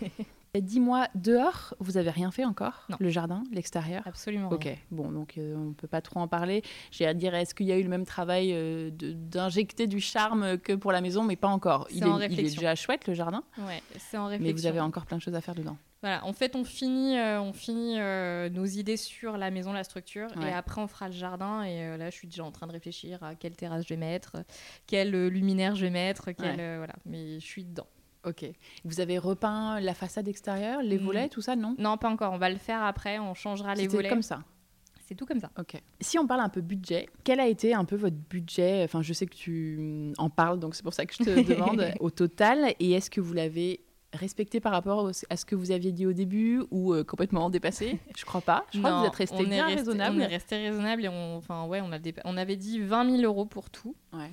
Dis-moi, dehors, vous avez rien fait encore ? Non. Le jardin, l'extérieur ? Absolument. Ok, rien. bon, donc euh, on peut pas trop en parler. J'ai à dire, est-ce qu'il y a eu le même travail euh, de, d'injecter du charme que pour la maison, mais pas encore. C'est Il en est, il est réflexion. déjà chouette le jardin, Ouais, c'est en réflexion. mais vous avez encore plein de choses à faire dedans. Voilà, en fait, on finit, euh, on finit euh, nos idées sur la maison, la structure, Ouais. et après on fera le jardin. Et euh, là, je suis déjà en train de réfléchir à quelle terrasse je vais mettre, quel euh, luminaire je vais mettre, quel, Ouais. euh, voilà. Mais je suis dedans. Ok. Vous avez repeint la façade extérieure, les Mm. volets, tout ça, non ? Non, pas encore. On va le faire après. On changera les C'était volets. comme ça. C'est tout comme ça. Ok. Si on parle un peu budget, quel a été un peu votre budget ? Enfin, je sais que tu en parles, donc c'est pour ça que je te demande au total. Et est-ce que vous l'avez respecté par rapport au- à ce que vous aviez dit au début ou euh, complètement dépassé ? Je crois pas. Je crois Non, que vous êtes resté on est bien resté- raisonnable. On est resté raisonnable et on, enfin ouais, on a dépa- on avait dit vingt mille euros pour tout, Ouais.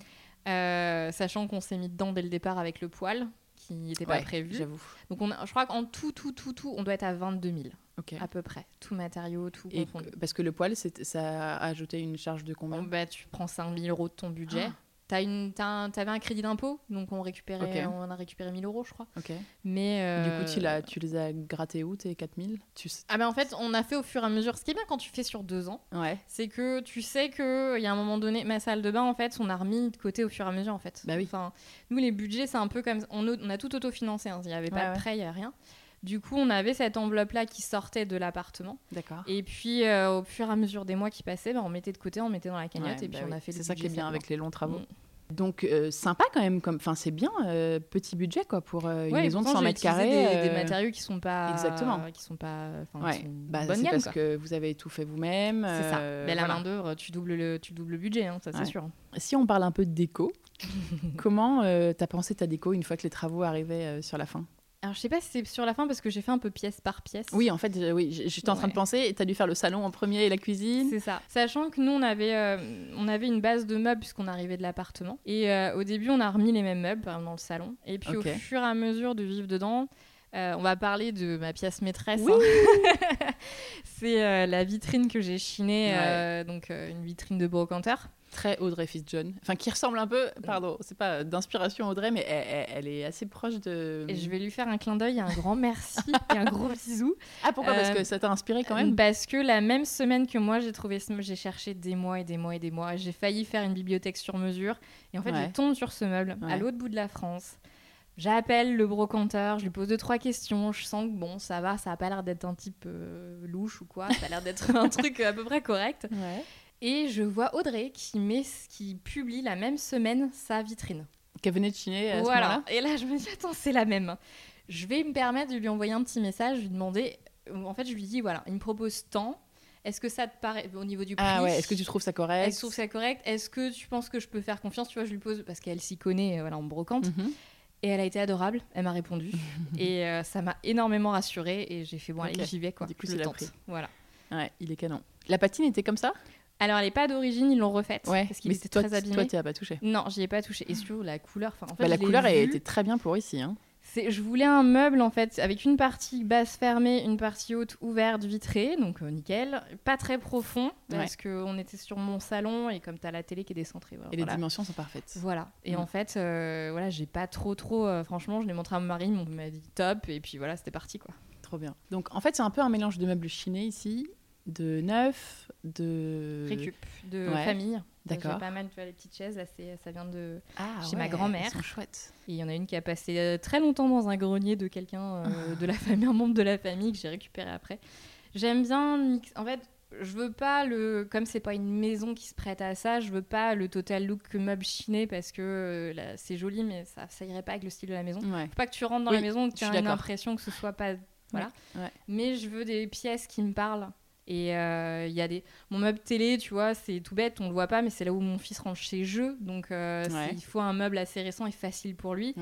euh, sachant qu'on s'est mis dedans dès le départ avec le poêle qui n'était pas Ouais, prévu. j'avoue. Donc on a- je crois qu'en tout, tout, tout, tout, on doit être à vingt-deux mille Ok. à peu près, tout matériau, tout Et confondu. que- parce que le poêle, c'est- ça a ajouté une charge de combien ? Bon, bah, tu prends cinq mille euros de ton budget. Ah. T'as une, t'as un- t'avais un crédit d'impôt, donc on récupérait, Ok. on a récupéré mille euros, je crois. Ok. Mais euh, Du coup, tu, l'as- tu les as grattés où, tes quatre mille ? Tu... sais- ah ben en fait, on a fait au fur et à mesure. Ce qui est bien quand tu fais sur deux ans, Ouais. c'est que tu sais qu'il y a un moment donné, ma salle de bain, en fait, on a remis de côté au fur et à mesure, en fait. Bah oui. Enfin, nous, les budgets, c'est un peu comme... On, a- on a tout autofinancé, hein. Il n'y avait pas Ouais, de ouais. prêt, il n'y avait rien. Du coup, on avait cette enveloppe-là qui sortait de l'appartement. D'accord. Et puis, euh, au fur et à mesure des mois qui passaient, ben, on mettait de côté, on mettait dans la cagnotte, Ouais, et puis bah on oui. a fait C'est le ça qui est budget bien seulement. avec les longs travaux. Mm. Donc, euh, sympa quand même. Comme... Enfin, c'est bien, euh, petit budget quoi, pour euh, une Ouais, et maison de pourtant, cent j'ai mètres utilisé carrés. Des, des euh, matériaux qui sont pas... Exactement. Qui sont pas... Enfin, Ouais. qui sont Bah, bonne c'est gamme, parce quoi. que vous avez tout fait vous-même. C'est ça. euh, Mais la voilà. main d'œuvre, tu doubles le, tu doubles le budget, hein, ça Ouais. c'est sûr. Si on parle un peu de déco, comment euh, t'as pensé ta déco une fois que les travaux arrivaient euh, sur la fin ? Alors je sais pas si c'est sur la fin parce que j'ai fait un peu pièce par pièce. Oui, en fait, euh, oui, j- j'étais en train de Ouais. penser. T'as dû faire le salon en premier et la cuisine. C'est ça. Sachant que nous, on avait, euh, on avait une base de meubles puisqu'on arrivait de l'appartement. Et euh, au début, on a remis les mêmes meubles, par exemple, dans le salon. Et puis Ok. au fur et à mesure de vivre dedans, euh, on va parler de ma pièce maîtresse. Oui. hein. C'est euh, la vitrine que j'ai chinée, Ouais. euh, donc euh, une vitrine de brocanteur. Très Audrey Fitz-John. Enfin, qui ressemble un peu, pardon, c'est pas d'inspiration Audrey, mais elle, elle- elle est assez proche de. Et je vais lui faire un clin d'œil, un grand merci et un gros bisou. Ah, pourquoi ? Parce Euh, que ça t'a inspiré quand même. Parce que la même semaine que moi, j'ai trouvé, ce- j'ai cherché des mois et des mois et des mois. J'ai failli faire une bibliothèque sur mesure. Et en fait, Ouais. je tombe sur ce meuble Ouais. à l'autre bout de la France. J'appelle le brocanteur, je lui pose deux, trois questions. Je sens que bon, ça va, ça a pas l'air d'être un type euh, louche ou quoi. Ça a l'air d'être un truc à peu près correct. Ouais. Et je vois Audrey qui, met, qui publie la même semaine sa vitrine. Qu'elle venait de chiner à ce Voilà. moment-là. Et là, je me dis, attends, c'est la même. Je vais me permettre de lui envoyer un petit message, lui demander. En fait, je lui dis, voilà, il me propose tant. Est-ce que ça te paraît au niveau du prix? Ah ouais, est-ce que tu trouves ça correct? Est-ce que tu trouves ça correct? Est-ce que tu penses que je peux faire confiance? Tu vois, je lui pose parce qu'elle s'y connaît, euh, voilà, en brocante. Mhm. Et elle a été adorable. Elle m'a répondu et euh, ça m'a énormément rassurée. Et j'ai fait bon, allez, Ok. j'y vais quoi. Du coup, je c'est la tente. pris. Voilà. Ouais, il est canon. La patine était comme ça? Alors, elle est pas d'origine, ils l'ont refaite Ouais, parce qu'il mais était toi, très abîmé. toi, tu as pas touché. Non, j'y ai pas touché. Et surtout la couleur. Enfin, en fait, Bah, la je l'ai couleur vue. elle était très bien pour ici. Hein. C'est, je voulais un meuble en fait avec une partie basse fermée, une partie haute ouverte vitrée, donc euh, nickel, pas très profond parce qu'on était sur mon salon et comme t'as la télé qui est décentrée. Voilà. Et les dimensions sont parfaites. Voilà. Et Mm. en fait, euh, voilà, j'ai pas trop trop. euh, franchement, je l'ai montré à mon mari, il m'a dit top et puis voilà, c'était parti quoi. Trop bien. Donc en fait, c'est un peu un mélange de meubles chinés ici, de neuf, de. Récup de Ouais. famille. D'accord. J'ai pas mal, tu vois, les petites chaises là, c'est, ça vient de. Ah, chez ouais, ma grand-mère. elles sont chouettes. Et il y en a une qui a passé euh, très longtemps dans un grenier de quelqu'un euh, de la famille, un membre de la famille que j'ai récupéré après. J'aime bien mix... En fait, je veux pas le. Comme c'est pas une maison qui se prête à ça, je veux pas le total look meuble chiné parce que euh, là, c'est joli, mais ça, ça irait pas avec le style de la maison. Ouais. Faut pas que tu rentres dans Oui, la maison et que je tu suis aies une d'accord. impression que ce soit pas. Voilà. Ouais. Mais je veux des pièces qui me parlent. Et il euh, y a des. Mon meuble télé, tu vois, c'est tout bête, on le voit pas, mais c'est là où mon fils range ses jeux. Donc euh, Ouais. c'est- il faut un meuble assez récent et facile pour lui. Ouais.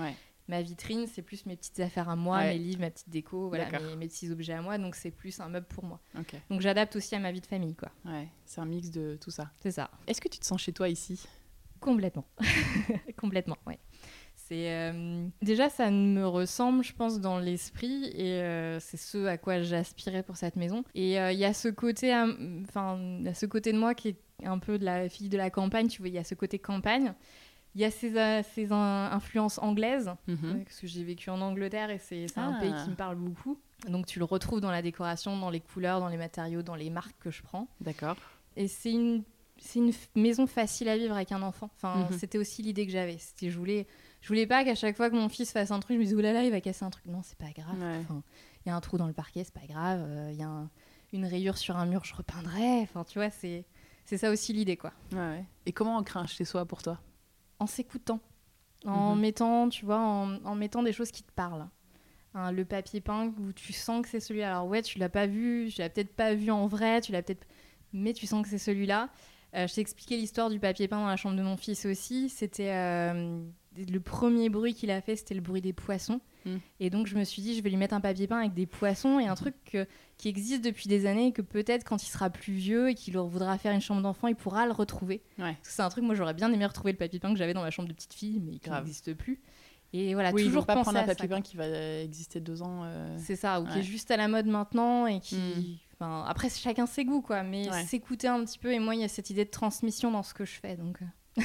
Ma vitrine, c'est plus mes petites affaires à moi, Ouais. mes livres, ma petite déco, voilà, D'accord. mes, mes petits objets à moi. Donc, c'est plus un meuble pour moi. Ok. Donc, j'adapte aussi à ma vie de famille, quoi. Ouais, c'est un mix de tout ça. C'est ça. Est-ce que tu te sens chez toi ici ? Complètement. Complètement, oui. C'est, euh, déjà, ça me ressemble, je pense, dans l'esprit, et euh, c'est ce à quoi j'aspirais pour cette maison. Et il euh, y a ce côté, enfin, il y a ce côté de moi qui est un peu de la fille de la campagne, tu vois, il y a ce côté campagne. Il y a ces, euh, ces in- influences anglaises, Mhm. ouais, parce que j'ai vécu en Angleterre et c'est, c'est Ah. un pays qui me parle beaucoup. Donc tu le retrouves dans la décoration, dans les couleurs, dans les matériaux, dans les marques que je prends. D'accord. Et c'est une, c'est une f- maison facile à vivre avec un enfant. Enfin, Mhm. c'était aussi l'idée que j'avais. C'était, je voulais, je voulais pas qu'à chaque fois que mon fils fasse un truc, je me dise oh là là, il va casser un truc. Non, c'est pas grave. Ouais. Enfin, il y a un trou dans le parquet, c'est pas grave. Il y a un- une rayure sur un mur, je repeindrai. Enfin, tu vois, c'est, c'est ça aussi l'idée, quoi. Ouais, ouais. Et comment on crée un chez soi pour toi ? En s'écoutant, en Mhm. mettant, tu vois, en, en mettant des choses qui te parlent. Hein, le papier peint où tu sens que c'est celui-là. Alors ouais, tu l'as pas vu, tu l'as peut-être pas vu en vrai, tu l'as peut-être, mais tu sens que c'est celui-là. Euh, je t'ai expliqué l'histoire du papier peint dans la chambre de mon fils aussi. C'était euh, le premier bruit qu'il a fait, c'était le bruit des poissons. Mm. Et donc je me suis dit, je vais lui mettre un papier peint avec des poissons et un truc que- qui existe depuis des années et que peut-être quand il sera plus vieux et qu'il voudra faire une chambre d'enfant, il pourra le retrouver. Ouais. Parce que c'est un truc, moi j'aurais bien aimé retrouver le papier peint que j'avais dans ma chambre de petite fille, mais qui Grave. n'existe plus. Et voilà, Oui, ils toujours vont pas penser prendre un à ça, papier quoi. peint qui va exister deux ans. euh, C'est ça, ou qui Ouais. est juste à la mode maintenant et qui... Mm. Enfin, après, chacun ses goûts, quoi, mais Ouais. s'écouter un petit peu. Et moi, il y a cette idée de transmission dans ce que je fais, donc... euh.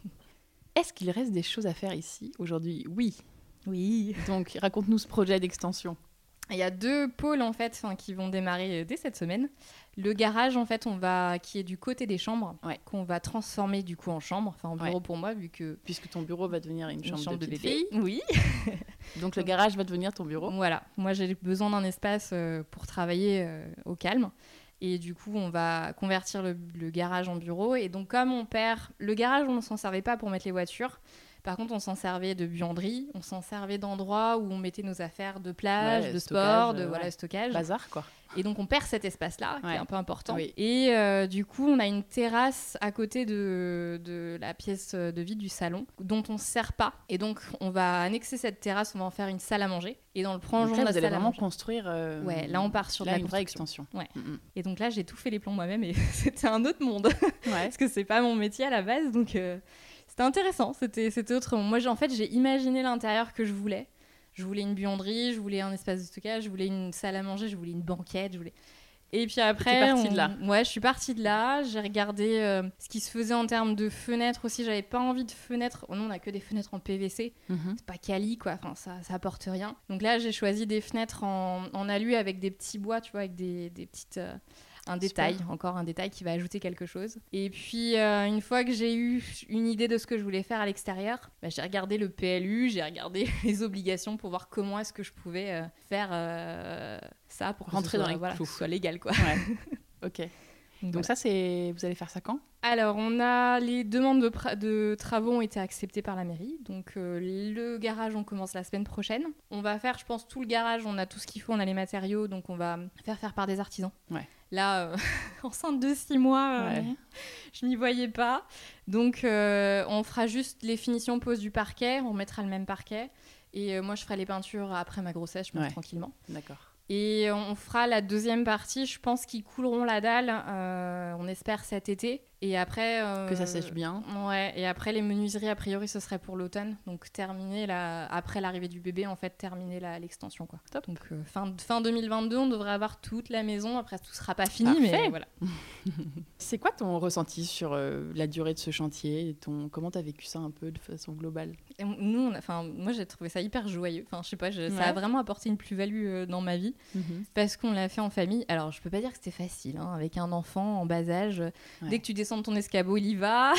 Est-ce qu'il reste des choses à faire ici aujourd'hui ? Oui. Oui. Donc, raconte-nous ce projet d'extension. Il y a deux pôles, en fait, enfin, qui vont démarrer euh, dès cette semaine. Le garage, en fait, on va... qui est du côté des chambres, Ouais. qu'on va transformer, du coup, en chambre, enfin, en bureau Ouais. pour moi, vu que... Puisque ton bureau va devenir une, Une chambre, chambre de, de petite bébé. fille. Oui. Donc, le garage va devenir ton bureau. Voilà, moi j'ai besoin d'un espace euh, pour travailler euh, au calme. Et du coup, on va convertir le, le garage en bureau. Et donc, comme on perd... Le garage, on ne s'en servait pas pour mettre les voitures. Par contre, on s'en servait de buanderie. On s'en servait d'endroits où on mettait nos affaires de plage, Ouais, de stockage, sport, de euh, voilà, ouais. stockage. Bazar, quoi. Et donc, on perd cet espace-là, qui Ouais. est un peu important. Oui. Et euh, du coup, on a une terrasse à côté de, de la pièce de vie du salon, dont on ne se sert pas. Et donc, on va annexer cette terrasse, on va en faire une salle à manger. Et dans le Donc prolongement là, de la vous allez salle à vraiment manger. construire. euh, Ouais, là, on part sur de là, la une vraie construction. extension. Ouais. Mm, Et donc là, j'ai tout fait les plans moi-même et c'était un autre monde. mm. Ouais. Parce que c'est pas mon métier à la base, donc euh, c'était intéressant, c'était, c'était autrement. Moi, j'ai, en fait, j'ai imaginé l'intérieur que je voulais. Je voulais une buanderie, je voulais un espace de stockage, je voulais une salle à manger, je voulais une banquette, je voulais... Et puis après... t'es partie on- de là. Ouais, je suis partie de là, j'ai regardé euh, ce qui se faisait en termes de fenêtres aussi, j'avais pas envie de fenêtres, oh non, on a que des fenêtres en P V C, Mhm. c'est pas quali quoi, enfin ça, ça apporte rien. Donc là j'ai choisi des fenêtres en, en alu avec des petits bois, tu vois, avec des, des petites... euh, un détail, Super. encore un détail qui va ajouter quelque chose. Et puis euh, une fois que j'ai eu une idée de ce que je voulais faire à l'extérieur, bah, j'ai regardé le P L U, j'ai regardé les obligations pour voir comment est-ce que je pouvais euh, faire euh, ça pour que Rentrer ce soit, dans les voilà, clous. que ce soit légal quoi. Ouais. Ok. Donc, Donc voilà. ça, c'est... Vous allez faire ça quand ? Alors, on a les demandes de, pra- de travaux ont été acceptées par la mairie. Donc, euh, le garage, on commence la semaine prochaine. On va faire, je pense, tout le garage. On a tout ce qu'il faut, on a les matériaux. Donc, on va faire faire par des artisans. Ouais. Là, euh, enceinte de six mois, euh, Ouais. je m'y voyais pas. Donc, euh, on fera juste les finitions pose du parquet. On mettra le même parquet. Et euh, moi, je ferai les peintures après ma grossesse, je pense, Ouais. tranquillement. D'accord. Et on fera la deuxième partie, je pense qu'ils couleront la dalle, euh, on espère cet été. Et après... euh, Que ça sèche bien. Ouais, et après les menuiseries, a priori, ce serait pour l'automne. Donc terminer, la... après l'arrivée du bébé, en fait, terminer la... l'extension, quoi. Top. Donc euh, fin... fin deux mille vingt-deux, on devrait avoir toute la maison. Après, tout sera pas fini, Parfait. mais voilà. C'est quoi ton ressenti sur euh, la durée de ce chantier et ton... Comment tu as vécu ça un peu de façon globale ? Et nous, on a... enfin, moi, j'ai trouvé ça hyper joyeux. Enfin, je sais pas, je... ça Ouais. a vraiment apporté une plus-value euh, dans ma vie. Parce qu'on l'a fait en famille. Alors, je peux pas dire que c'était facile, hein, avec un enfant en bas âge. Ouais. Dès que tu descends de ton escabeau, il y va.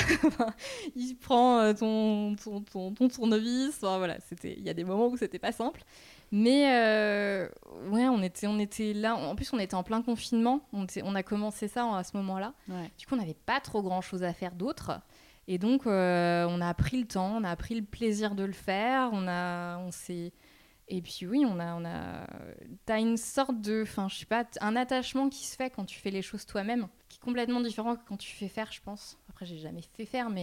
Il prend euh, ton, ton, ton, ton tournevis. Enfin, voilà, c'était... il y a des moments où c'était pas simple. Mais euh, ouais, on était, on était là. En plus, on était en plein confinement. On, était- on a commencé ça à ce moment-là. Ouais. Du coup, on n'avait pas trop grand-chose à faire d'autre. Et donc, euh, on a pris le temps, on a pris le plaisir de le faire. On a, on s'est... Et puis oui, on a, on a... T'as une sorte de... Enfin, je sais pas, un attachement qui se fait quand tu fais les choses toi-même, qui est complètement différent que quand tu fais faire, je pense. Après, j'ai jamais fait faire, mais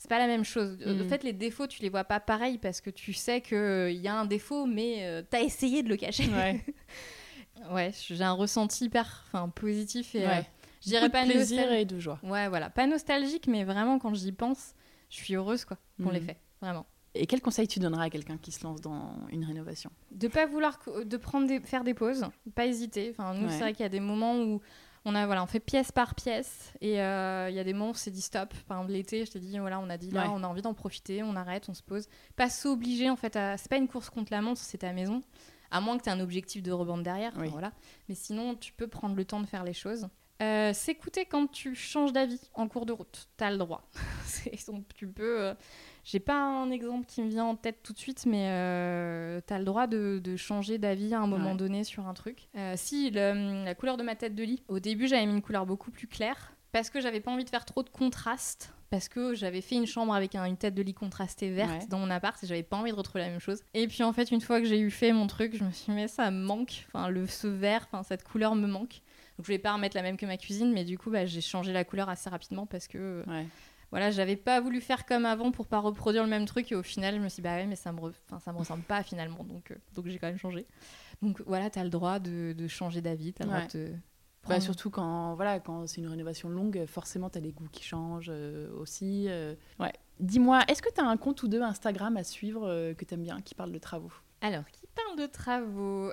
c'est pas la même chose. Mmh. En fait, les défauts, tu les vois pas pareil parce que tu sais qu'il y a un défaut, mais euh, t'as essayé de le cacher. Ouais. Ouais, j'ai un ressenti hyper enfin, positif et Ouais. euh, je dirais pas de plaisir nostal- et de joie. Ouais, voilà, pas nostalgique, mais vraiment quand j'y pense, je suis heureuse quoi qu'on Mhm. l'ait fait, vraiment. Et quel conseil tu donneras à quelqu'un qui se lance dans une rénovation ? De pas vouloir co- de prendre des, faire des pauses, pas hésiter. Enfin, nous, Ouais. c'est vrai qu'il y a des moments où on a voilà, on fait pièce par pièce et euh, il y a des moments où c'est dit stop. Par exemple, l'été, je t'ai dit voilà, on a dit là, Ouais. on a envie d'en profiter, on arrête, on se pose. Pas s'obliger en fait à. C'est pas une course contre la montre, c'est ta maison. À moins que tu aies un objectif de revente derrière, Oui. voilà. Mais sinon, tu peux prendre le temps de faire les choses. Euh, s'écouter quand tu changes d'avis en cours de route, t'as le droit. C'est, donc, tu peux. Euh, j'ai pas un exemple qui me vient en tête tout de suite, mais euh, t'as le droit de, de changer d'avis à un moment Ouais. donné sur un truc. Euh, si le- la couleur de ma tête de lit, au début j'avais mis une couleur beaucoup plus claire parce que j'avais pas envie de faire trop de contraste. Parce que j'avais fait une chambre avec un- une tête de lit contrastée verte Ouais. dans mon appart et j'avais pas envie de retrouver la même chose. Et puis en fait, une fois que j'ai eu fait mon truc, je me suis dit, mais ça me manque. Enfin, le, ce vert, enfin, cette couleur me manque. Donc je voulais pas remettre la même que ma cuisine, mais du coup, bah, j'ai changé la couleur assez rapidement parce que Ouais. voilà, j'avais pas voulu faire comme avant pour pas reproduire le même truc. Et au final, je me suis dit, bah ouais, mais ça me, re... enfin, ça me ressemble pas finalement. Donc, euh, donc j'ai quand même changé. Donc voilà, t'as le droit de, de changer d'avis. T'as le Ouais. droit de. Bah, prendre- surtout quand, voilà, quand c'est une rénovation longue, forcément, tu as les goûts qui changent euh, aussi. euh. Ouais. Dis-moi, est-ce que tu as un compte ou deux Instagram à suivre euh, que tu aimes bien, qui parle de travaux ? Alors, qui parle de travaux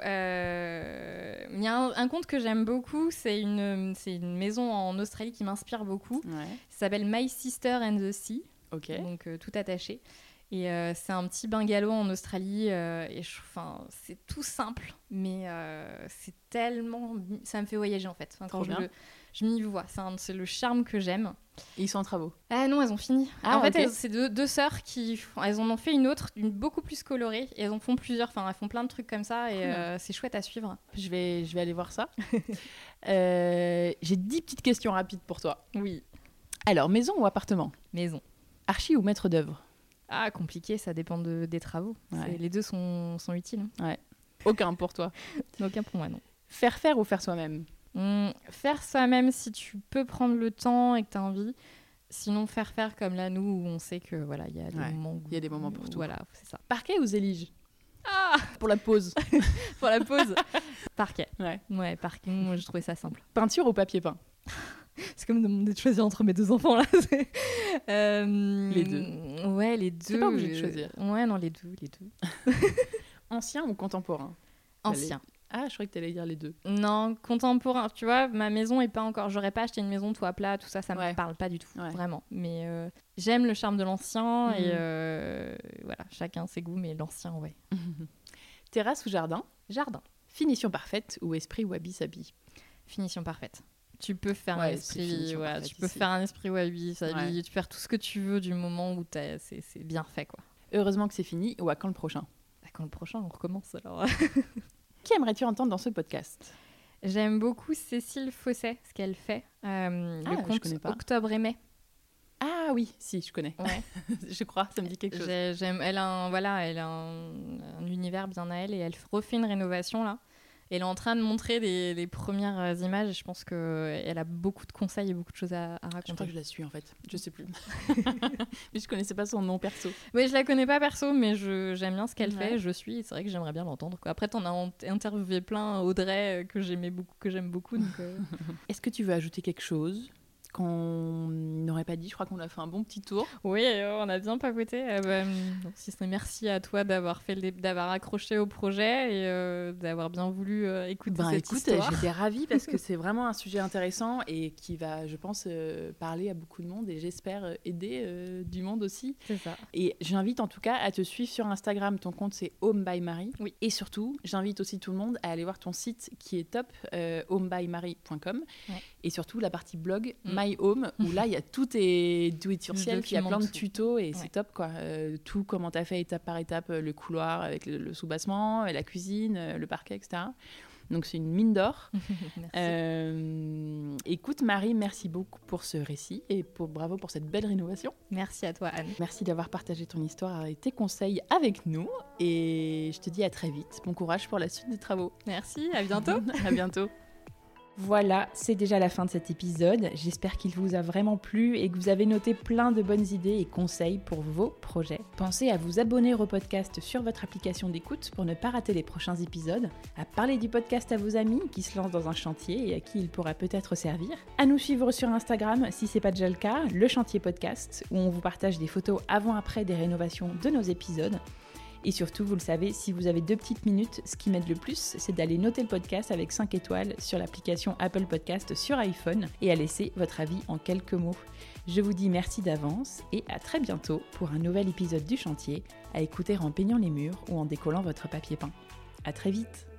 euh, Il y a un, un compte que j'aime beaucoup, c'est une, c'est une maison en Australie qui m'inspire beaucoup. Ouais. Ça s'appelle My Sister and the Sea, Ok. donc euh, tout attaché. Et euh, c'est un petit bungalow en Australie, euh, et je, enfin, c'est tout simple, mais euh, c'est tellement... Ça me fait voyager en fait. Enfin, quand Trop je, bien. le- je m'y vois, c'est, un- c'est le charme que j'aime. Et ils sont en travaux. Ah non, elles ont fini. Ah, en fait, ok. elles- c'est deux, deux sœurs qui... font- Elles en ont fait une autre, une beaucoup plus colorée, et elles en font plusieurs. Enfin, elles font plein de trucs comme ça, et Cool. euh, c'est chouette à suivre. Je vais, je vais aller voir ça. Euh, j'ai dix petites questions rapides pour toi. Oui. Alors, maison ou appartement ? Maison. Archi ou maître d'œuvre ? Ah, compliqué, ça dépend de, des travaux. Ouais. C'est- les deux sont, sont utiles. Aucun pour toi. Aucun pour moi, non. Faire faire ou faire soi-même ? Hum, faire soi-même si tu peux prendre le temps et que tu as envie. Sinon, faire faire comme là, nous, où on sait que voilà, il y a des Ouais, moments où- il y a des moments pour où- tout. Voilà, c'est ça. Parquet ou zélige ? Ah, Pour la pause. pour la pause. Parquet. Ouais. Ouais, parquet. Moi, j'ai trouvé ça simple. Peinture ou papier peint ? C'est comme demander de choisir entre mes deux enfants, là. C'est- Euh, Les deux. Ouais, les deux. C'est pas obligé de choisir. Ouais, non, les deux, les deux. Ancien ou contemporain ? Ancien. Ah, je croyais que tu allais dire les deux. Non, contemporain. Tu vois, ma maison est pas encore. J'aurais pas acheté une maison toit plat, tout ça, ça Ouais. me parle pas du tout, Ouais. vraiment. Mais euh, j'aime le charme de l'ancien Mhm. et euh, voilà, chacun ses goûts, mais l'ancien, ouais. Terrasse ou jardin ? Jardin, Finition parfaite ou esprit wabi-sabi ? finition parfaite. Tu peux faire Ouais, un c'est esprit, finition voilà, parfaite tu peux ici. faire un esprit wabi, sabi, Ouais. tu peux faire tout ce que tu veux du moment où t'as- c'est, c'est bien fait, quoi. Heureusement que c'est fini ou à quand le prochain ? Bah, quand le prochain, on recommence alors. Qui aimerais-tu entendre dans ce podcast ? J'aime beaucoup Cécile Fosset, ce qu'elle fait. Euh, Ah, le je compte connais pas. Octobre et Mai. Ah oui, si, je connais. Ouais. Je crois, ça me dit quelque chose. J'ai- J'aime, elle a un, voilà, elle a un, un univers bien à elle et elle refait une rénovation là. Elle est en train de montrer les, les premières euh, images et je pense qu'elle a beaucoup de conseils et beaucoup de choses à, à Je crois raconter. que je la suis en fait, je sais plus. Mais je connaissais pas son nom perso. Oui, je la connais pas perso, mais je, j'aime bien ce qu'elle Ouais. fait. Je suis, c'est vrai que j'aimerais bien l'entendre, quoi. Après, t'en as en- interviewé plein, Audrey euh, que j'aimais beaucoup, que j'aime beaucoup. Donc, euh, Est-ce que tu veux ajouter quelque chose qu'on n'aurait pas dit ? Je crois qu'on a fait un bon petit tour. Oui, euh, on a bien papoté. Euh, bah, donc, si ce n'est merci à toi d'avoir fait le dé- d'avoir accroché au projet et euh, d'avoir bien voulu euh, écouter Ben cette écoute, histoire. j'étais ravie parce que c'est vraiment un sujet intéressant et qui va, je pense, euh, parler à beaucoup de monde et j'espère euh, aider euh, du monde aussi. C'est ça. Et j'invite en tout cas à te suivre sur Instagram. Ton compte, c'est Home by Marie. Oui. Et surtout, j'invite aussi tout le monde à aller voir ton site qui est top, euh, home by marie point com. Ouais. Et surtout la partie blog Mm. My Home, où là, il y a tout est do it yourself. Il y a documente plein de tout. tutos et Ouais. c'est top, quoi. Euh, tout, comment tu as fait étape par étape euh, le couloir avec le, le sous-bassement, la cuisine, euh, le parquet, et cetera. Donc, c'est une mine d'or. Merci. Euh, écoute, Marie, merci beaucoup pour ce récit et pour, bravo pour cette belle rénovation. Merci à toi, Anne. Merci d'avoir partagé ton histoire et tes conseils avec nous. Et je te dis à très vite. Bon courage pour la suite des travaux. Merci, à bientôt. À bientôt. Voilà, c'est déjà la fin de cet épisode. J'espère qu'il vous a vraiment plu et que vous avez noté plein de bonnes idées et conseils pour vos projets. Pensez à vous abonner au podcast sur votre application d'écoute pour ne pas rater les prochains épisodes, à parler du podcast à vos amis qui se lancent dans un chantier et à qui il pourra peut-être servir, à nous suivre sur Instagram si c'est pas déjà le cas, le Chantier Podcast, où on vous partage des photos avant-après des rénovations de nos épisodes. Et surtout, vous le savez, si vous avez deux petites minutes, ce qui m'aide le plus, c'est d'aller noter le podcast avec cinq étoiles sur l'application Apple Podcast sur iPhone et à laisser votre avis en quelques mots. Je vous dis merci d'avance et à très bientôt pour un nouvel épisode du chantier à écouter en peignant les murs ou en décollant votre papier peint. À très vite!